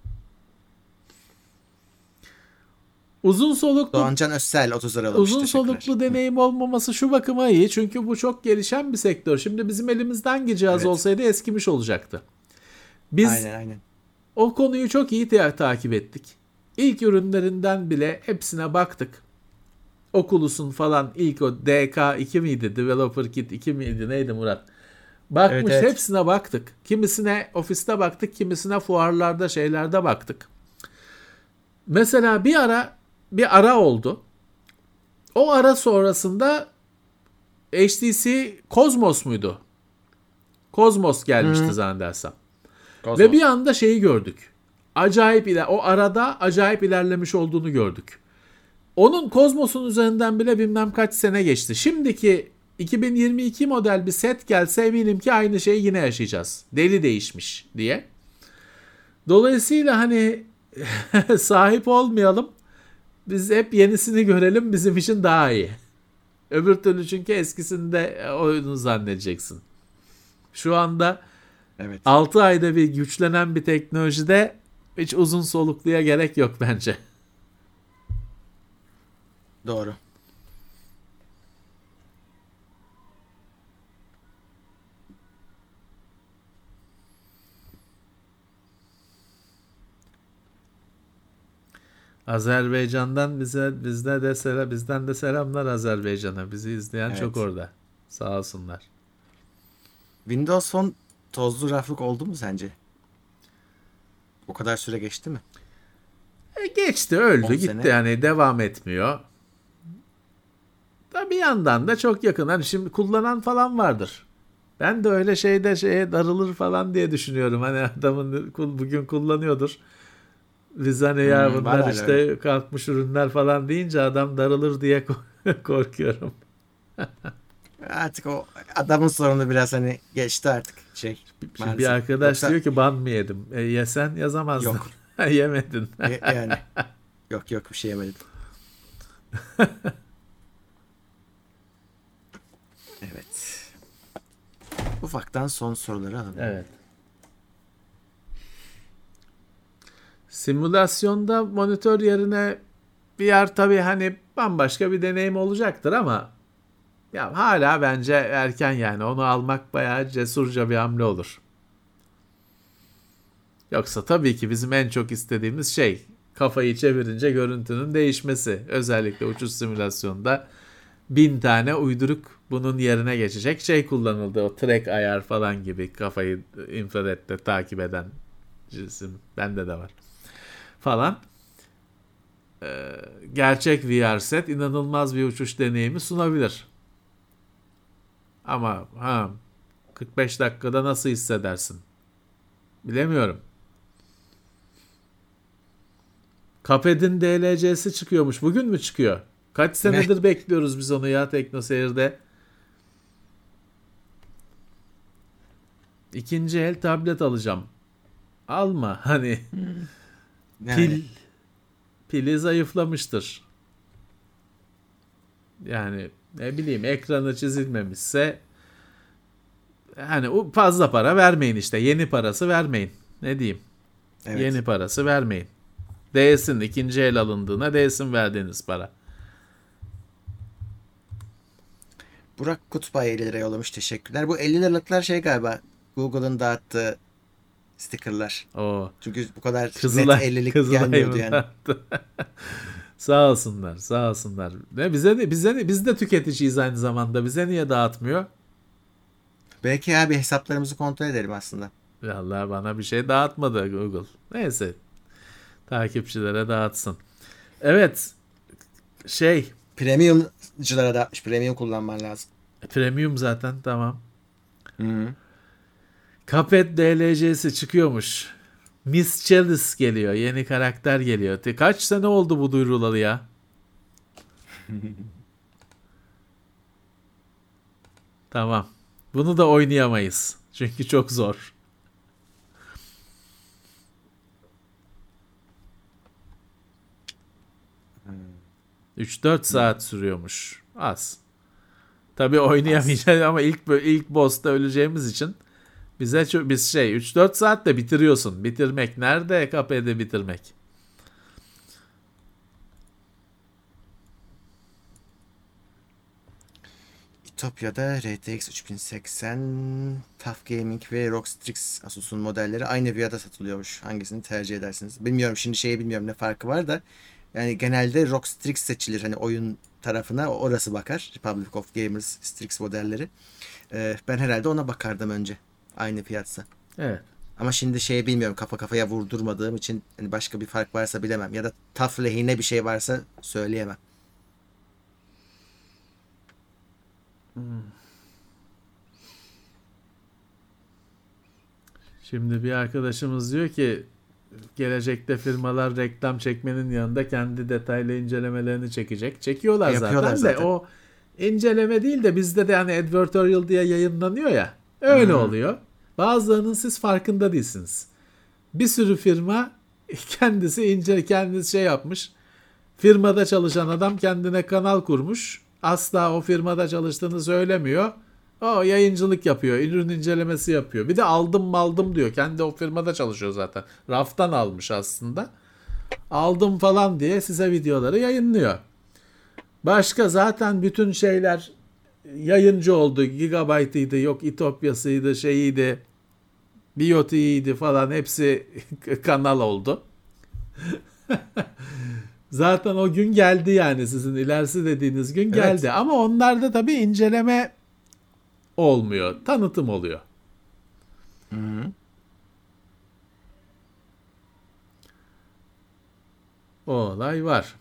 S3: Uzun soluklu
S2: Doğancan Özsel otuz lira
S3: alamış. Uzun soluklu deneyim olmaması şu bakıma iyi. Çünkü bu çok gelişen bir sektör. Şimdi bizim elimizde hangi cihaz evet. olsaydı eskimiş olacaktı. Biz aynen, aynen. o konuyu çok iyi ta- takip ettik. İlk ürünlerinden bile hepsine baktık. Oculus'un falan ilk o D K iki miydi? Developer Kit iki miydi? Neydi Murat? Bakmış evet, evet. hepsine baktık. Kimisine ofiste baktık, kimisine fuarlarda şeylerde baktık. Mesela bir ara bir ara oldu. O ara sonrasında H T C Cosmos muydu? Cosmos gelmişti hmm. zannedersem. Cosmos. Ve bir anda şeyi gördük. Acayip iler o arada acayip ilerlemiş olduğunu gördük. Onun Cosmos'un üzerinden bile bilmem kaç sene geçti. Şimdiki iki bin yirmi iki model bir set gelse eminim ki aynı şeyi yine yaşayacağız. Deli değişmiş diye. Dolayısıyla hani sahip olmayalım. Biz hep yenisini görelim bizim için daha iyi. Öbür türlü çünkü eskisinde oyunu zannedeceksin. Şu anda evet. altı ayda bir güçlenen bir teknolojide hiç uzun solukluya gerek yok bence.
S2: Doğru.
S3: Azerbaycan'dan bize bizde de selam, bizden de selamlar Azerbaycan'a. Bizi izleyen evet. çok orada. Sağ olsunlar.
S2: Windows Phone tozlu raflık oldu mu sence? O kadar süre geçti mi?
S3: E geçti, öldü, gitti. Sene. Yani devam etmiyor. Da bir yandan da çok yakın. Hani şimdi kullanan falan vardır. Ben de öyle şeyde şeye darılır falan diye düşünüyorum. Hani adamın bugün kullanıyordur. Biz hani ya hmm, bunlar işte öyle. Kalkmış ürünler falan deyince adam darılır diye korkuyorum.
S2: Artık o adamın sorunu biraz hani geçti artık şey.
S3: Şimdi bir arkadaş Yoksa... diyor ki ban mı yedim? E, yesen yazamazdın.
S2: Yok.
S3: Yemedin.
S2: e, yani. Yok yok bir şey yemedim. Evet. Ufaktan son soruları alalım.
S3: Evet. Simülasyonda monitör yerine V R tabii hani bambaşka bir deneyim olacaktır ama ya hala bence erken yani. Onu almak bayağı cesurca bir hamle olur. Yoksa tabii ki bizim en çok istediğimiz şey kafayı çevirince görüntünün değişmesi. Özellikle uçuş simülasyonunda bin tane uyduruk bunun yerine geçecek şey kullanıldı. O track ayar falan gibi kafayı infrarette takip eden cisim. Bende de var. Falan. Ee, gerçek V R set inanılmaz bir uçuş deneyimi sunabilir. Ama ha kırk beş dakikada nasıl hissedersin? Bilemiyorum. Cuphead'in D L C'si çıkıyormuş. Bugün mü çıkıyor? Kaç senedir bekliyoruz biz onu ya TeknoSeyir'de. İkinci el tablet alacağım. Alma hani. Yani. Pil pili zayıflamıştır. Yani ne bileyim ekranı çizilmemişse hani fazla para vermeyin işte. Yeni parası vermeyin. Ne diyeyim? Evet. Yeni parası vermeyin. Değsin ikinci el alındığına değsin verdiğiniz para.
S2: Burak Kutbay elli lira yollamış. Teşekkürler. Bu elli liralıklar şey galiba Google'ın dağıttığı stickerlar.
S3: O
S2: Çünkü bu kadar net
S3: Kızılay,
S2: ellilik gelmiyordu
S3: Kızılay'ın
S2: yani.
S3: dağıttı. Sağ olsunlar, sağ olsunlar. Ne bize de bize de biz de tüketiciyiz aynı zamanda. Bize niye dağıtmıyor?
S2: Belki ya bir hesaplarımızı kontrol edelim aslında.
S3: Vallahi bana bir şey dağıtmadı Google. Neyse, takipçilere dağıtsın. Evet, şey,
S2: Premiumculara da atmış. Premium kullanman lazım.
S3: premium zaten tamam.
S2: Hı-hı.
S3: Cuphead D L C'si çıkıyormuş. Miss Chalice geliyor. Yeni karakter geliyor. Te- Kaç sene oldu bu duyurulalı ya? Tamam. Bunu da oynayamayız. Çünkü çok zor. üç dört saat sürüyormuş. Az. Tabii oynayamayacağız ama ilk bö- ilk boss'ta öleceğimiz için bize ço- biz şey üç dört saatte bitiriyorsun. Bitirmek nerede? Cuphead'i bitirmek.
S2: İtopya'da R T X üç bin seksen, Tough Gaming ve R O G Strix Asus'un modelleri aynı fiyata satılıyormuş. Hangisini tercih edersiniz? Bilmiyorum, şimdi şeyi bilmiyorum ne farkı var da. Yani genelde R O G Strix seçilir. Hani oyun tarafına orası bakar. Republic of Gamers Strix modelleri. Ee, ben herhalde ona bakardım önce. Aynı fiyatsa.
S3: Evet.
S2: Ama şimdi şeyi bilmiyorum. Kafa kafaya vurdurmadığım için hani başka bir fark varsa bilemem. Ya da Tough lehine bir şey varsa söyleyemem.
S3: Şimdi bir arkadaşımız diyor ki gelecekte firmalar reklam çekmenin yanında kendi detaylı incelemelerini çekecek. Çekiyorlar
S2: Yapıyorlar
S3: zaten de
S2: zaten.
S3: o inceleme değil de bizde de hani advertorial diye yayınlanıyor ya. Öyle
S2: Hmm.
S3: oluyor. Bazılarının siz farkında değilsiniz. Bir sürü firma kendisi ince kendisi şey yapmış. Firmada çalışan adam kendine kanal kurmuş. Asla o firmada çalıştığını söylemiyor. O yayıncılık yapıyor, ürün incelemesi yapıyor. Bir de aldım maldım diyor. Kendi o firmada çalışıyor zaten. Raftan almış aslında. Aldım falan diye size videoları yayınlıyor. Başka zaten bütün şeyler yayıncı oldu. Gigabyte'ıydı, yok İtopya'sıydı, şeyiydi, Biyoti'ydi falan hepsi kanal oldu. Zaten o gün geldi yani sizin ilerisi dediğiniz gün geldi.
S2: Evet.
S3: Ama onlarda tabii inceleme olmuyor. Tanıtım oluyor.
S2: Hı-hı.
S3: O olay var.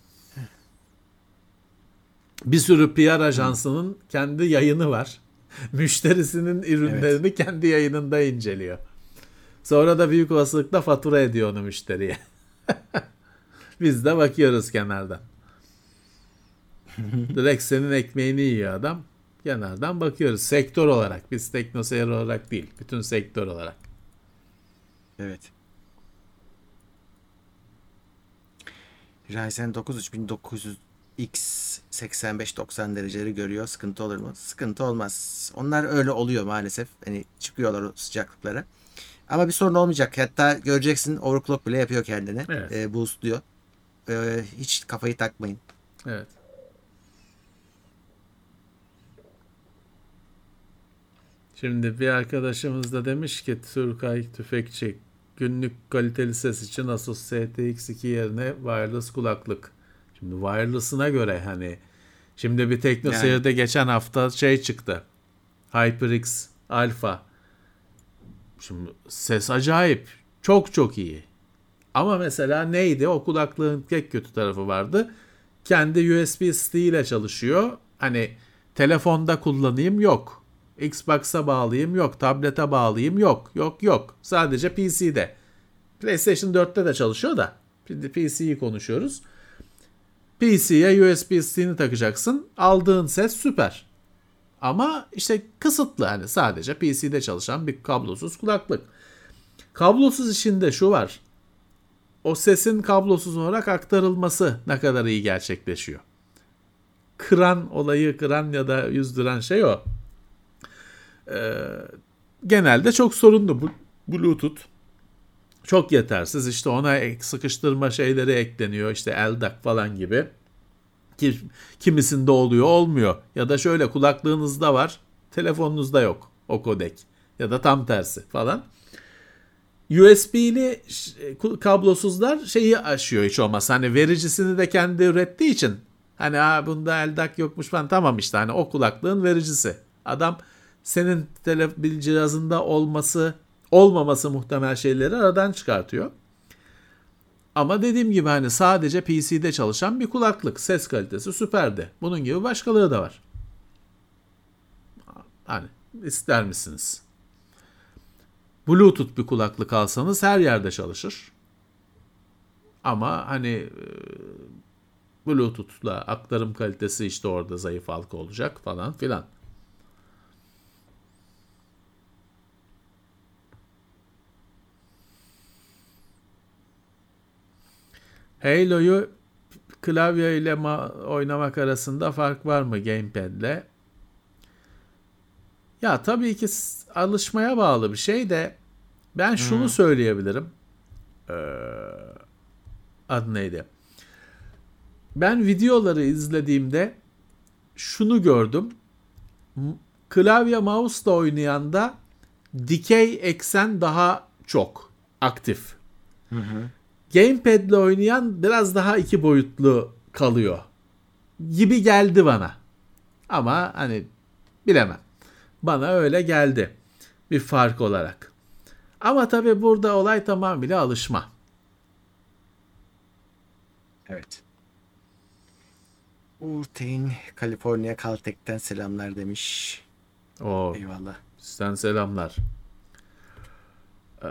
S3: Bir sürü P R ajansının kendi yayını var. Müşterisinin ürünlerini evet. kendi yayınında inceliyor. Sonra da büyük olasılıkla fatura ediyor onu müşteriye. Biz de bakıyoruz kenardan. Direkt senin ekmeğini yiyor adam. Kenardan bakıyoruz. Sektör olarak. Biz teknoseyir olarak değil. Bütün sektör olarak.
S2: Evet. Ryzen dokuz üç bin dokuz yüz X seksen beş doksan dereceleri görüyor. Sıkıntı olur mu? Sıkıntı olmaz. Onlar öyle oluyor maalesef. Hani çıkıyorlar o sıcaklıklara. Ama bir sorun olmayacak. Hatta göreceksin overclock bile yapıyor kendine.
S3: Evet.
S2: E, boostluyor. E, hiç kafayı takmayın.
S3: Evet. Şimdi bir arkadaşımız da demiş ki Turkay Tüfekçi günlük kaliteli ses için Asus S T X iki yerine wireless kulaklık. Şimdi wireless'ına göre hani şimdi bir TeknoSeyir'de yani. Geçen hafta şey çıktı. HyperX Alpha. Şimdi ses acayip. Çok çok iyi. Ama mesela neydi? O kulaklığın tek kötü tarafı vardı. Kendi U S B stick'iyle çalışıyor. Hani telefonda kullanayım yok. Xbox'a bağlayayım yok. Tablete bağlayayım yok. Yok yok. Sadece P C'de. PlayStation dörtte de çalışıyor da. P C'yi konuşuyoruz. P C'ye U S B stick'ini takacaksın. Aldığın ses süper. Ama işte kısıtlı. Hani sadece P C'de çalışan bir kablosuz kulaklık. Kablosuz işinde şu var. O sesin kablosuz olarak aktarılması ne kadar iyi gerçekleşiyor. Kıran olayı, kıran ya da yüzdüren şey o. Ee, genelde çok sorunlu bu Bluetooth. Çok yetersiz. İşte ona sıkıştırma şeyleri ekleniyor. İşte L D A C falan gibi. Kimisinde oluyor, olmuyor. Ya da şöyle kulaklığınızda var, telefonunuzda yok o kodek. Ya da tam tersi falan. U S B'li kablosuzlar şeyi aşıyor hiç olmazsa. Hani vericisini de kendi ürettiği için hani ha bunda L D A C yokmuş falan, tamam işte hani o kulaklığın vericisi. Adam senin telefon cihazında olması olmaması muhtemel şeyleri aradan çıkartıyor. Ama dediğim gibi hani sadece P C'de çalışan bir kulaklık. Ses kalitesi süperdi. Bunun gibi başkaları da var. Hani ister misiniz? Bluetooth bir kulaklık alsanız her yerde çalışır. Ama hani Bluetooth'la aktarım kalitesi işte orada zayıf halka olacak falan filan. Halo'yu klavye ile ma- oynamak arasında fark var mı gamepad'le? Ya tabii ki alışmaya bağlı bir şey de ben şunu hmm. söyleyebilirim. Ee, adı neydi? Ben videoları izlediğimde şunu gördüm. Klavye mouse'la oynayanda dikey eksen daha çok aktif. Hı hı. Gamepad'le oynayan biraz daha iki boyutlu kalıyor gibi geldi bana. Ama hani bilemem. Bana öyle geldi bir fark olarak. Ama tabii burada olay tamamıyla alışma.
S2: Evet. Uğur Teyin Kaliforniya Caltech'ten selamlar demiş.
S3: Oo,
S2: eyvallah.
S3: Sizden selamlar. Ee,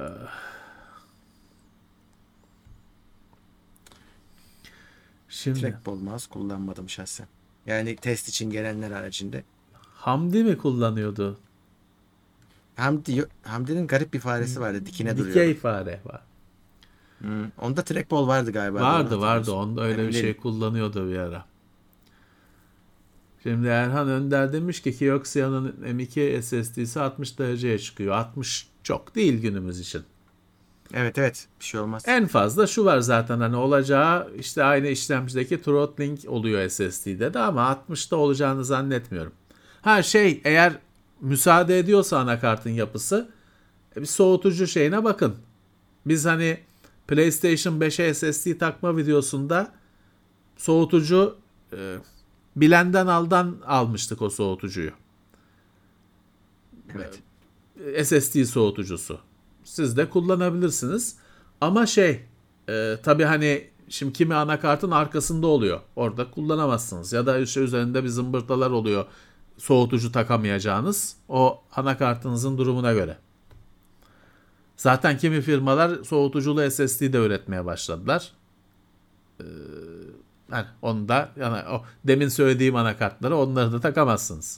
S2: Şimdi trackball mouse kullanmadım şahsen. Yani test için gelenler haricinde.
S3: Hamdi mi kullanıyordu?
S2: Hamdi, Hamdi'nin garip bir faresi vardı. Dikine
S3: Dikey
S2: duruyordu.
S3: Dikey fare var.
S2: Hmm, onda trackball vardı galiba.
S3: Vardı vardı. Onda öyle Emin bir şey kullanıyordu bir ara. Şimdi Erhan Önder demiş ki Kioxia'nın M iki S S D'si altmış dereceye çıkıyor. altmış çok değil günümüz için.
S2: Evet evet, bir şey olmaz.
S3: En fazla şu var zaten hani olacağı işte aynı işlemcideki throttling oluyor S S D'de de ama altmışta olacağını zannetmiyorum. Ha şey eğer müsaade ediyorsa anakartın yapısı bir soğutucu şeyine bakın. Biz hani PlayStation beşe S S D takma videosunda soğutucu e, bilenden aldan almıştık o soğutucuyu.
S2: Evet.
S3: E, S S D soğutucusu. Siz de kullanabilirsiniz. Ama şey e, tabii hani şimdi kimi anakartın arkasında oluyor. Orada kullanamazsınız. Ya da işte üzerinde bir zımbırtalar oluyor. Soğutucu takamayacağınız. O anakartınızın durumuna göre. Zaten kimi firmalar soğutuculu S S D de üretmeye başladılar. Ee, yani onu da yani o demin söylediğim anakartları onları da takamazsınız.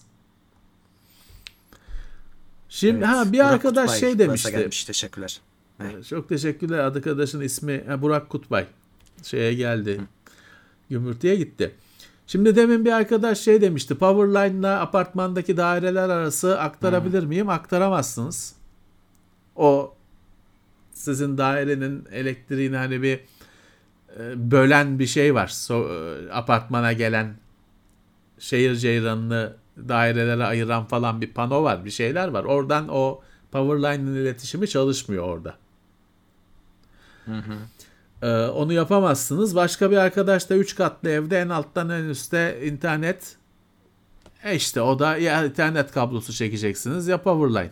S3: Şimdi evet, ha bir Burak arkadaş Kutbay, şey demişti.
S2: Gelmiş, teşekkürler.
S3: Evet, çok teşekkürler. Arkadaşın ismi ha, Burak Kutbay. Şeye geldi. Hı. Gümürtüye gitti. Şimdi demin bir arkadaş şey demişti. Powerline'la apartmandaki daireler arası aktarabilir Hı. miyim? Aktaramazsınız. O sizin dairenin elektriğini hani bir e, bölen bir şey var. So, e, apartmana gelen şehir ceyranını dairelere ayıran falan bir pano var. Bir şeyler var. Oradan o Powerline'ın iletişimi çalışmıyor orada.
S2: Hı hı.
S3: Ee, onu yapamazsınız. Başka bir arkadaş da üç katlı evde en alttan en üstte internet. E işte o da ya internet kablosu çekeceksiniz ya Powerline.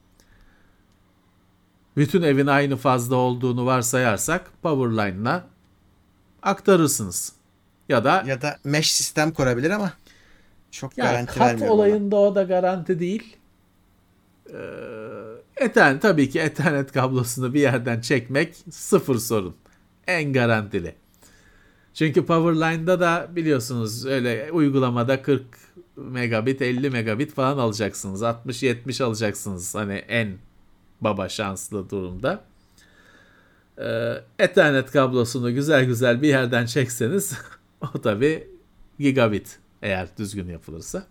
S3: Bütün evin aynı fazla olduğunu varsayarsak Powerline'la aktarırsınız. Ya da
S2: ya da mesh sistem kurabilir ama çok
S3: yani
S2: garanti vermiyor.
S3: Kat olayında ona. O da garanti değil. Ee, Ethernet tabii ki Ethernet kablosunu bir yerden çekmek sıfır sorun. En garantili. Çünkü Powerline'da da biliyorsunuz öyle uygulamada kırk megabit elli megabit falan alacaksınız. altmış yetmiş alacaksınız hani en baba şanslı durumda. Ee, Ethernet kablosunu güzel güzel bir yerden çekseniz o tabii gigabit eğer düzgün yapılırsa.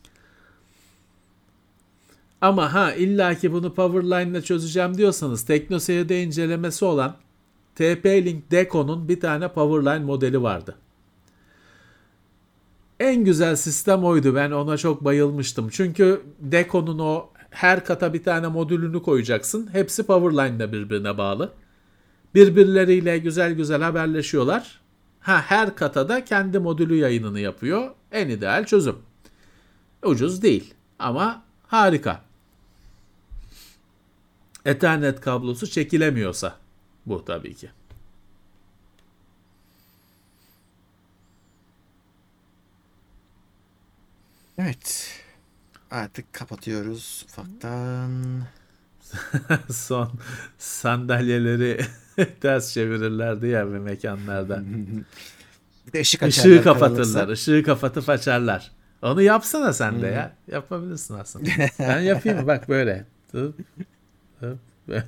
S3: Ama ha illaki bunu Powerline'la çözeceğim diyorsanız TeknoSeyir'de incelemesi olan T P-Link Deco'nun bir tane Powerline modeli vardı. En güzel sistem oydu. Ben ona çok bayılmıştım. Çünkü Deco'nun o her kata bir tane modülünü koyacaksın. Hepsi Powerline'la birbirine bağlı. Birbirleriyle güzel güzel haberleşiyorlar. Ha, her kata da kendi modülü yayınını yapıyor. En ideal çözüm. Ucuz değil ama harika. Ethernet kablosu çekilemiyorsa bu tabii ki.
S2: Evet. Artık kapatıyoruz ufaktan.
S3: Son sandalyeleri ters çevirirlerdi ya bir mekanlarda.
S2: Bir de ışık
S3: Işığı
S2: açarlar
S3: kapatırlar.
S2: karanlıksa.
S3: Işığı kapatıp açarlar. Onu yapsana sen de ya. Yapabilirsin aslında. Ben yapayım mı? Bak böyle. Tıp, tıp, böyle.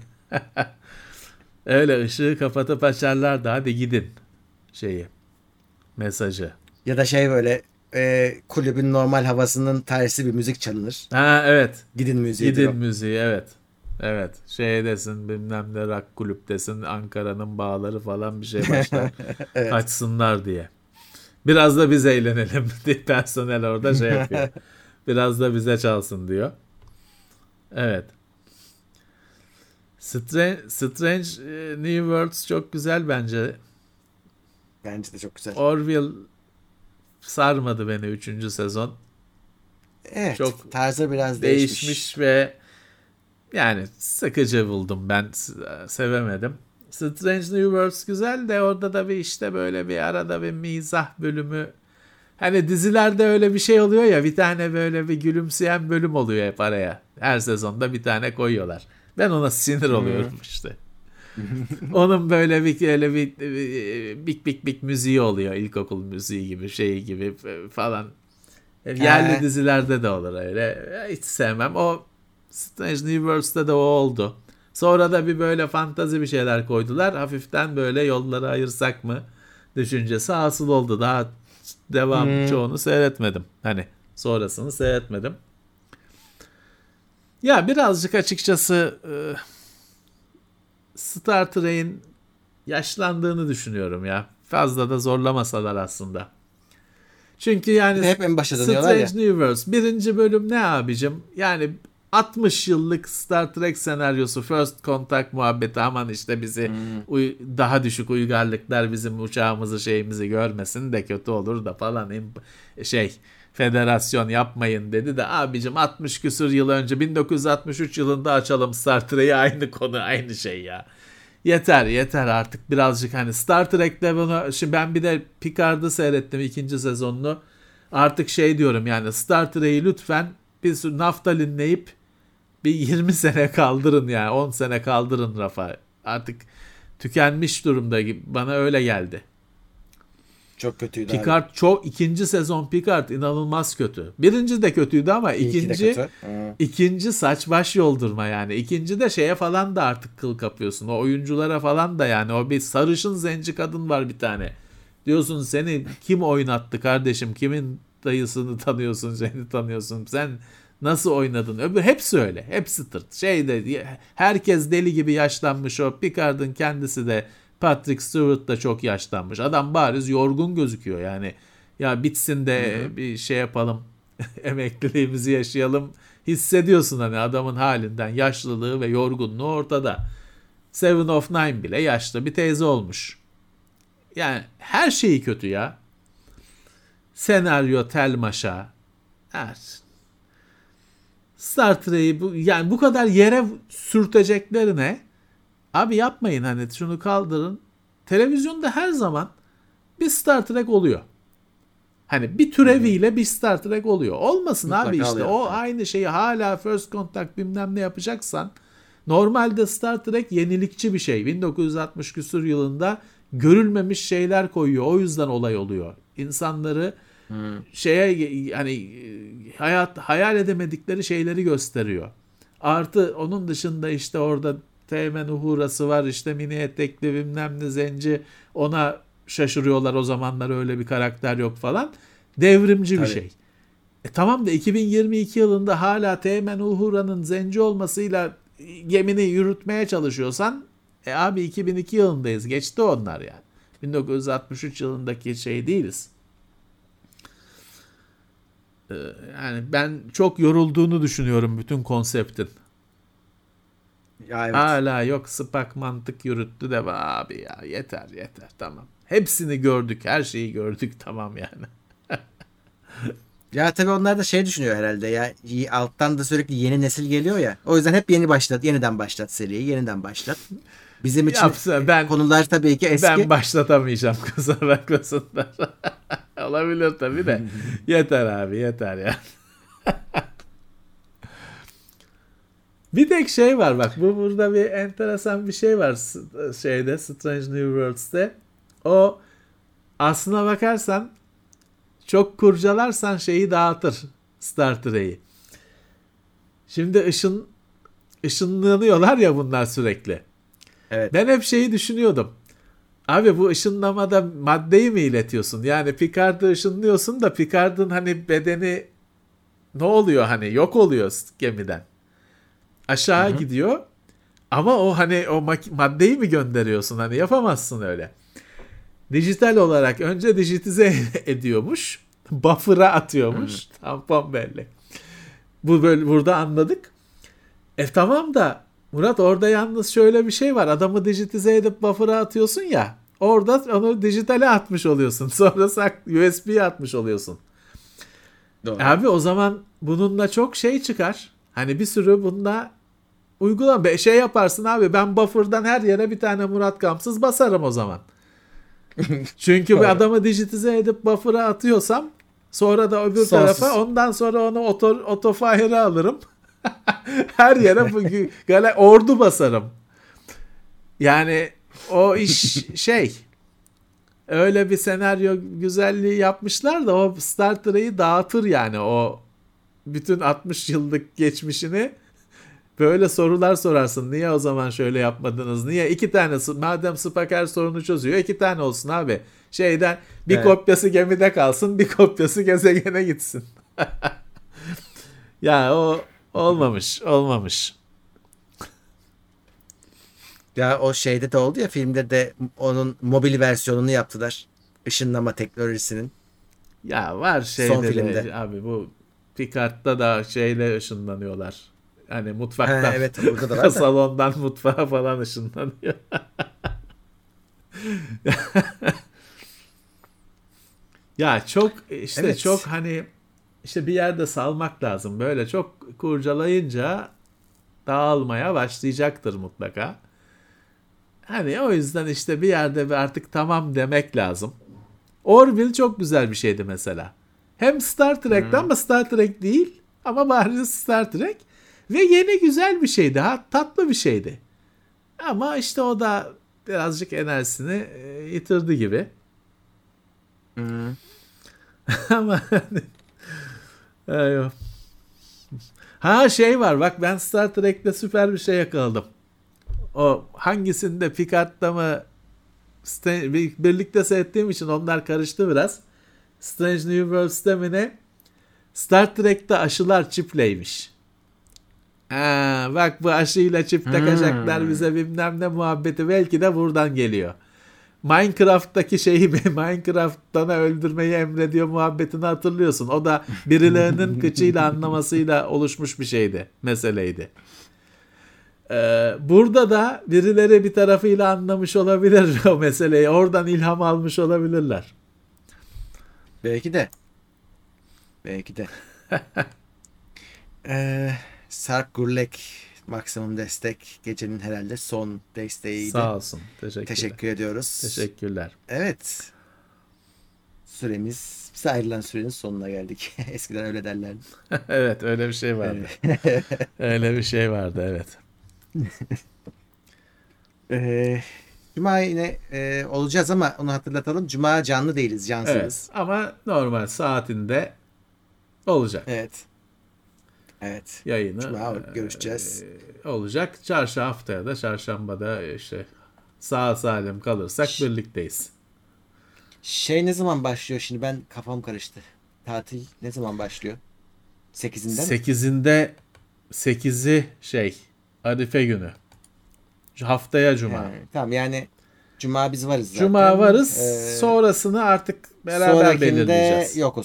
S3: Öyle ışığı kapatıp açarlar da hadi gidin şeyi. Mesajı.
S2: Ya da şey böyle e, kulübün normal havasının tersi bir müzik çalınır.
S3: Ha evet.
S2: Gidin müziği.
S3: Gidin müziği evet. Evet. Şeydesin bilmem ne rock kulüptesin Ankara'nın bağları falan bir şey başlar.
S2: Evet.
S3: Kaçsınlar diye. Biraz da biz eğlenelim diye personel orada şey yapıyor. Biraz da bize çalsın diyor. Evet. Strange, Strange New Worlds çok güzel bence.
S2: Bence de çok güzel.
S3: Orville sarmadı beni üçüncü sezon.
S2: Evet.
S3: Çok
S2: tarzı biraz değişmiş.
S3: Değişmiş ve yani sıkıcı buldum ben. Sevemedim. Strange New Worlds güzel de orada da bir işte böyle bir arada bir mizah bölümü. Hani dizilerde öyle bir şey oluyor ya bir tane böyle bir gülümseyen bölüm oluyor hep araya. Her sezonda bir tane koyuyorlar. Ben ona sinir oluyorum işte. Onun böyle bir öyle bir bik bik bik müziği oluyor. İlkokul müziği gibi şey gibi falan. Yerli
S2: He.
S3: dizilerde de olur öyle. Hiç sevmem. O Strange New Worlds'da da o oldu. Sonra da bir böyle fantazi bir şeyler koydular. Hafiften böyle yolları ayırsak mı düşüncesi hasıl oldu. Daha devam
S2: Hmm.
S3: çoğunu seyretmedim. Hani sonrasını seyretmedim. Ya birazcık açıkçası Star Trek'in yaşlandığını düşünüyorum ya. Fazla da zorlamasalar aslında. Çünkü yani
S2: Hep en başa dönüyorlar ya.
S3: Strange New Worlds birinci bölüm ne abicim? Yani altmış yıllık Star Trek senaryosu First Contact muhabbeti aman işte bizi hmm. uy- daha düşük uygarlıklar bizim uçağımızı şeyimizi görmesin de kötü olur da falan şey federasyon yapmayın dedi de abicim altmış küsur yıl önce bin dokuz yüz altmış üç yılında açalım Star Trek'i aynı konu aynı şey ya. Yeter yeter artık birazcık hani Star Trek'te bunu şimdi ben bir de Picard'ı seyrettim ikinci sezonunu artık şey diyorum yani Star Trek'i lütfen bir sürü naftalinleyip bir yirmi sene kaldırın yani on sene kaldırın rafa artık tükenmiş durumda gibi bana öyle geldi.
S2: Çok kötüydü
S3: Picard
S2: abi.
S3: çok ikinci sezon Picard inanılmaz kötü. Birinci de kötüydü ama
S2: İlki
S3: ikinci
S2: kötü.
S3: ikinci saç baş yoldurma yani. İkinci de şeye falan da artık kıl kapıyorsun. O oyunculara falan da yani o bir sarışın zenci kadın var bir tane. Diyorsun seni kim oynattı kardeşim? Kimin dayısını tanıyorsun? Seni tanıyorsun. Sen nasıl oynadın? Öbür hepsi öyle. Hepsi tırt. Şeyde herkes deli gibi yaşlanmış o. Picard'ın kendisi de Patrick Stewart da çok yaşlanmış. Adam bariz yorgun gözüküyor yani. Ya bitsin de hı hı. bir şey yapalım. Emekliliğimizi yaşayalım. Hissediyorsun hani adamın halinden yaşlılığı ve yorgunluğu ortada. Seven of Nine bile yaşlı bir teyze olmuş. Yani her şeyi kötü ya. Senaryo telmaşa. Her. Star Trek'i bu, yani bu kadar yere sürteceklerine abi yapmayın hani şunu kaldırın. Televizyonda her zaman bir Star Trek oluyor. Hani bir türeviyle bir Star Trek oluyor. Olmasın mutlaka abi işte oluyor. O aynı şeyi hala First Contact bilmem ne yapacaksan normalde Star Trek yenilikçi bir şey. bin dokuz yüz altmış küsur yılında görülmemiş şeyler koyuyor. O yüzden olay oluyor. İnsanları hmm. şeye hani hayat hayal edemedikleri şeyleri gösteriyor. Artı onun dışında işte orada Teğmen Uhura'sı var işte mini etekli bilmem ne zenci ona şaşırıyorlar o zamanlar öyle bir karakter yok falan. Devrimci Tabii. bir şey. E tamam da iki bin yirmi iki yılında hala Teğmen Uhura'nın zenci olmasıyla gemini yürütmeye çalışıyorsan e abi iki bin iki yılındayız. Geçti onlar yani. bin dokuz yüz altmış üç yılındaki şey değiliz. Ee, yani ben çok yorulduğunu düşünüyorum bütün konseptin.
S2: Ya evet.
S3: Hala yok Spock mantık yürüttü de abi ya yeter yeter tamam. Hepsini gördük, her şeyi gördük tamam yani.
S2: Ya tabii onlar da şey düşünüyor herhalde ya. Alttan da sürekli yeni nesil geliyor ya. O yüzden hep yeni başlat, yeniden başlat seriyi, yeniden başlat. Bizim için
S3: Yapsa ben
S2: konular tabii ki eski.
S3: ben başlatamayacağım kusura bakmasınlar. Olabilir tabii de. Yeter abi yeter ya. Bir tek şey var bak bu burada bir enteresan bir şey var şeyde Strange New Worlds'te. O aslına bakarsan çok kurcalarsan şeyi dağıtır Star Trek'i. Şimdi ışın ışınlanıyorlar ya bunlar sürekli.
S2: Evet.
S3: Ben hep şeyi düşünüyordum. Abi bu ışınlamada maddeyi mi iletiyorsun? Yani Picard'ı ışınlıyorsun da Picard'ın hani bedeni ne oluyor hani yok oluyor gemiden. Aşağı hı hı. gidiyor. Ama o hani o maddeyi mi gönderiyorsun? Hani yapamazsın öyle. Dijital olarak önce dijitize ediyormuş. Buffer'a atıyormuş. Hı hı. Tampon belli. Bu böyle burada anladık. E tamam da Murat orada yalnız şöyle bir şey var. Adamı dijitize edip buffer'a atıyorsun ya. Orada onu dijitale atmış oluyorsun. Sonra U S B'ye atmış oluyorsun. Doğru. Abi o zaman bununla çok şey çıkar. Hani bir sürü bunda uygulama şey yaparsın abi. Ben buffer'dan her yere bir tane Murat Gamsız basarım o zaman. Çünkü bir adamı dijitize edip buffer'a atıyorsam sonra da öbür Sonsuz. tarafa ondan sonra onu oto, otofire'a alırım. Her yere gale ordu basarım. Yani o iş şey öyle bir senaryo güzelliği yapmışlar da o Star Trek'i dağıtır yani o bütün altmış yıllık geçmişini böyle sorular sorarsın. Niye o zaman şöyle yapmadınız? Niye? İki tane madem Spock her sorunu çözüyor iki tane olsun abi. Şeyden bir evet. kopyası gemide kalsın bir kopyası gezegene gitsin. Ya o olmamış olmamış.
S2: Ya o şeyde de oldu ya filmde de onun mobil versiyonunu yaptılar. Işınlama teknolojisinin.
S3: Ya var şeyde Son filmde. De, abi bu Picard'da da şeyle ışınlanıyorlar. Hani mutfaktan.
S2: He, evet burada da var da.
S3: Salondan mutfağa falan ışınlanıyor. Ya çok işte evet. çok hani işte bir yerde salmak lazım. Böyle çok kurcalayınca dağılmaya başlayacaktır mutlaka. Hani o yüzden işte bir yerde artık tamam demek lazım. Orville çok güzel bir şeydi mesela. Hem Star Trek'te hmm. ama Star Trek değil ama bari Star Trek ve yeni güzel bir şeydi. Ha, tatlı bir şeydi. Ama işte o da birazcık enerjisini e, yitirdi gibi. Hmm. Ama ha şey var bak ben Star Trek'te süper bir şey yakaladım. O hangisinde Picard'da mı birlikte seyrettiğim için onlar karıştı biraz. Strange New Worlds'te mi ne? Star Trek'te aşılar çipleymiş. Ha, bak bu aşıyla çip takacaklar hmm. bize bilmem ne muhabbeti belki de buradan geliyor. Minecraft'taki şeyi Minecraft bana öldürmeyi emrediyor muhabbetini hatırlıyorsun. O da birilerinin kıçıyla anlamasıyla oluşmuş bir şeydi. Meseleydi. Ee, burada da birileri bir tarafıyla anlamış olabilir o meseleyi. Oradan ilham almış olabilirler.
S2: Belki de. Belki de. ee, Sarp Gurlek maksimum destek. Gecenin herhalde son desteğiydi.
S3: Sağ olsun. Teşekkürler.
S2: Teşekkür ediyoruz.
S3: Teşekkürler.
S2: Evet. Süremiz, bize ayrılan sürenin sonuna geldik. Eskiden öyle derlerdi.
S3: Evet öyle bir şey vardı. Öyle bir şey vardı evet.
S2: ee, Cuma yine e, olacağız ama onu hatırlatalım. Cuma canlı değiliz, cansızız.
S3: Evet, ama normal saatinde olacak.
S2: Evet. Evet.
S3: Yayını
S2: Cuma görüşeceğiz.
S3: E, olacak. Çarşı haftaya da çarşambada işte sağ salim kalırsak Ş- birlikteyiz.
S2: Şey ne zaman başlıyor şimdi ben kafam karıştı. Tatil ne zaman başlıyor? sekizinde mi?
S3: sekizinde sekizi şey Arife günü. Haftaya Cuma.
S2: He, tamam yani Cuma biz varız zaten.
S3: Cuma varız. Ee, Sonrasını artık beraber belirleyeceğiz.
S2: Yokuz.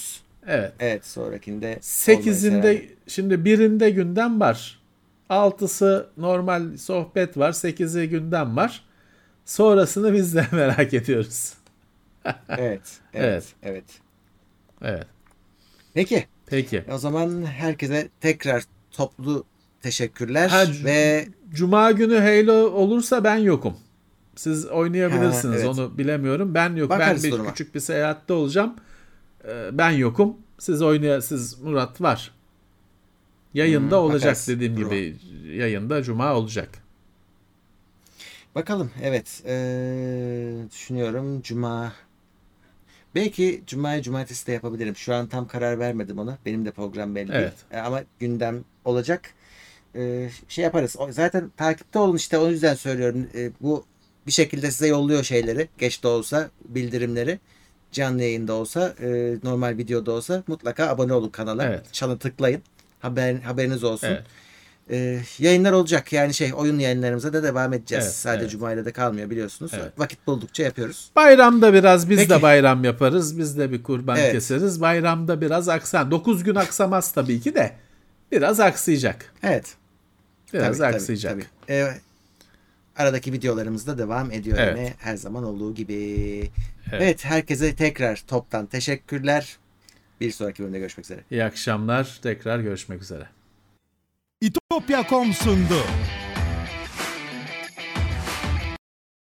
S3: Evet.
S2: Evet, sonrakinde
S3: sekizinde şimdi birinde gündem var. altısı normal sohbet var. sekizi gündem var. Sonrasını biz de merak ediyoruz.
S2: Evet, evet,
S3: Evet.
S2: evet.
S3: Evet.
S2: Peki.
S3: Peki.
S2: O zaman herkese tekrar toplu teşekkürler
S3: Ha, c-
S2: ve
S3: Cuma günü Halo olursa ben yokum. Siz
S2: ha,
S3: oynayabilirsiniz,
S2: evet,
S3: onu bilemiyorum. Ben yok. Ben
S2: bakarız
S3: bir
S2: duruma.
S3: küçük bir seyahatte olacağım. Ee, Ben yokum. Siz oynaya siz Murat var. Yayında
S2: Hmm,
S3: olacak,
S2: bakarız
S3: dediğim
S2: duruma.
S3: gibi yayında Cuma olacak.
S2: Bakalım, evet. Ee, düşünüyorum Cuma. Belki Cuma'yı Cumartesi de yapabilirim. Şu an tam karar vermedim ona. Benim de program belli değil.
S3: Evet.
S2: Ee, ama gündem olacak. Ee, şey yaparız. O- Zaten takipte olun işte, o yüzden söylüyorum. Ee, bu bir şekilde size yolluyor şeyleri. Geç de olsa bildirimleri. Canlı yayında olsa, e, normal videoda olsa mutlaka abone olun kanala.
S3: Evet.
S2: Çana tıklayın. Haber, haberiniz olsun.
S3: Evet.
S2: Ee, yayınlar olacak. Yani şey, oyun yayınlarımıza da devam edeceğiz.
S3: Evet.
S2: Sadece
S3: Evet.
S2: Cuma ile de kalmıyor biliyorsunuz.
S3: Evet.
S2: Vakit buldukça yapıyoruz.
S3: Bayramda biraz biz de
S2: Peki.
S3: bayram yaparız. Biz de bir kurban
S2: Evet.
S3: keseriz. Bayramda biraz aksan. dokuz gün aksamaz tabii ki de. Biraz aksayacak.
S2: Evet.
S3: Biraz
S2: Tabii, tabii,
S3: aksayacak.
S2: tabii. Ee, aradaki videolarımız da devam ediyor
S3: Evet.
S2: yine her zaman olduğu gibi.
S3: Evet.
S2: Evet, herkese tekrar toptan teşekkürler. Bir sonraki bölümde görüşmek üzere.
S3: İyi akşamlar. Tekrar görüşmek üzere.
S1: itopya nokta com sundu.